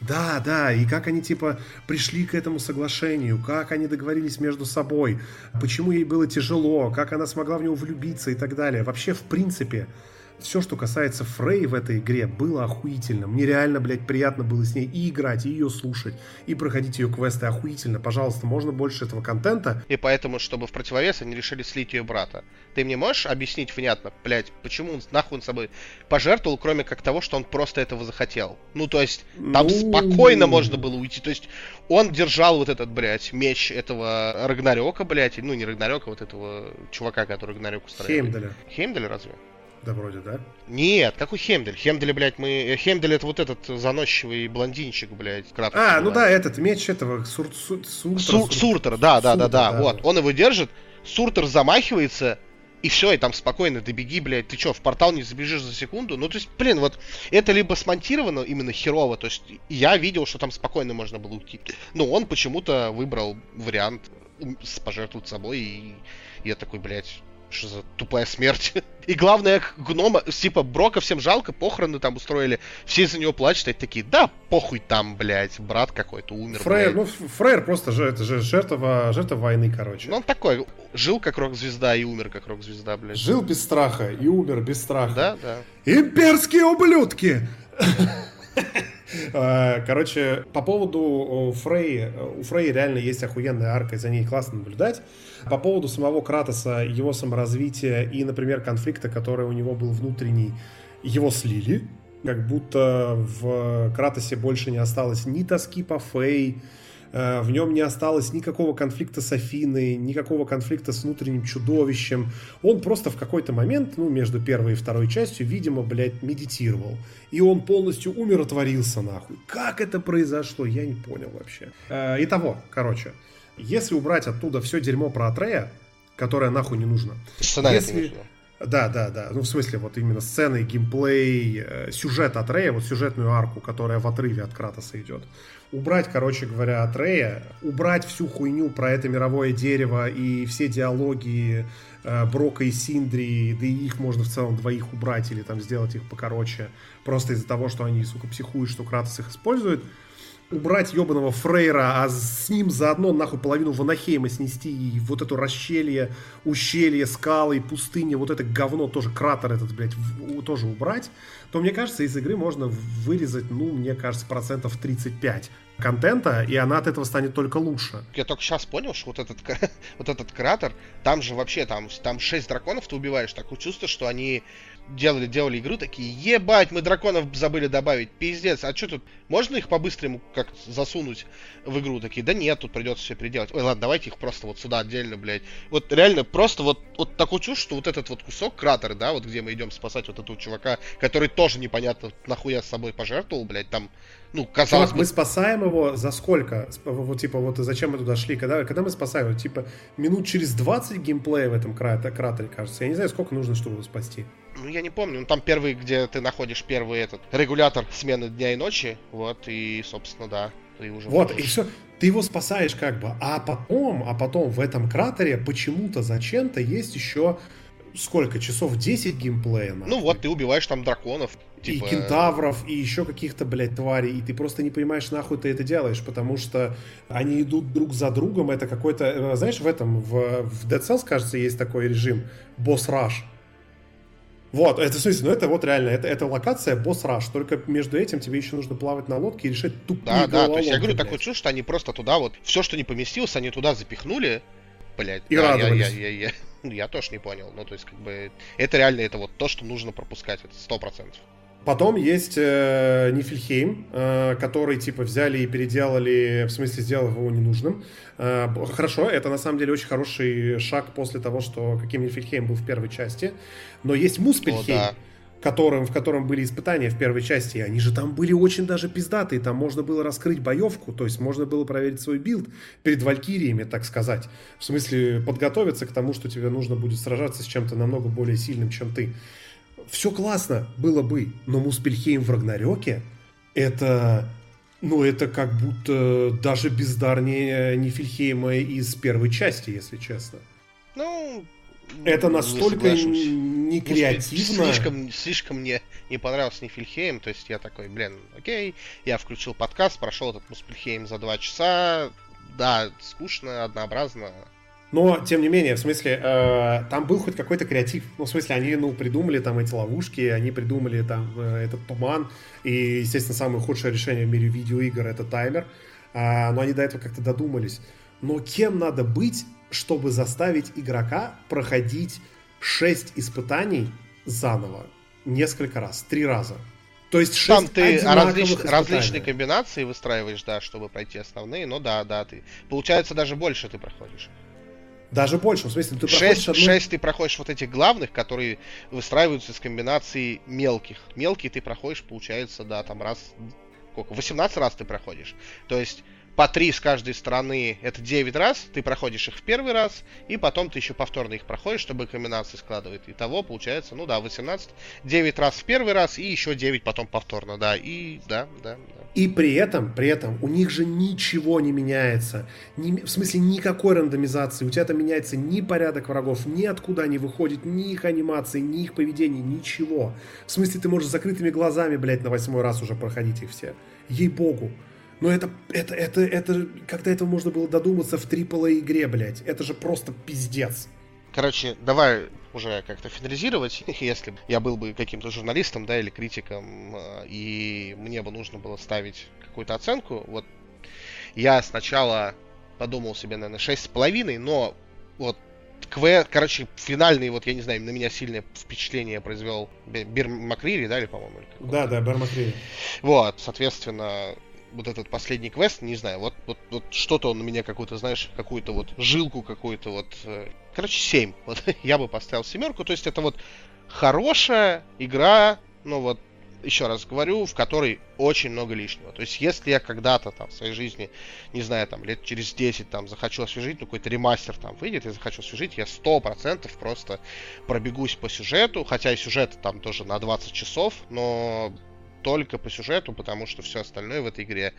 Да, и как они, типа, пришли к этому соглашению, как они договорились между собой, почему ей было тяжело, как она смогла в него влюбиться и так далее. Вообще, в принципе... Все, что касается Фрей в этой игре, было охуительно. Мне реально, блядь, приятно было с ней и играть, и ее слушать, и проходить ее квесты охуительно. Пожалуйста, можно больше этого контента. И поэтому, чтобы в противовес, они решили слить ее брата. Ты мне можешь объяснить внятно, блядь, почему он нахуй собой пожертвовал, кроме как того, что он просто этого захотел? Ну, то есть, там спокойно можно было уйти. То есть, он держал вот этот, блядь, меч этого Рагнарёка, блядь, ну, не Рагнарёка, вот этого чувака, который Рагнарёку стрелял. Хеймдаля разве? Да, вроде, да? Нет, какой Хеймдаль? Хеймдаль, блядь, Хеймдаль это вот этот заносчивый блондинчик, блядь. Ну да, этот меч этого Суртера, да. Вот, он его держит, Суртер замахивается, и все, и там спокойно добеги, блядь. Ты что, в портал не забежишь за секунду? Ну, то есть, блин, вот это либо смонтировано именно херово, то есть я видел, что там спокойно можно было уйти. Но он почему-то выбрал вариант пожертвовать собой, и я такой, блядь... Что за тупая смерть? И главное, гнома, типа, Брока всем жалко, похороны там устроили, все из-за него плачут, и такие, да, похуй там, блядь, брат какой-то умер, Фрейр, блядь. ну, Фрейр просто же, это же жертва войны, короче. Ну, он такой, жил как рок-звезда и умер как рок-звезда, блядь. Жил без страха и умер без страха. Да, да. Имперские ублюдки! Короче, по поводу Фрей, у Фрей реально есть охуенная арка, и за ней классно наблюдать. По поводу самого Кратоса, его саморазвития и, например, конфликта, который у него был внутренний, его слили. Как будто в Кратосе больше не осталось ни тоски по Фей, в нем не осталось никакого конфликта с Афиной, никакого конфликта с внутренним чудовищем. Он просто в какой-то момент, ну, между первой и второй частью, видимо, блядь, медитировал. И он полностью умиротворился, нахуй. Как это произошло, я не понял вообще. Итого, короче, если убрать оттуда все дерьмо про Атрея, которое нахуй не нужно. Сценарий, если... Да. Ну, в смысле, вот именно сцены, геймплей, сюжет Атрея, вот сюжетную арку, которая в отрыве от Кратоса идет. Убрать, короче говоря, Атрея, убрать всю хуйню про это мировое дерево и все диалоги Брока и Синдри, да и их можно в целом двоих убрать или там сделать их покороче, просто из-за того, что они, сука, психуют, что Кратос их использует. Убрать ебаного Фрейра, а с ним заодно нахуй половину Ванахейма снести, и вот это расщелье, ущелье, скалы, пустыни, вот это говно, тоже кратер этот, блядь, тоже убрать, то, мне кажется, из игры можно вырезать, ну, мне кажется, 35% контента, и она от этого станет только лучше. Я только сейчас понял, что вот этот кратер, там же вообще, там 6 драконов ты убиваешь, такое чувство, что они делали игру, такие, ебать, мы драконов забыли добавить, пиздец, а что тут, можно их по-быстрому как засунуть в игру? Такие, да нет, тут придется все переделать. Ой, ладно, давайте их просто вот сюда отдельно, блядь. Вот реально просто вот такое чувство, что вот этот вот кусок кратера, да, вот где мы идем спасать вот этого чувака, который тоже непонятно нахуя с собой пожертвовал, блядь, там, ну, казалось бы... Мы спасаем его за сколько? Вот, типа, вот зачем мы туда шли? Когда мы спасаем его? Типа, минут через 20 геймплея в этом кратере, кажется. Я не знаю, сколько нужно, чтобы его спасти. Ну, я не помню. Ну, там первый, где ты находишь первый этот регулятор смены дня и ночи. Вот, и, собственно, да. Ты уже вот, можешь... и все. Ты его спасаешь как бы. А потом в этом кратере почему-то, зачем-то есть еще... Сколько? Часов 10 геймплея? Нахуй. Ну вот, ты убиваешь там драконов. И кентавров, и еще каких-то, блядь, тварей. И ты просто не понимаешь, нахуй ты это делаешь. Потому что они идут друг за другом. Это какой-то... Знаешь, в Dead Cells, кажется, есть такой режим. Boss Rush. Вот, это, в смысле, ну это вот реально, это локация Boss Rush. Только между этим тебе еще нужно плавать на лодке и решать тупые головоломки. Да, то есть я говорю, такое чувство, что они просто туда вот... Все, что не поместилось, они туда запихнули. Блядь, и да, радовались. Я тоже не понял. Ну, то есть, как бы, это реально, это вот то, что нужно пропускать, это 100%. Потом есть Нифльхейм, который, типа, взяли и переделали, в смысле, сделав его ненужным. Хорошо, это, на самом деле, очень хороший шаг после того, каким Нифльхейм был в первой части. Но есть Муспельхейм, в котором были испытания в первой части, и они же там были очень даже пиздатые, там можно было раскрыть боевку, то есть можно было проверить свой билд перед валькириями, так сказать, в смысле подготовиться к тому, что тебе нужно будет сражаться с чем-то намного более сильным, чем ты. Все классно было бы, но Муспельхейм в Рагнарёке это как будто даже бездарнее Нифльхейма из первой части, если честно. Ну... Это настолько не креативно. Слишком мне не понравился Нифльхейм. То есть я такой, окей. Я включил подкаст, прошел этот Муспельхейм за 2 часа. Да, скучно, однообразно. Но, тем не менее, в смысле, там был хоть какой-то креатив. Ну, в смысле, они, придумали там эти ловушки, они придумали там этот туман. И, естественно, самое худшее решение в мире видеоигр — это таймер. Но они до этого как-то додумались. Но кем надо быть, чтобы заставить игрока проходить 6 испытаний заново несколько раз, 3 раза? То есть 6 там ты одинаковых различные комбинации выстраиваешь, да, чтобы пройти основные, но да, ты... Получается, даже больше ты проходишь. Даже больше, в смысле, ты проходишь 6 ты проходишь вот этих главных, которые выстраиваются из комбинаций мелких. Мелкие ты проходишь, получается, да, там раз... Сколько? 18 раз ты проходишь. То есть по 3 с каждой стороны, это 9 раз, ты проходишь их в первый раз, и потом ты еще повторно их проходишь, чтобы комбинации складывать. Итого получается, 18, 9 раз в первый раз, и еще 9 потом повторно, да, и да. И при этом у них же ничего не меняется. В смысле, никакой рандомизации. У тебя там меняется ни порядок врагов, ни откуда они выходят, ни их анимации, ни их поведение, ничего. В смысле, ты можешь с закрытыми глазами, блядь, на 8-й раз уже проходить их все. Ей-богу. Но это как-то этого можно было додуматься в AAA игре, блядь. Это же просто пиздец. Короче, давай уже как-то финализировать, если я был бы каким-то журналистом, да, или критиком, и мне бы нужно было ставить какую-то оценку, вот я сначала подумал себе, наверное, 6,5, но вот финальный, вот я не знаю, на меня сильное впечатление произвел Бир Макрири, да, или, по-моему? Да, Бир Макрири. Вот, соответственно, вот этот последний квест, не знаю, вот что-то он на меня какую-то, знаешь, какую-то вот жилку какую-то вот... Короче, 7. Вот, я бы поставил 7. То есть это вот хорошая игра, еще раз говорю, в которой очень много лишнего. То есть если я когда-то там в своей жизни, не знаю, там лет через 10 там захочу освежить, какой-то ремастер там выйдет, и захочу освежить, я 100% просто пробегусь по сюжету, хотя и сюжет там тоже на 20 часов, но только по сюжету, потому что все остальное в этой игре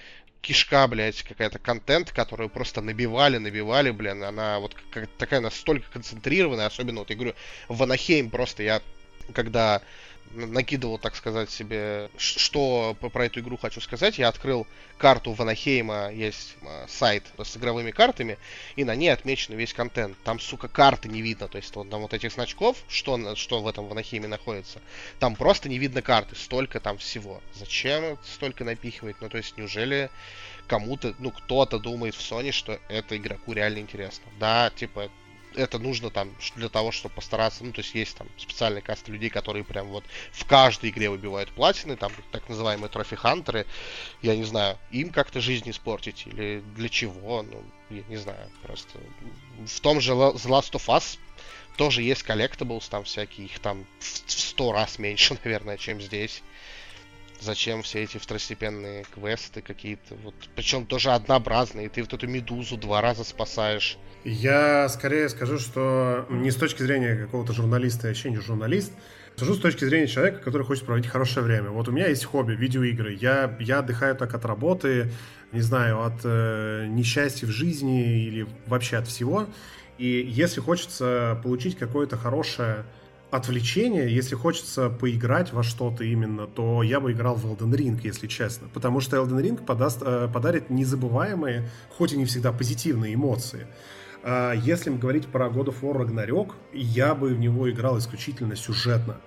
кишка, блядь, какая-то контент, которую просто набивали, блин, она вот такая настолько концентрированная, особенно, вот я говорю, в Ванахейм просто я, когда накидывал, так сказать, себе, что про эту игру хочу сказать, я открыл карту Ванахейма, есть сайт с игровыми картами, и на ней отмечен весь контент. Там, сука, карты не видно, то есть там вот этих значков, что в этом Ванахейме находится, там просто не видно карты, столько там всего. Зачем столько напихивать? То есть неужели кому-то, кто-то думает в Sony, что это игроку реально интересно? Да, типа, это нужно там для того, чтобы постараться, то есть есть там специальная каста людей, которые прям вот в каждой игре выбивают платины, там так называемые трофи-хантеры, я не знаю, им как-то жизнь испортить или для чего, я не знаю, просто в том же The Last of Us тоже есть collectibles там всякие, их там в 100 раз меньше, наверное, чем здесь. Зачем все эти второстепенные квесты какие-то, вот, причем тоже однообразные, ты вот эту медузу 2 раза спасаешь. Я скорее скажу, что не с точки зрения какого-то журналиста, я вообще не журналист, скажу с точки зрения человека, который хочет проводить хорошее время. Вот у меня есть хобби, видеоигры, я отдыхаю так от работы, не знаю, от несчастья в жизни или вообще от всего, и если хочется получить какое-то хорошее отвлечение, если хочется поиграть во что-то именно, то я бы играл в Elden Ring, если честно. Потому что Elden Ring подарит незабываемые, хоть и не всегда позитивные эмоции. Если говорить про God of War Ragnarok, я бы в него играл исключительно сюжетно.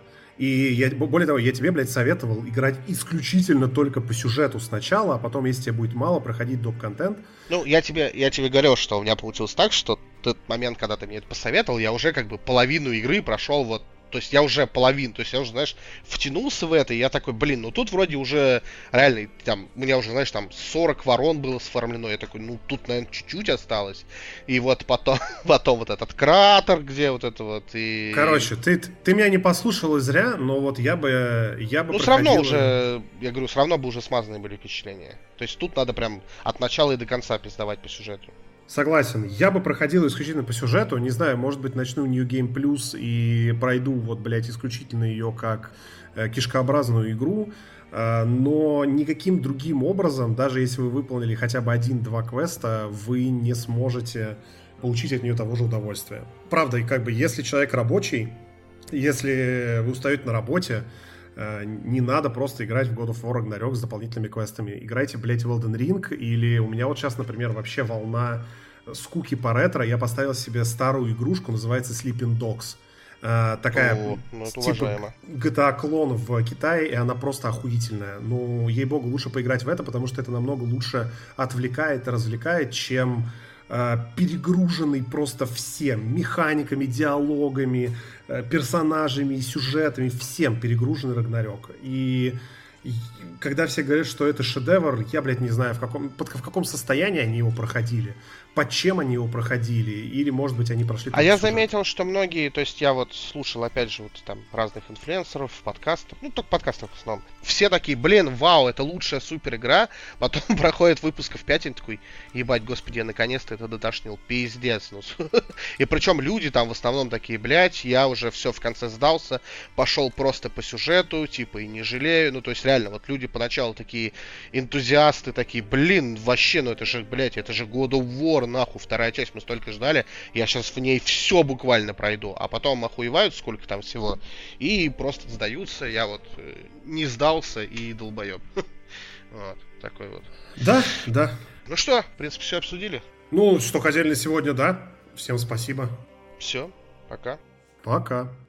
И более того, я тебе, блядь, советовал играть исключительно только по сюжету сначала, а потом, если тебе будет мало, проходить доп-контент. Я тебе говорил, что у меня получилось так, что тот момент, когда ты мне это посоветовал, я уже как бы половину игры прошел вот. То есть я уже половину, то есть я уже, знаешь, втянулся в это, и я такой, тут вроде уже реально, там, у меня уже, знаешь, там 40 ворон было сформлено, я такой, тут, наверное, чуть-чуть осталось. И вот потом вот этот кратер, где вот это вот, и... Короче, ты меня не послушал и зря, но вот я бы проходил... все равно уже, я говорю, все равно бы уже смазаны были впечатления. То есть тут надо прям от начала и до конца пиздовать по сюжету. Согласен. Я бы проходил исключительно по сюжету. Не знаю, может быть, начну New Game Plus и пройду вот, блядь, исключительно ее как кишкообразную игру. Но никаким другим образом, даже если вы выполнили хотя бы 1-2 квеста, вы не сможете получить от нее того же удовольствия. Правда, и как бы, если человек рабочий, если вы устаете на работе, не надо просто играть в God of War Ragnarok с дополнительными квестами. Играйте, блядь, в Elden Ring. Или у меня вот сейчас, например, вообще волна скуки по ретро. Я поставил себе старую игрушку, называется Sleeping Dogs. Такая, типа GTA-клон в Китае, и она просто охуительная. Ей-богу, лучше поиграть в это, потому что это намного лучше отвлекает и развлекает, чем перегруженный просто всем механиками, диалогами, персонажами, сюжетами, всем перегруженный Рагнарёк. И И когда все говорят, что это шедевр, я, блядь, не знаю, в каком состоянии они его проходили, под чем они его проходили, или, может быть, они прошли... А я заметил, что многие, то есть я вот слушал, опять же, вот там разных инфлюенсеров, подкастов, ну, только подкастов в основном. Все такие, блин, вау, это лучшая супер игра. Потом проходит выпусков 5, и такой, ебать, господи, я наконец-то это дотошнил, пиздец. Ну. И причем люди там в основном такие, блядь, я уже все в конце сдался, пошел просто по сюжету, типа, и не жалею. Ну, то есть реально, вот люди поначалу такие энтузиасты, такие, блин, вообще, ну это же, блядь, это же God of War, нахуй, вторая часть, мы столько ждали, я сейчас в ней все буквально пройду, а потом охуевают, сколько там всего, и просто сдаются, я вот не сдался и долбоеб. Вот, такой вот. Да, да. Ну что, в принципе, все обсудили? Ну, что хотели на сегодня, да. Всем спасибо. Все, пока. Пока.